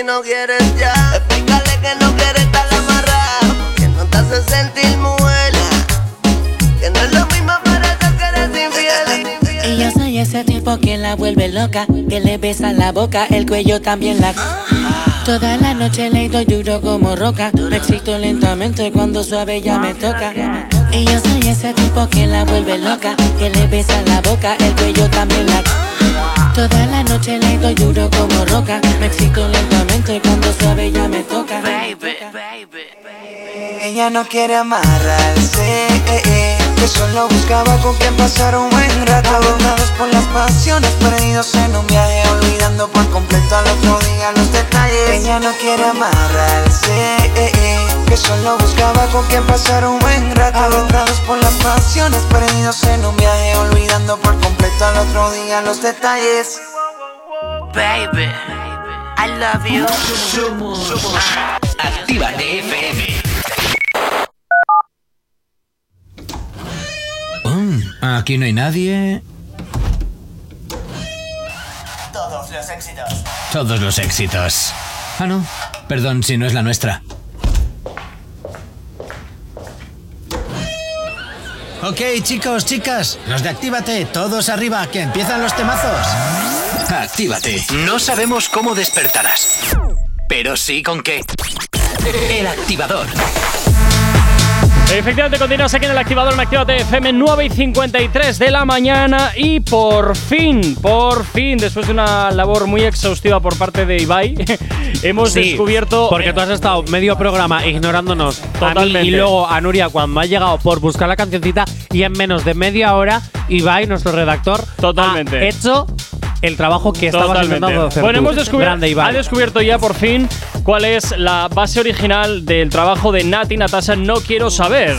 no quieres ya. Explícale que no quieres estar amarrado, que no te hace sentir mujer, que no es lo mismo, por eso que eres infiel. Y yo soy ese tipo que la vuelve loca, que le besa la boca, el cuello también la... Toda la noche le doy duro como roca, me excito lentamente cuando suave ya me toca. Y yo soy ese tipo que la vuelve loca, que le besa la boca, el cuello también la... Toda la noche le doy duro como roca, me excito lentamente cuando suave ya me toca. Ella no quiere amarrarse, que solo buscaba con quien pasar un buen rato. Agotados por las pasiones, perdidos en un viaje, olvidando por completo al otro día los detalles. Ella no quiere amarrarse, que solo buscaba con quien pasar un buen rato. Agotados por las pasiones, perdidos en un viaje, olvidando por completo al otro día los detalles. Baby, I love you. Somos Actívate FM. Aquí no hay nadie. Todos los éxitos. Todos los éxitos. Ah, no. Perdón si no es la nuestra. Ok, chicos, chicas, los de Actívate, todos arriba, que empiezan los temazos. Actívate. No sabemos cómo despertarás, pero sí con qué. El Activador. Efectivamente, continúas aquí en el Activador en Actívate FM, 9:53 de la mañana. Y por fin, después de una labor muy exhaustiva por parte de Ibai, hemos descubierto... Porque tú has estado medio programa ignorándonos Totalmente. a mí y luego a Nuria cuando ha llegado por buscar la cancioncita, y en menos de media hora Ibai, nuestro redactor, Totalmente. ha hecho el trabajo que estabas intentando hacer. Bueno, tú. hemos descubierto, Grande, Ibai. ha descubierto ya por fin cuál es la base original del trabajo de Nati Natasha, No Quiero Saber.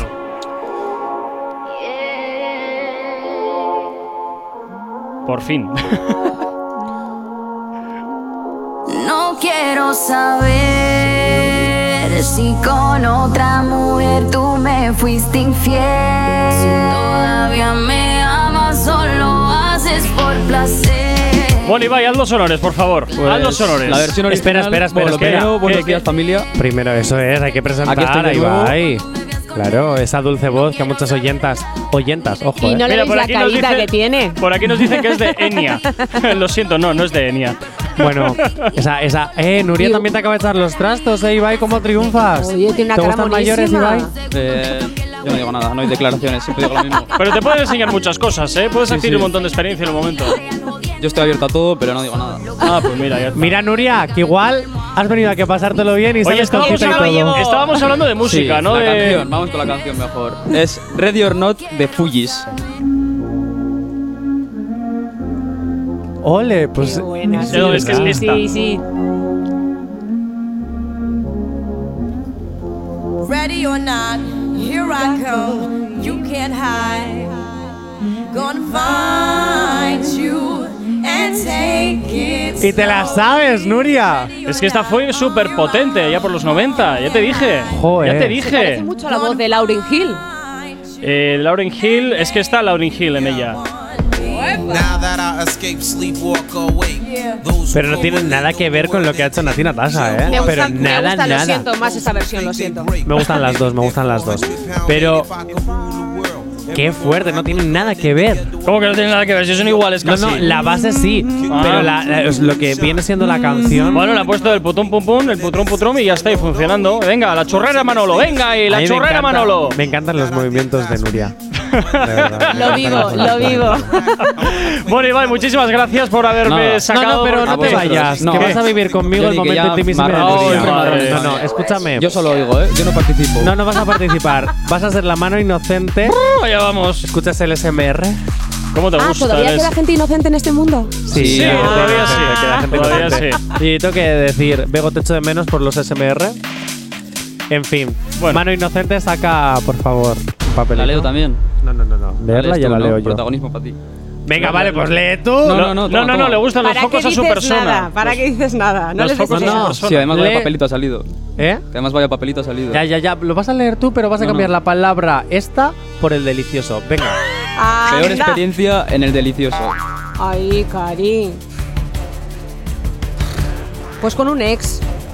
Por fin. No quiero saber si con otra mujer tú me fuiste infiel. Si todavía me amas, solo haces por placer. Bueno, Ibai, haz los honores, por favor. Haz los honores. La versión original. Espera. Buenos días, familia. Primero, eso es, hay que presentar Aquí estoy a de nuevo. Ibai. Claro, esa dulce voz que a muchas oyentas, ojo. Y no le veis la carita que tiene. Por aquí nos dicen que es de Enya. Lo siento, no es de Enya. Bueno, esa Nuria también te acaba de echar los trastos, Ibai, ¿cómo triunfas? Oye, tiene una ¿Te cara gustan mayores, monísima. Ibai? Yo no digo nada, no hay declaraciones, siempre digo lo mismo. Pero te pueden enseñar muchas cosas, ¿eh? Puedes Sí, adquirir sí. un montón de experiencia en el momento. Yo estoy abierto a todo, pero no digo nada. Ah, pues mira, ya está. Mira, Nuria, que igual has venido aquí a pasártelo bien y Oye, sales con cita y todo. estábamos hablando de música, Sí, ¿no? la De canción, vamos con la canción mejor. Es Ready or Not de Fujis. Ole, pues. Buena, Sí, es que es esta. sí. Ready or not, here I come. You can't hide. Gonna find you and take it. Y te la sabes, Nuria. Es que esta fue súper potente, ya por los 90. Ya te dije. Joder. Ya te Se parece dije. mucho a la voz de Lauryn Hill. Lauryn Hill, es que está Lauryn Hill en ella. Pero no tiene nada que ver con lo que ha hecho Nati Natasha, ¿eh? Me Pero gusta, nada. lo siento, más esta versión, lo siento. Me gustan las dos. Pero. Qué fuerte, no tiene nada que ver. ¿Cómo que no tiene nada que ver? Si son iguales casi. No, la base sí, pero lo que viene siendo la canción. Bueno, le ha puesto el putum pum pum, el putrum putrum y ya está ahí funcionando. Venga, la chorrera Manolo, venga y A la mí me chorrera encanta- Manolo. Me encantan los movimientos de Nuria. De verdad, Lo vivo. Bueno, Ibai, muchísimas gracias por haberme Nada. sacado. pero no te vayas, No. que vas a vivir conmigo Yo el ni que momento ya intimísimo de marrón, Nuria. madre. No, escúchame. Yo solo oigo, ¿eh? Yo no participo. No vas a participar. Vas a ser la mano inocente. Allá vamos. ¿Escuchas el SMR? ¿Cómo te gusta? ¿Todavía queda gente inocente en este mundo? Sí, todavía sí. queda gente Todavía inocente. sí. Y tengo que decir, Bego, te echo de menos por los SMR. En fin, mano inocente, saca, por favor, un papelito. ¿La leo también? No. Leerla lees ya tú, la ¿no? leo yo. Protagonismo para ti. Venga, vale, pues lee tú. No, le gustan los ¿Para focos qué a su dices persona. nada? ¿Para qué dices nada? No los les des focos a su idea. persona. Sí, además vaya Lee- papelito ha salido. ¿Eh? Que además vaya papelito ha salido. Ya. Lo vas a leer tú, pero vas a No, cambiar no. la palabra esta por el delicioso. Venga. Peor Anda. experiencia en el delicioso. Ay, Cari. Pues con un ex.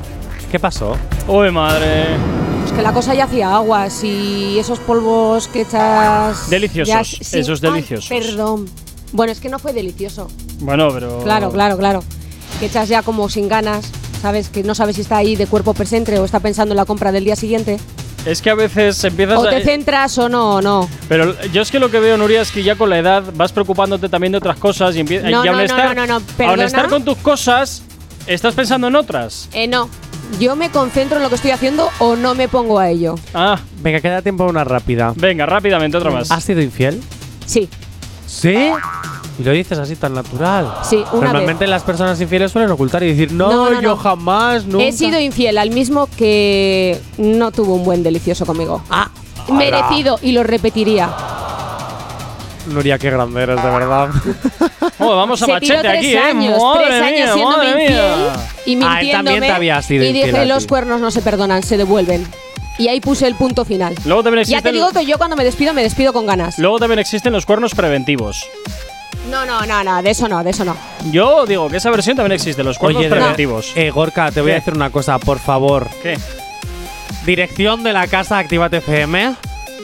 ¿Qué pasó? ¡Uy, madre! Es que la cosa ya hacía aguas y esos polvos que echas... Deliciosos, esos deliciosos. Ay, perdón. Bueno, es que no fue delicioso. Bueno, pero... Claro. Que echas ya como sin ganas, ¿sabes? Que no sabes si está ahí de cuerpo presente o está pensando en la compra del día siguiente. Es que a veces empiezas o te centras o no. Pero yo es que lo que veo, Nuria, es que ya con la edad vas preocupándote también de otras cosas y empiezas... No, al estar con tus cosas, estás pensando en otras. No. Yo me concentro en lo que estoy haciendo o no me pongo a ello. Ah. Venga, queda tiempo a una rápida. Venga, rápidamente, otra más. ¿Has sido infiel? Sí. ¿Sí? Y lo dices así tan natural. Sí, una Normalmente vez. Las personas infieles suelen ocultar y decir, no, yo jamás, nunca. He sido infiel al mismo que no tuvo un buen delicioso conmigo. Merecido, y lo repetiría. Nuria, qué grande eres, de verdad. Vamos a machete aquí, años, madre 3 años mía, siéndome madre infiel mía. y mintiéndome. También te había sido y infiel dije, a ti. los cuernos no se perdonan, se devuelven. Y ahí puse el punto final. Luego también Ya te digo que yo cuando me despido con ganas. Luego también existen los cuernos preventivos. No, de eso no. Yo digo que esa versión también existe, los cuernos preventivos. Gorka, te voy a decir una cosa, por favor. ¿Qué? Dirección de la casa Actívate FM.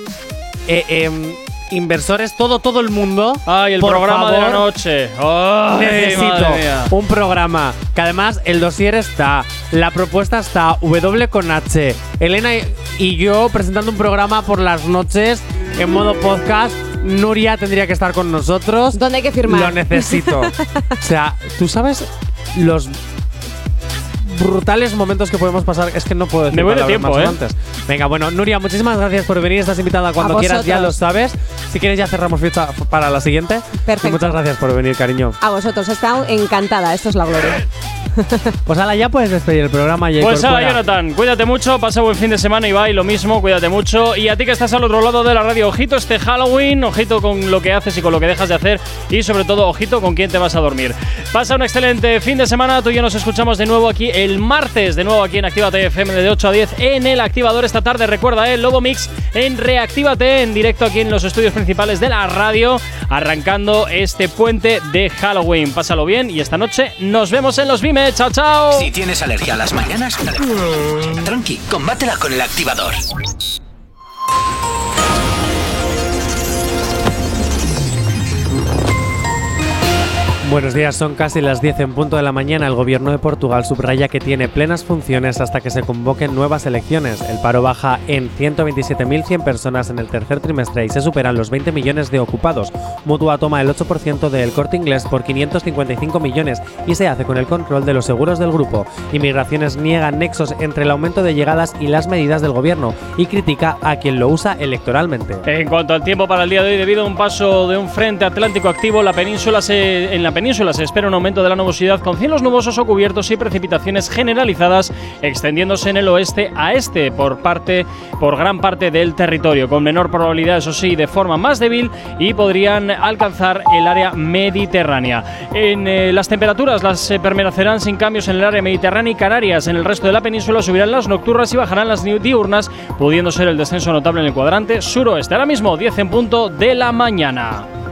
Inversores, todo el mundo. Ay, el programa de la noche. Ay, necesito un programa que además el dossier está, la propuesta está, W con H. Elena y yo presentando un programa por las noches en modo podcast. Nuria tendría que estar con nosotros. ¿Dónde hay que firmar? Lo necesito. O sea, ¿tú sabes los brutales momentos que podemos pasar? Es que no puedo decir. Me voy de tiempo, más antes. Venga, bueno, Nuria, muchísimas gracias por venir. Estás invitada cuando quieras, ya lo sabes. Si quieres ya cerramos fecha para la siguiente. Perfecto. Y muchas gracias por venir, cariño. A vosotros, he estado encantada. Esto es la gloria. Pues ala, ya puedes despedir el programa. Pues ala, Jonathan, cuídate mucho, pasa buen fin de semana, Ibai, lo mismo, cuídate mucho. Y a ti que estás al otro lado de la radio, ojito este Halloween, ojito con lo que haces y con lo que dejas de hacer y sobre todo, ojito con quién te vas a dormir. Pasa un excelente fin de semana, tú y yo nos escuchamos de nuevo aquí el martes, de nuevo aquí en Actívate FM de 8 a 10 en el activador esta tarde. Recuerda, el Lobo Mix en Reactívate, en directo aquí en los estudios principales de la radio, arrancando este puente de Halloween. Pásalo bien y esta noche nos vemos en los Vime. ¡Chao, chao! Si tienes alergia a las mañanas, tranqui, combátela con el activador. Buenos días, son casi las 10 en punto de la mañana. El gobierno de Portugal subraya que tiene plenas funciones hasta que se convoquen nuevas elecciones. El paro baja en 127.100 personas en el tercer trimestre y se superan los 20 millones de ocupados. Mutua toma el 8% del Corte Inglés por 555 millones y se hace con el control de los seguros del grupo. Inmigraciones niega nexos entre el aumento de llegadas y las medidas del gobierno y critica a quien lo usa electoralmente. En cuanto al tiempo para el día de hoy, debido a un paso de un frente atlántico activo, en la península se espera un aumento de la nubosidad con cielos nubosos o cubiertos y precipitaciones generalizadas extendiéndose en el oeste a este por gran parte del territorio, con menor probabilidad, eso sí, de forma más débil, y podrían alcanzar el área mediterránea. En las temperaturas las permanecerán sin cambios en el área mediterránea y Canarias. En el resto de la península subirán las nocturnas y bajarán las diurnas, pudiendo ser el descenso notable en el cuadrante suroeste. Ahora mismo 10 en punto de la mañana.